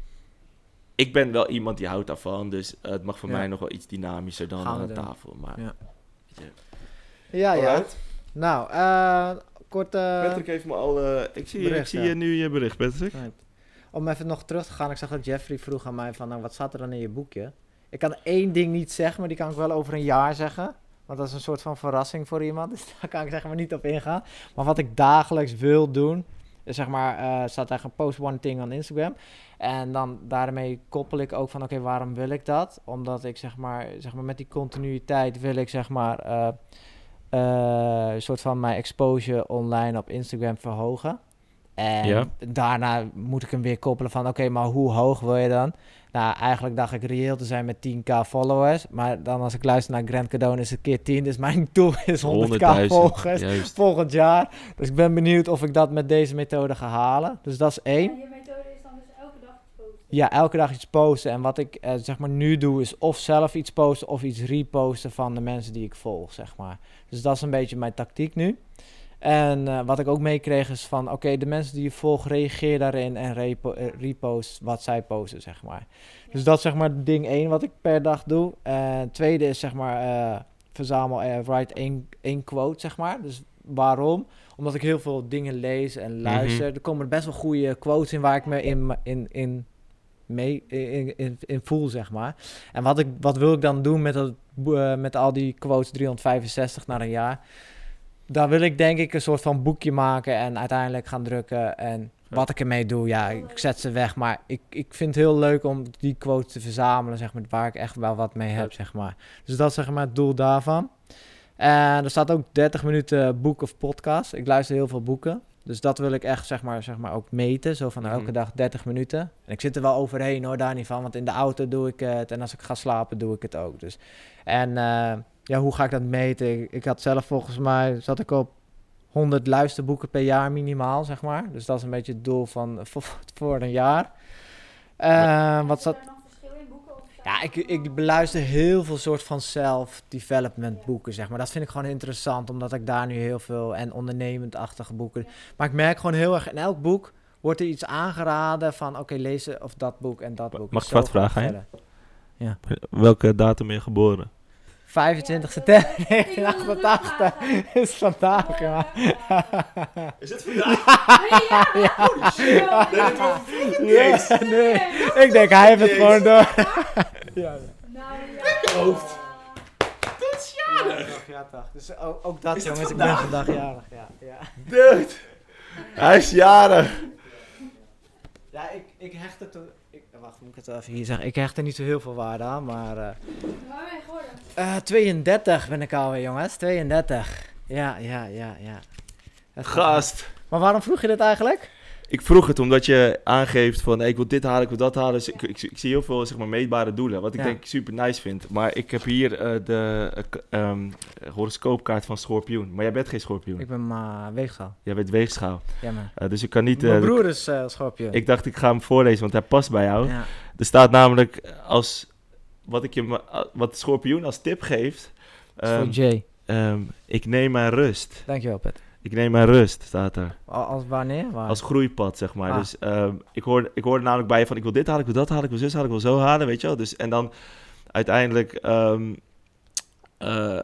ik ben wel iemand die houdt daarvan, dus uh, het mag voor Ja. mij nog wel iets dynamischer dan Gaan we aan de doen. tafel. Maar, Ja. weet je. Ja, ja. Alright. Nou, eh kort... uh, Patrick heeft me al... Uh, ik zie, bericht, ik zie ja. uh, nu je bericht, Patrick. Right. Om even nog terug te gaan, ik zag dat Jeffrey vroeg aan mij van, nou, wat staat er dan in je boekje? Ik kan één ding niet zeggen, maar die kan ik wel over een jaar zeggen. Want dat is een soort van verrassing voor iemand, dus daar kan ik zeg maar niet op ingaan. Maar wat ik dagelijks wil doen, is zeg maar, uh, staat eigenlijk een post one thing on Instagram. En dan daarmee koppel ik ook van, oké, okay, waarom wil ik dat? Omdat ik zeg maar, zeg maar met die continuïteit wil ik zeg maar, uh, uh, een soort van mijn exposure online op Instagram verhogen. En Ja. daarna moet ik hem weer koppelen van, oké, okay, maar hoe hoog wil je dan? Nou, eigenlijk dacht ik reëel te zijn met tien k followers. Maar dan als ik luister naar Grant Cardone is het keer tien. Dus mijn doel is honderd k volgers Juist. volgend jaar. Dus ik ben benieuwd of ik dat met deze methode ga halen. Dus dat is één. En je methode is dan dus elke dag te posten. Ja, elke dag iets posten. En wat ik uh, zeg maar nu doe is of zelf iets posten of iets reposten van de mensen die ik volg, zeg maar. Dus dat is een beetje mijn tactiek nu. En uh, wat ik ook meekreeg is van, oké, okay, de mensen die je volgt, reageer daarin en repo- uh, repost wat zij posten, zeg maar. Dus dat is zeg maar ding één wat ik per dag doe. En uh, tweede is zeg maar, uh, verzamel, uh, write één, één quote, zeg maar. Dus waarom? Omdat ik heel veel dingen lees en luister. Mm-hmm. Er komen best wel goede quotes in waar ik me in, in, in, mee, in, in, in voel, zeg maar. En wat, ik, wat wil ik dan doen met, dat, uh, met al die quotes driehonderdvijfenzestig na een jaar? Daar wil ik denk ik een soort van boekje maken en uiteindelijk gaan drukken. En wat ik ermee doe, ja, ik zet ze weg. Maar ik, ik vind het heel leuk om die quotes te verzamelen, zeg maar, waar ik echt wel wat mee heb, zeg maar. Dus dat is zeg maar het doel daarvan. En er staat ook dertig minuten boek of podcast. Ik luister heel veel boeken. Dus dat wil ik echt, zeg maar, zeg maar ook meten. Zo van elke dag dertig minuten. En ik zit er wel overheen hoor, daar niet van. Want in de auto doe ik het. En als ik ga slapen, doe ik het ook. Dus. En uh, ja, hoe ga ik dat meten? Ik, ik had zelf volgens mij, zat ik op honderd luisterboeken per jaar minimaal, zeg maar. Dus dat is een beetje het doel van voor, voor een jaar. Uh, wat zat... Ja, ik, ik beluister heel veel soort van self-development boeken, zeg maar. Dat vind ik gewoon interessant, omdat ik daar nu heel veel... en ondernemend-achtige boeken... Maar ik merk gewoon heel erg, in elk boek wordt er iets aangeraden van... oké, okay, lezen of dat boek en dat boek. Mag ik wat vragen, hè? Ja. Welke datum ben je geboren? vijfentwintig september negentien achtentachtig is vandaag, ja. Is het vandaag? Ja, ja. Holy shit. Nee, dit ja, nee. Ik denk, hij heeft het gewoon door. Ja, nou, ja. Hoofd. Dat is jarig. Ja, toch. Dus ook, ook dat, is jongens, ik ben vandaag jarig. Ja, ja. Dude, hij is jarig. Ja, ik, ik hecht het... Ik, wacht, moet ik het even hier zeggen? Ik hecht er niet zo heel veel waarde aan, maar... Uh, Waar ben je geworden? Uh, tweeëndertig ben ik alweer, jongens. tweeëndertig. Ja, ja, ja, ja. Gast. Maar waarom vroeg je dit eigenlijk? Ik vroeg het omdat je aangeeft van hey, ik wil dit halen, ik wil dat halen. Dus ik, ik, ik zie heel veel zeg maar, meetbare doelen, wat ik ja. denk super nice vind. Maar ik heb hier uh, de uh, um, horoscoopkaart van Schorpioen. Maar jij bent geen Schorpioen. Ik ben uh, weegschaal. Jij bent weegschaal. Ja, man. Uh, dus ik kan niet... Uh, Mijn broer is uh, Schorpioen. Ik dacht ik ga hem voorlezen, want hij past bij jou. Ja. Er staat namelijk als... Wat, ik je, wat Schorpioen als tip geeft... Um, voor Jay. Um, ik neem mijn rust. Dankjewel, Pet. Ik neem mijn rust, staat er. Als wanneer? Waar? Als groeipad, zeg maar. Ah. Dus um, ik, hoorde, ik hoorde namelijk bij je van... ik wil dit halen, ik wil dat halen, ik wil zus halen, ik wil zo halen, weet je wel. Dus, en dan uiteindelijk um, uh,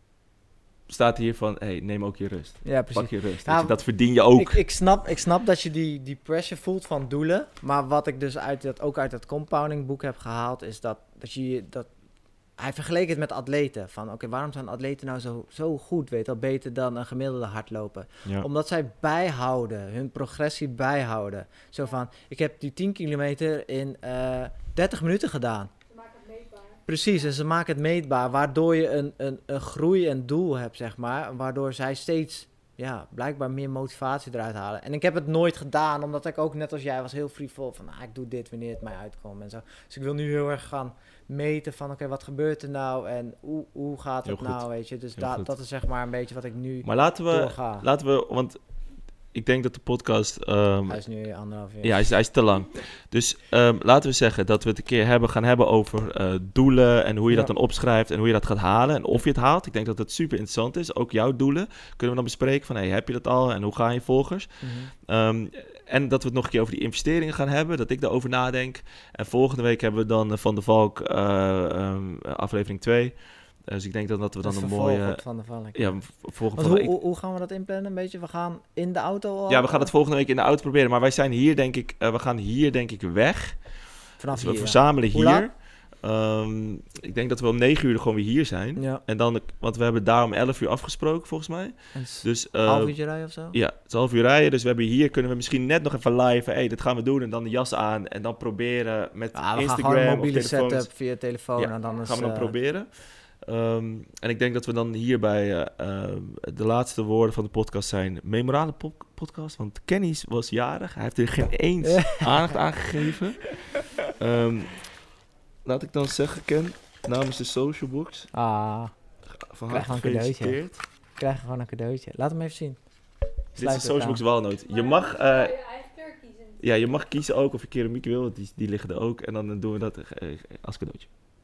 staat hier van... hey, neem ook je rust. Ja, precies. Pak je rust. Ja, je, dat verdien je ook. Ik, ik, snap, ik snap dat je die, die pressure voelt van doelen. Maar wat ik dus uit dat, ook uit dat compounding boek heb gehaald... is dat, dat je... Dat, hij vergeleek het met atleten. Van oké, okay, waarom zijn atleten nou zo, zo goed? Weet wel, beter dan een gemiddelde hardloper. Ja. Omdat zij bijhouden, hun progressie bijhouden. Zo van, ik heb die tien kilometer in uh, dertig minuten gedaan. Ze maken het meetbaar. Precies, en ze maken het meetbaar. Waardoor je een, een, een groei en doel hebt, zeg maar. Waardoor zij steeds, ja, blijkbaar meer motivatie eruit halen. En ik heb het nooit gedaan, omdat ik ook net als jij was heel frivol. Van, ah, ik doe dit wanneer het mij uitkomt en zo. Dus ik wil nu heel erg gaan... meten van, oké, okay, wat gebeurt er nou en hoe, hoe gaat het Heel nou, goed. weet je. Dus Heel da- goed. dat is zeg maar een beetje wat ik nu Maar laten we, doorga. laten we, want ik denk dat de podcast... Um, hij is nu anderhalf jaar. Ja, hij is, hij is te lang. Dus um, laten we zeggen dat we het een keer hebben, gaan hebben over uh, doelen en hoe je ja. dat dan opschrijft en hoe je dat gaat halen en of je het haalt. Ik denk dat het super interessant is. Ook jouw doelen kunnen we dan bespreken van, hey, heb je dat al en hoe gaan je volgers? Mm-hmm. Um, en dat we het nog een keer over die investeringen gaan hebben, dat ik daarover nadenk. En volgende week hebben we dan Van de Valk uh, um, aflevering twee. Dus ik denk dat, dat we dan dat een mooie... Van de Valk. Ja, volgende hoe, van... hoe, hoe gaan we dat inplannen een beetje? We gaan in de auto al? Ja, we gaan het volgende week in de auto proberen. Maar wij zijn hier denk ik... Uh, we gaan hier denk ik weg. Vanaf dus hier, we verzamelen ja. hier. Um, ik denk dat we om negen uur gewoon weer hier zijn. Ja. En dan, want we hebben daar om elf uur afgesproken volgens mij. Dus, uh, half uurtje rijden of zo? Ja, het is half uur rijden. Dus we hebben hier, kunnen we misschien net nog even live. Hé, hey, dit gaan we doen. En dan de jas aan. En dan proberen met ja, we Instagram gaan een mobiele of telefoons. setup via telefoon. Ja, en dan is, gaan we dan uh, proberen. Um, en ik denk dat we dan hierbij uh, uh, de laatste woorden van de podcast zijn. Memorale po- podcast, want Kenny was jarig. Hij heeft er geen eens aandacht aan gegeven. Um, laat ik dan zeggen, Ken, namens de Social Box. Ah, van harte gefeliciteerd. We krijgen gewoon een cadeautje. Laat hem even zien. Sluit Dit is de Social Box Walnoot. Je mag... Uh, je eigen kleur kiezen. Ja, je mag kiezen ook of je keramiek wil, want die, die liggen er ook. En dan doen we dat uh, als cadeautje.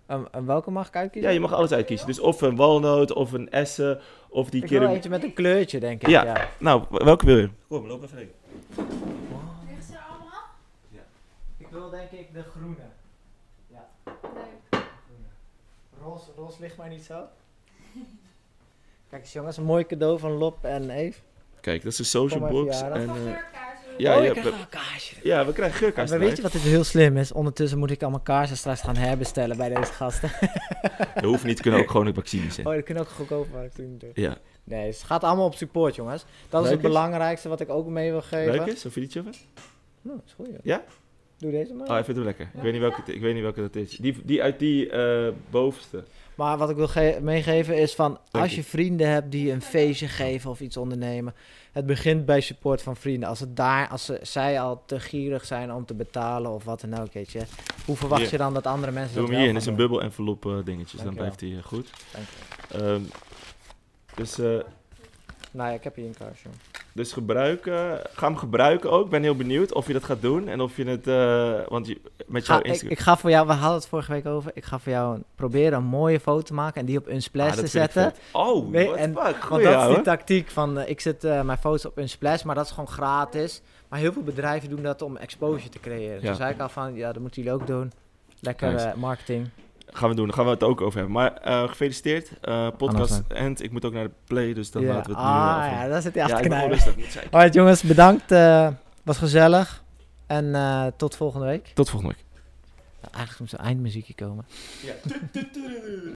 En, en welke mag ik uitkiezen? Ja, je mag alles uitkiezen. Dus of een walnoot, of een essen, of die Ik wil keer... eentje met een kleurtje, denk ik. Ja. Ja. Nou, welke wil je? Kom, we lopen even heen. Liggen ze er allemaal? Ik wil denk ik de groene. Ja. Leuk. Roze, roze ligt mij niet zo. Kijk eens jongens, een mooi cadeau van Lop en Eve. Kijk, dat is een social Kom maar box. verjaardag. En, Van eh, geurkaarsen. ja, oh, ja, ik krijg we- wel een kaarsje. ja, we krijgen geurkaars Maar weet je wat dit heel slim is? Ondertussen moet ik allemaal kaarsen straks gaan herbestellen bij deze gasten. Dat hoeft niet, kunnen ook gewoon een vaccine zijn. Oh, dat kunnen ook goedkoop maar ik doe niet door. Ja. Nee, het gaat allemaal op support jongens. Dat is Ruik het eens. belangrijkste wat ik ook mee wil geven. Ruik eens, of je die choppen? Nou, is goed. joh. Ja? Doe deze maar. Oh, ik vind hem lekker. Ik weet niet welke, het- ik weet niet welke dat is. Die, die uit die eh, bovenste. Maar wat ik wil ge- meegeven is van, als je. je vrienden hebt die een feestje geven of iets ondernemen, het begint bij support van vrienden. Als het daar, als ze, zij al te gierig zijn om te betalen of wat dan ook, weet je, hoe verwacht Hier. je dan dat andere mensen Doe dat hem wel hier, en gaan is een doen? bubbel envelop eh, dingetjes. Dan Dankjewel. blijft hij eh, goed. Dank Ehm, dus, eh, Nou ja, ik heb hier een kaarsje. dus gebruiken. Ga hem gebruiken ook. Ik ben heel benieuwd of je dat gaat doen. En of je het... eh, want je, met jouw Ga, ik, Instagram... ik ga voor jou, we hadden het vorige week over, ik ga voor jou een- proberen een mooie foto te maken en die op Unsplash Ah, te dat vind ik zetten. vet. Oh, Nee, what en- the fuck. Want Goeie, dat is die ouwe. tactiek van, eh, ik zet eh, mijn foto's op Unsplash, maar dat is gewoon gratis. Maar heel veel bedrijven doen dat om exposure te creëren. Ja. Toen zei ik al van, ja, dat moeten jullie ook doen. Lekker Nice. eh, marketing. Gaan we doen, daar gaan we het ook over hebben. Maar eh, gefeliciteerd. eh, podcast Anders end. Ik moet ook naar de play, dus dan ja. laten we het nu ah, af. ja, daar zit hij ja, achter ik ben knijpen. onrustig, moet zijn. Alright jongens, bedankt. eh, was gezellig. En eh, tot volgende week. Tot volgende week. Eigenlijk moet zo'n eindmuziekje komen. Ja.